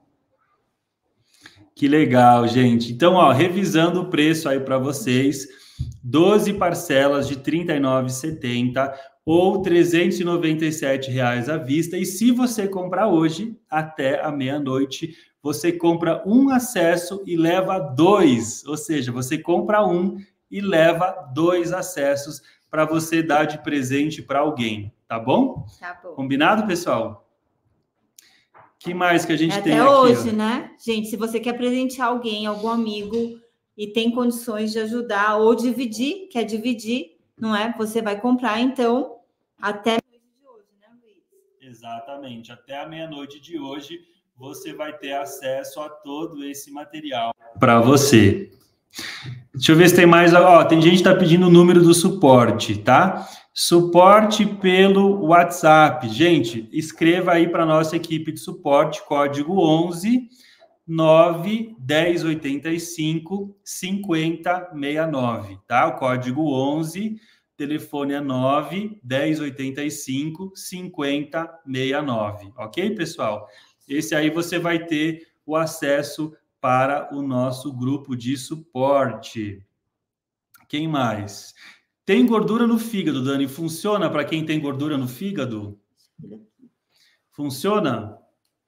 Que legal, gente. Então, ó, revisando o preço aí para vocês, doze parcelas de trinta e nove reais e setenta centavos ou trezentos e noventa e sete reais à vista. E se você comprar hoje, até a meia-noite, você compra um acesso e leva dois. Ou seja, você compra um e leva dois acessos para você dar de presente para alguém, tá bom? Tá bom. Combinado, pessoal? Que mais que a gente é tem até aqui? Até hoje, ó. né? Gente, se você quer presentear alguém, algum amigo, e tem condições de ajudar ou dividir, quer dividir, não é? Você vai comprar, então, até a noite de hoje, né, Luiz? Exatamente. Até a meia-noite de hoje, você vai ter acesso a todo esse material para você. Deixa eu ver se tem mais. Ó, tem gente que está pedindo o número do suporte, tá? Suporte pelo WhatsApp. Gente, escreva aí para a nossa equipe de suporte, código onze nove dez oitenta e cinco cinquenta sessenta e nove, tá? O código onze, telefone é nove dez oitenta e cinco cinquenta sessenta e nove, ok, pessoal? Esse aí você vai ter o acesso para o nosso grupo de suporte. Quem mais? Tem gordura no fígado, Dani? Funciona para quem tem gordura no fígado? Funciona?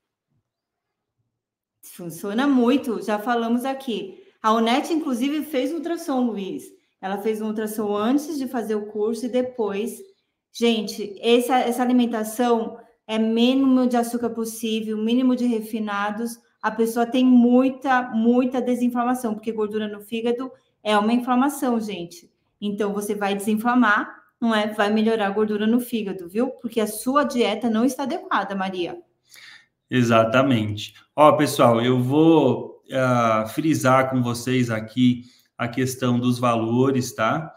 Funciona muito, já falamos aqui. A Onete, inclusive, fez ultrassom, Luiz. Ela fez um ultrassom antes de fazer o curso e depois. Gente, essa, essa alimentação é mínimo de açúcar possível, mínimo de refinados. A pessoa tem muita, muita desinflamação, porque gordura no fígado é uma inflamação, gente. Então, você vai desinflamar, não é? Vai melhorar a gordura no fígado, viu? Porque a sua dieta não está adequada, Maria. Exatamente. Ó, pessoal, eu vou uh, frisar com vocês aqui a questão dos valores, tá?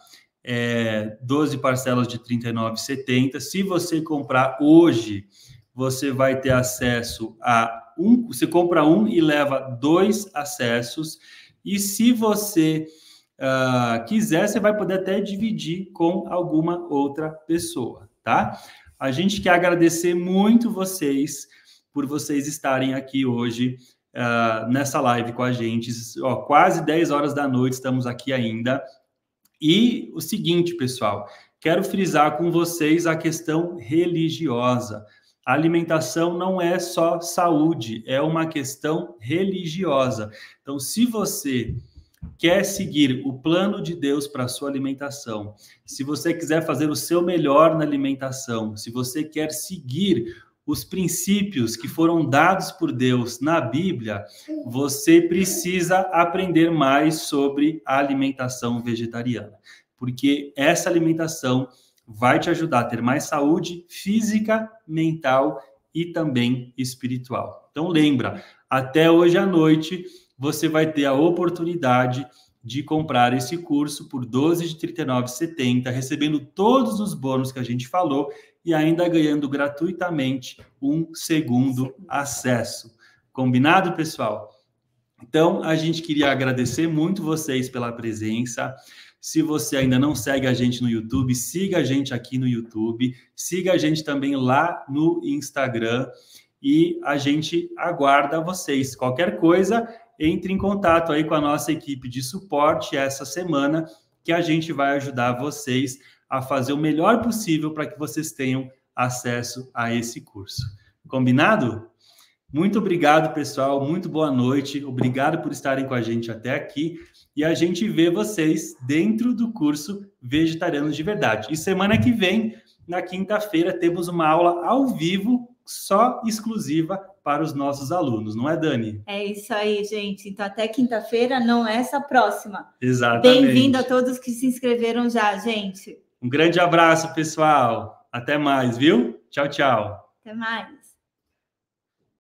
É, doze parcelas de trinta e nove reais e setenta centavos. Se você comprar hoje, você vai ter acesso a um. Você compra um e leva dois acessos. E se você uh, quiser, você vai poder até dividir com alguma outra pessoa, tá? A gente quer agradecer muito vocês por vocês estarem aqui hoje uh, nessa live com a gente. Ó, quase dez horas da noite estamos aqui ainda. E o seguinte, pessoal, quero frisar com vocês a questão religiosa. A alimentação não é só saúde, é uma questão religiosa. Então, se você quer seguir o plano de Deus para a sua alimentação, se você quiser fazer o seu melhor na alimentação, se você quer seguir os princípios que foram dados por Deus na Bíblia, você precisa aprender mais sobre a alimentação vegetariana, porque essa alimentação vai te ajudar a ter mais saúde física, mental e também espiritual. Então lembra, até hoje à noite você vai ter a oportunidade de comprar esse curso por doze de trinta e nove reais e setenta centavos, recebendo todos os bônus que a gente falou e ainda ganhando gratuitamente um segundo acesso. Combinado, pessoal? Então, a gente queria agradecer muito vocês pela presença. Se você ainda não segue a gente no YouTube, siga a gente aqui no YouTube, siga a gente também lá no Instagram e a gente aguarda vocês. Qualquer coisa, entre em contato aí com a nossa equipe de suporte essa semana, que a gente vai ajudar vocês a fazer o melhor possível para que vocês tenham acesso a esse curso. Combinado? Muito obrigado, pessoal. Muito boa noite. Obrigado por estarem com a gente até aqui. E a gente vê vocês dentro do curso Vegetarianos de Verdade. E semana que vem, na quinta-feira, temos uma aula ao vivo, só exclusiva para os nossos alunos. Não é, Dani? É isso aí, gente. Então, até quinta-feira, não é essa próxima. Exatamente. Bem-vindo a todos que se inscreveram já, gente. Um grande abraço, pessoal. Até mais, viu? Tchau, tchau. Até mais.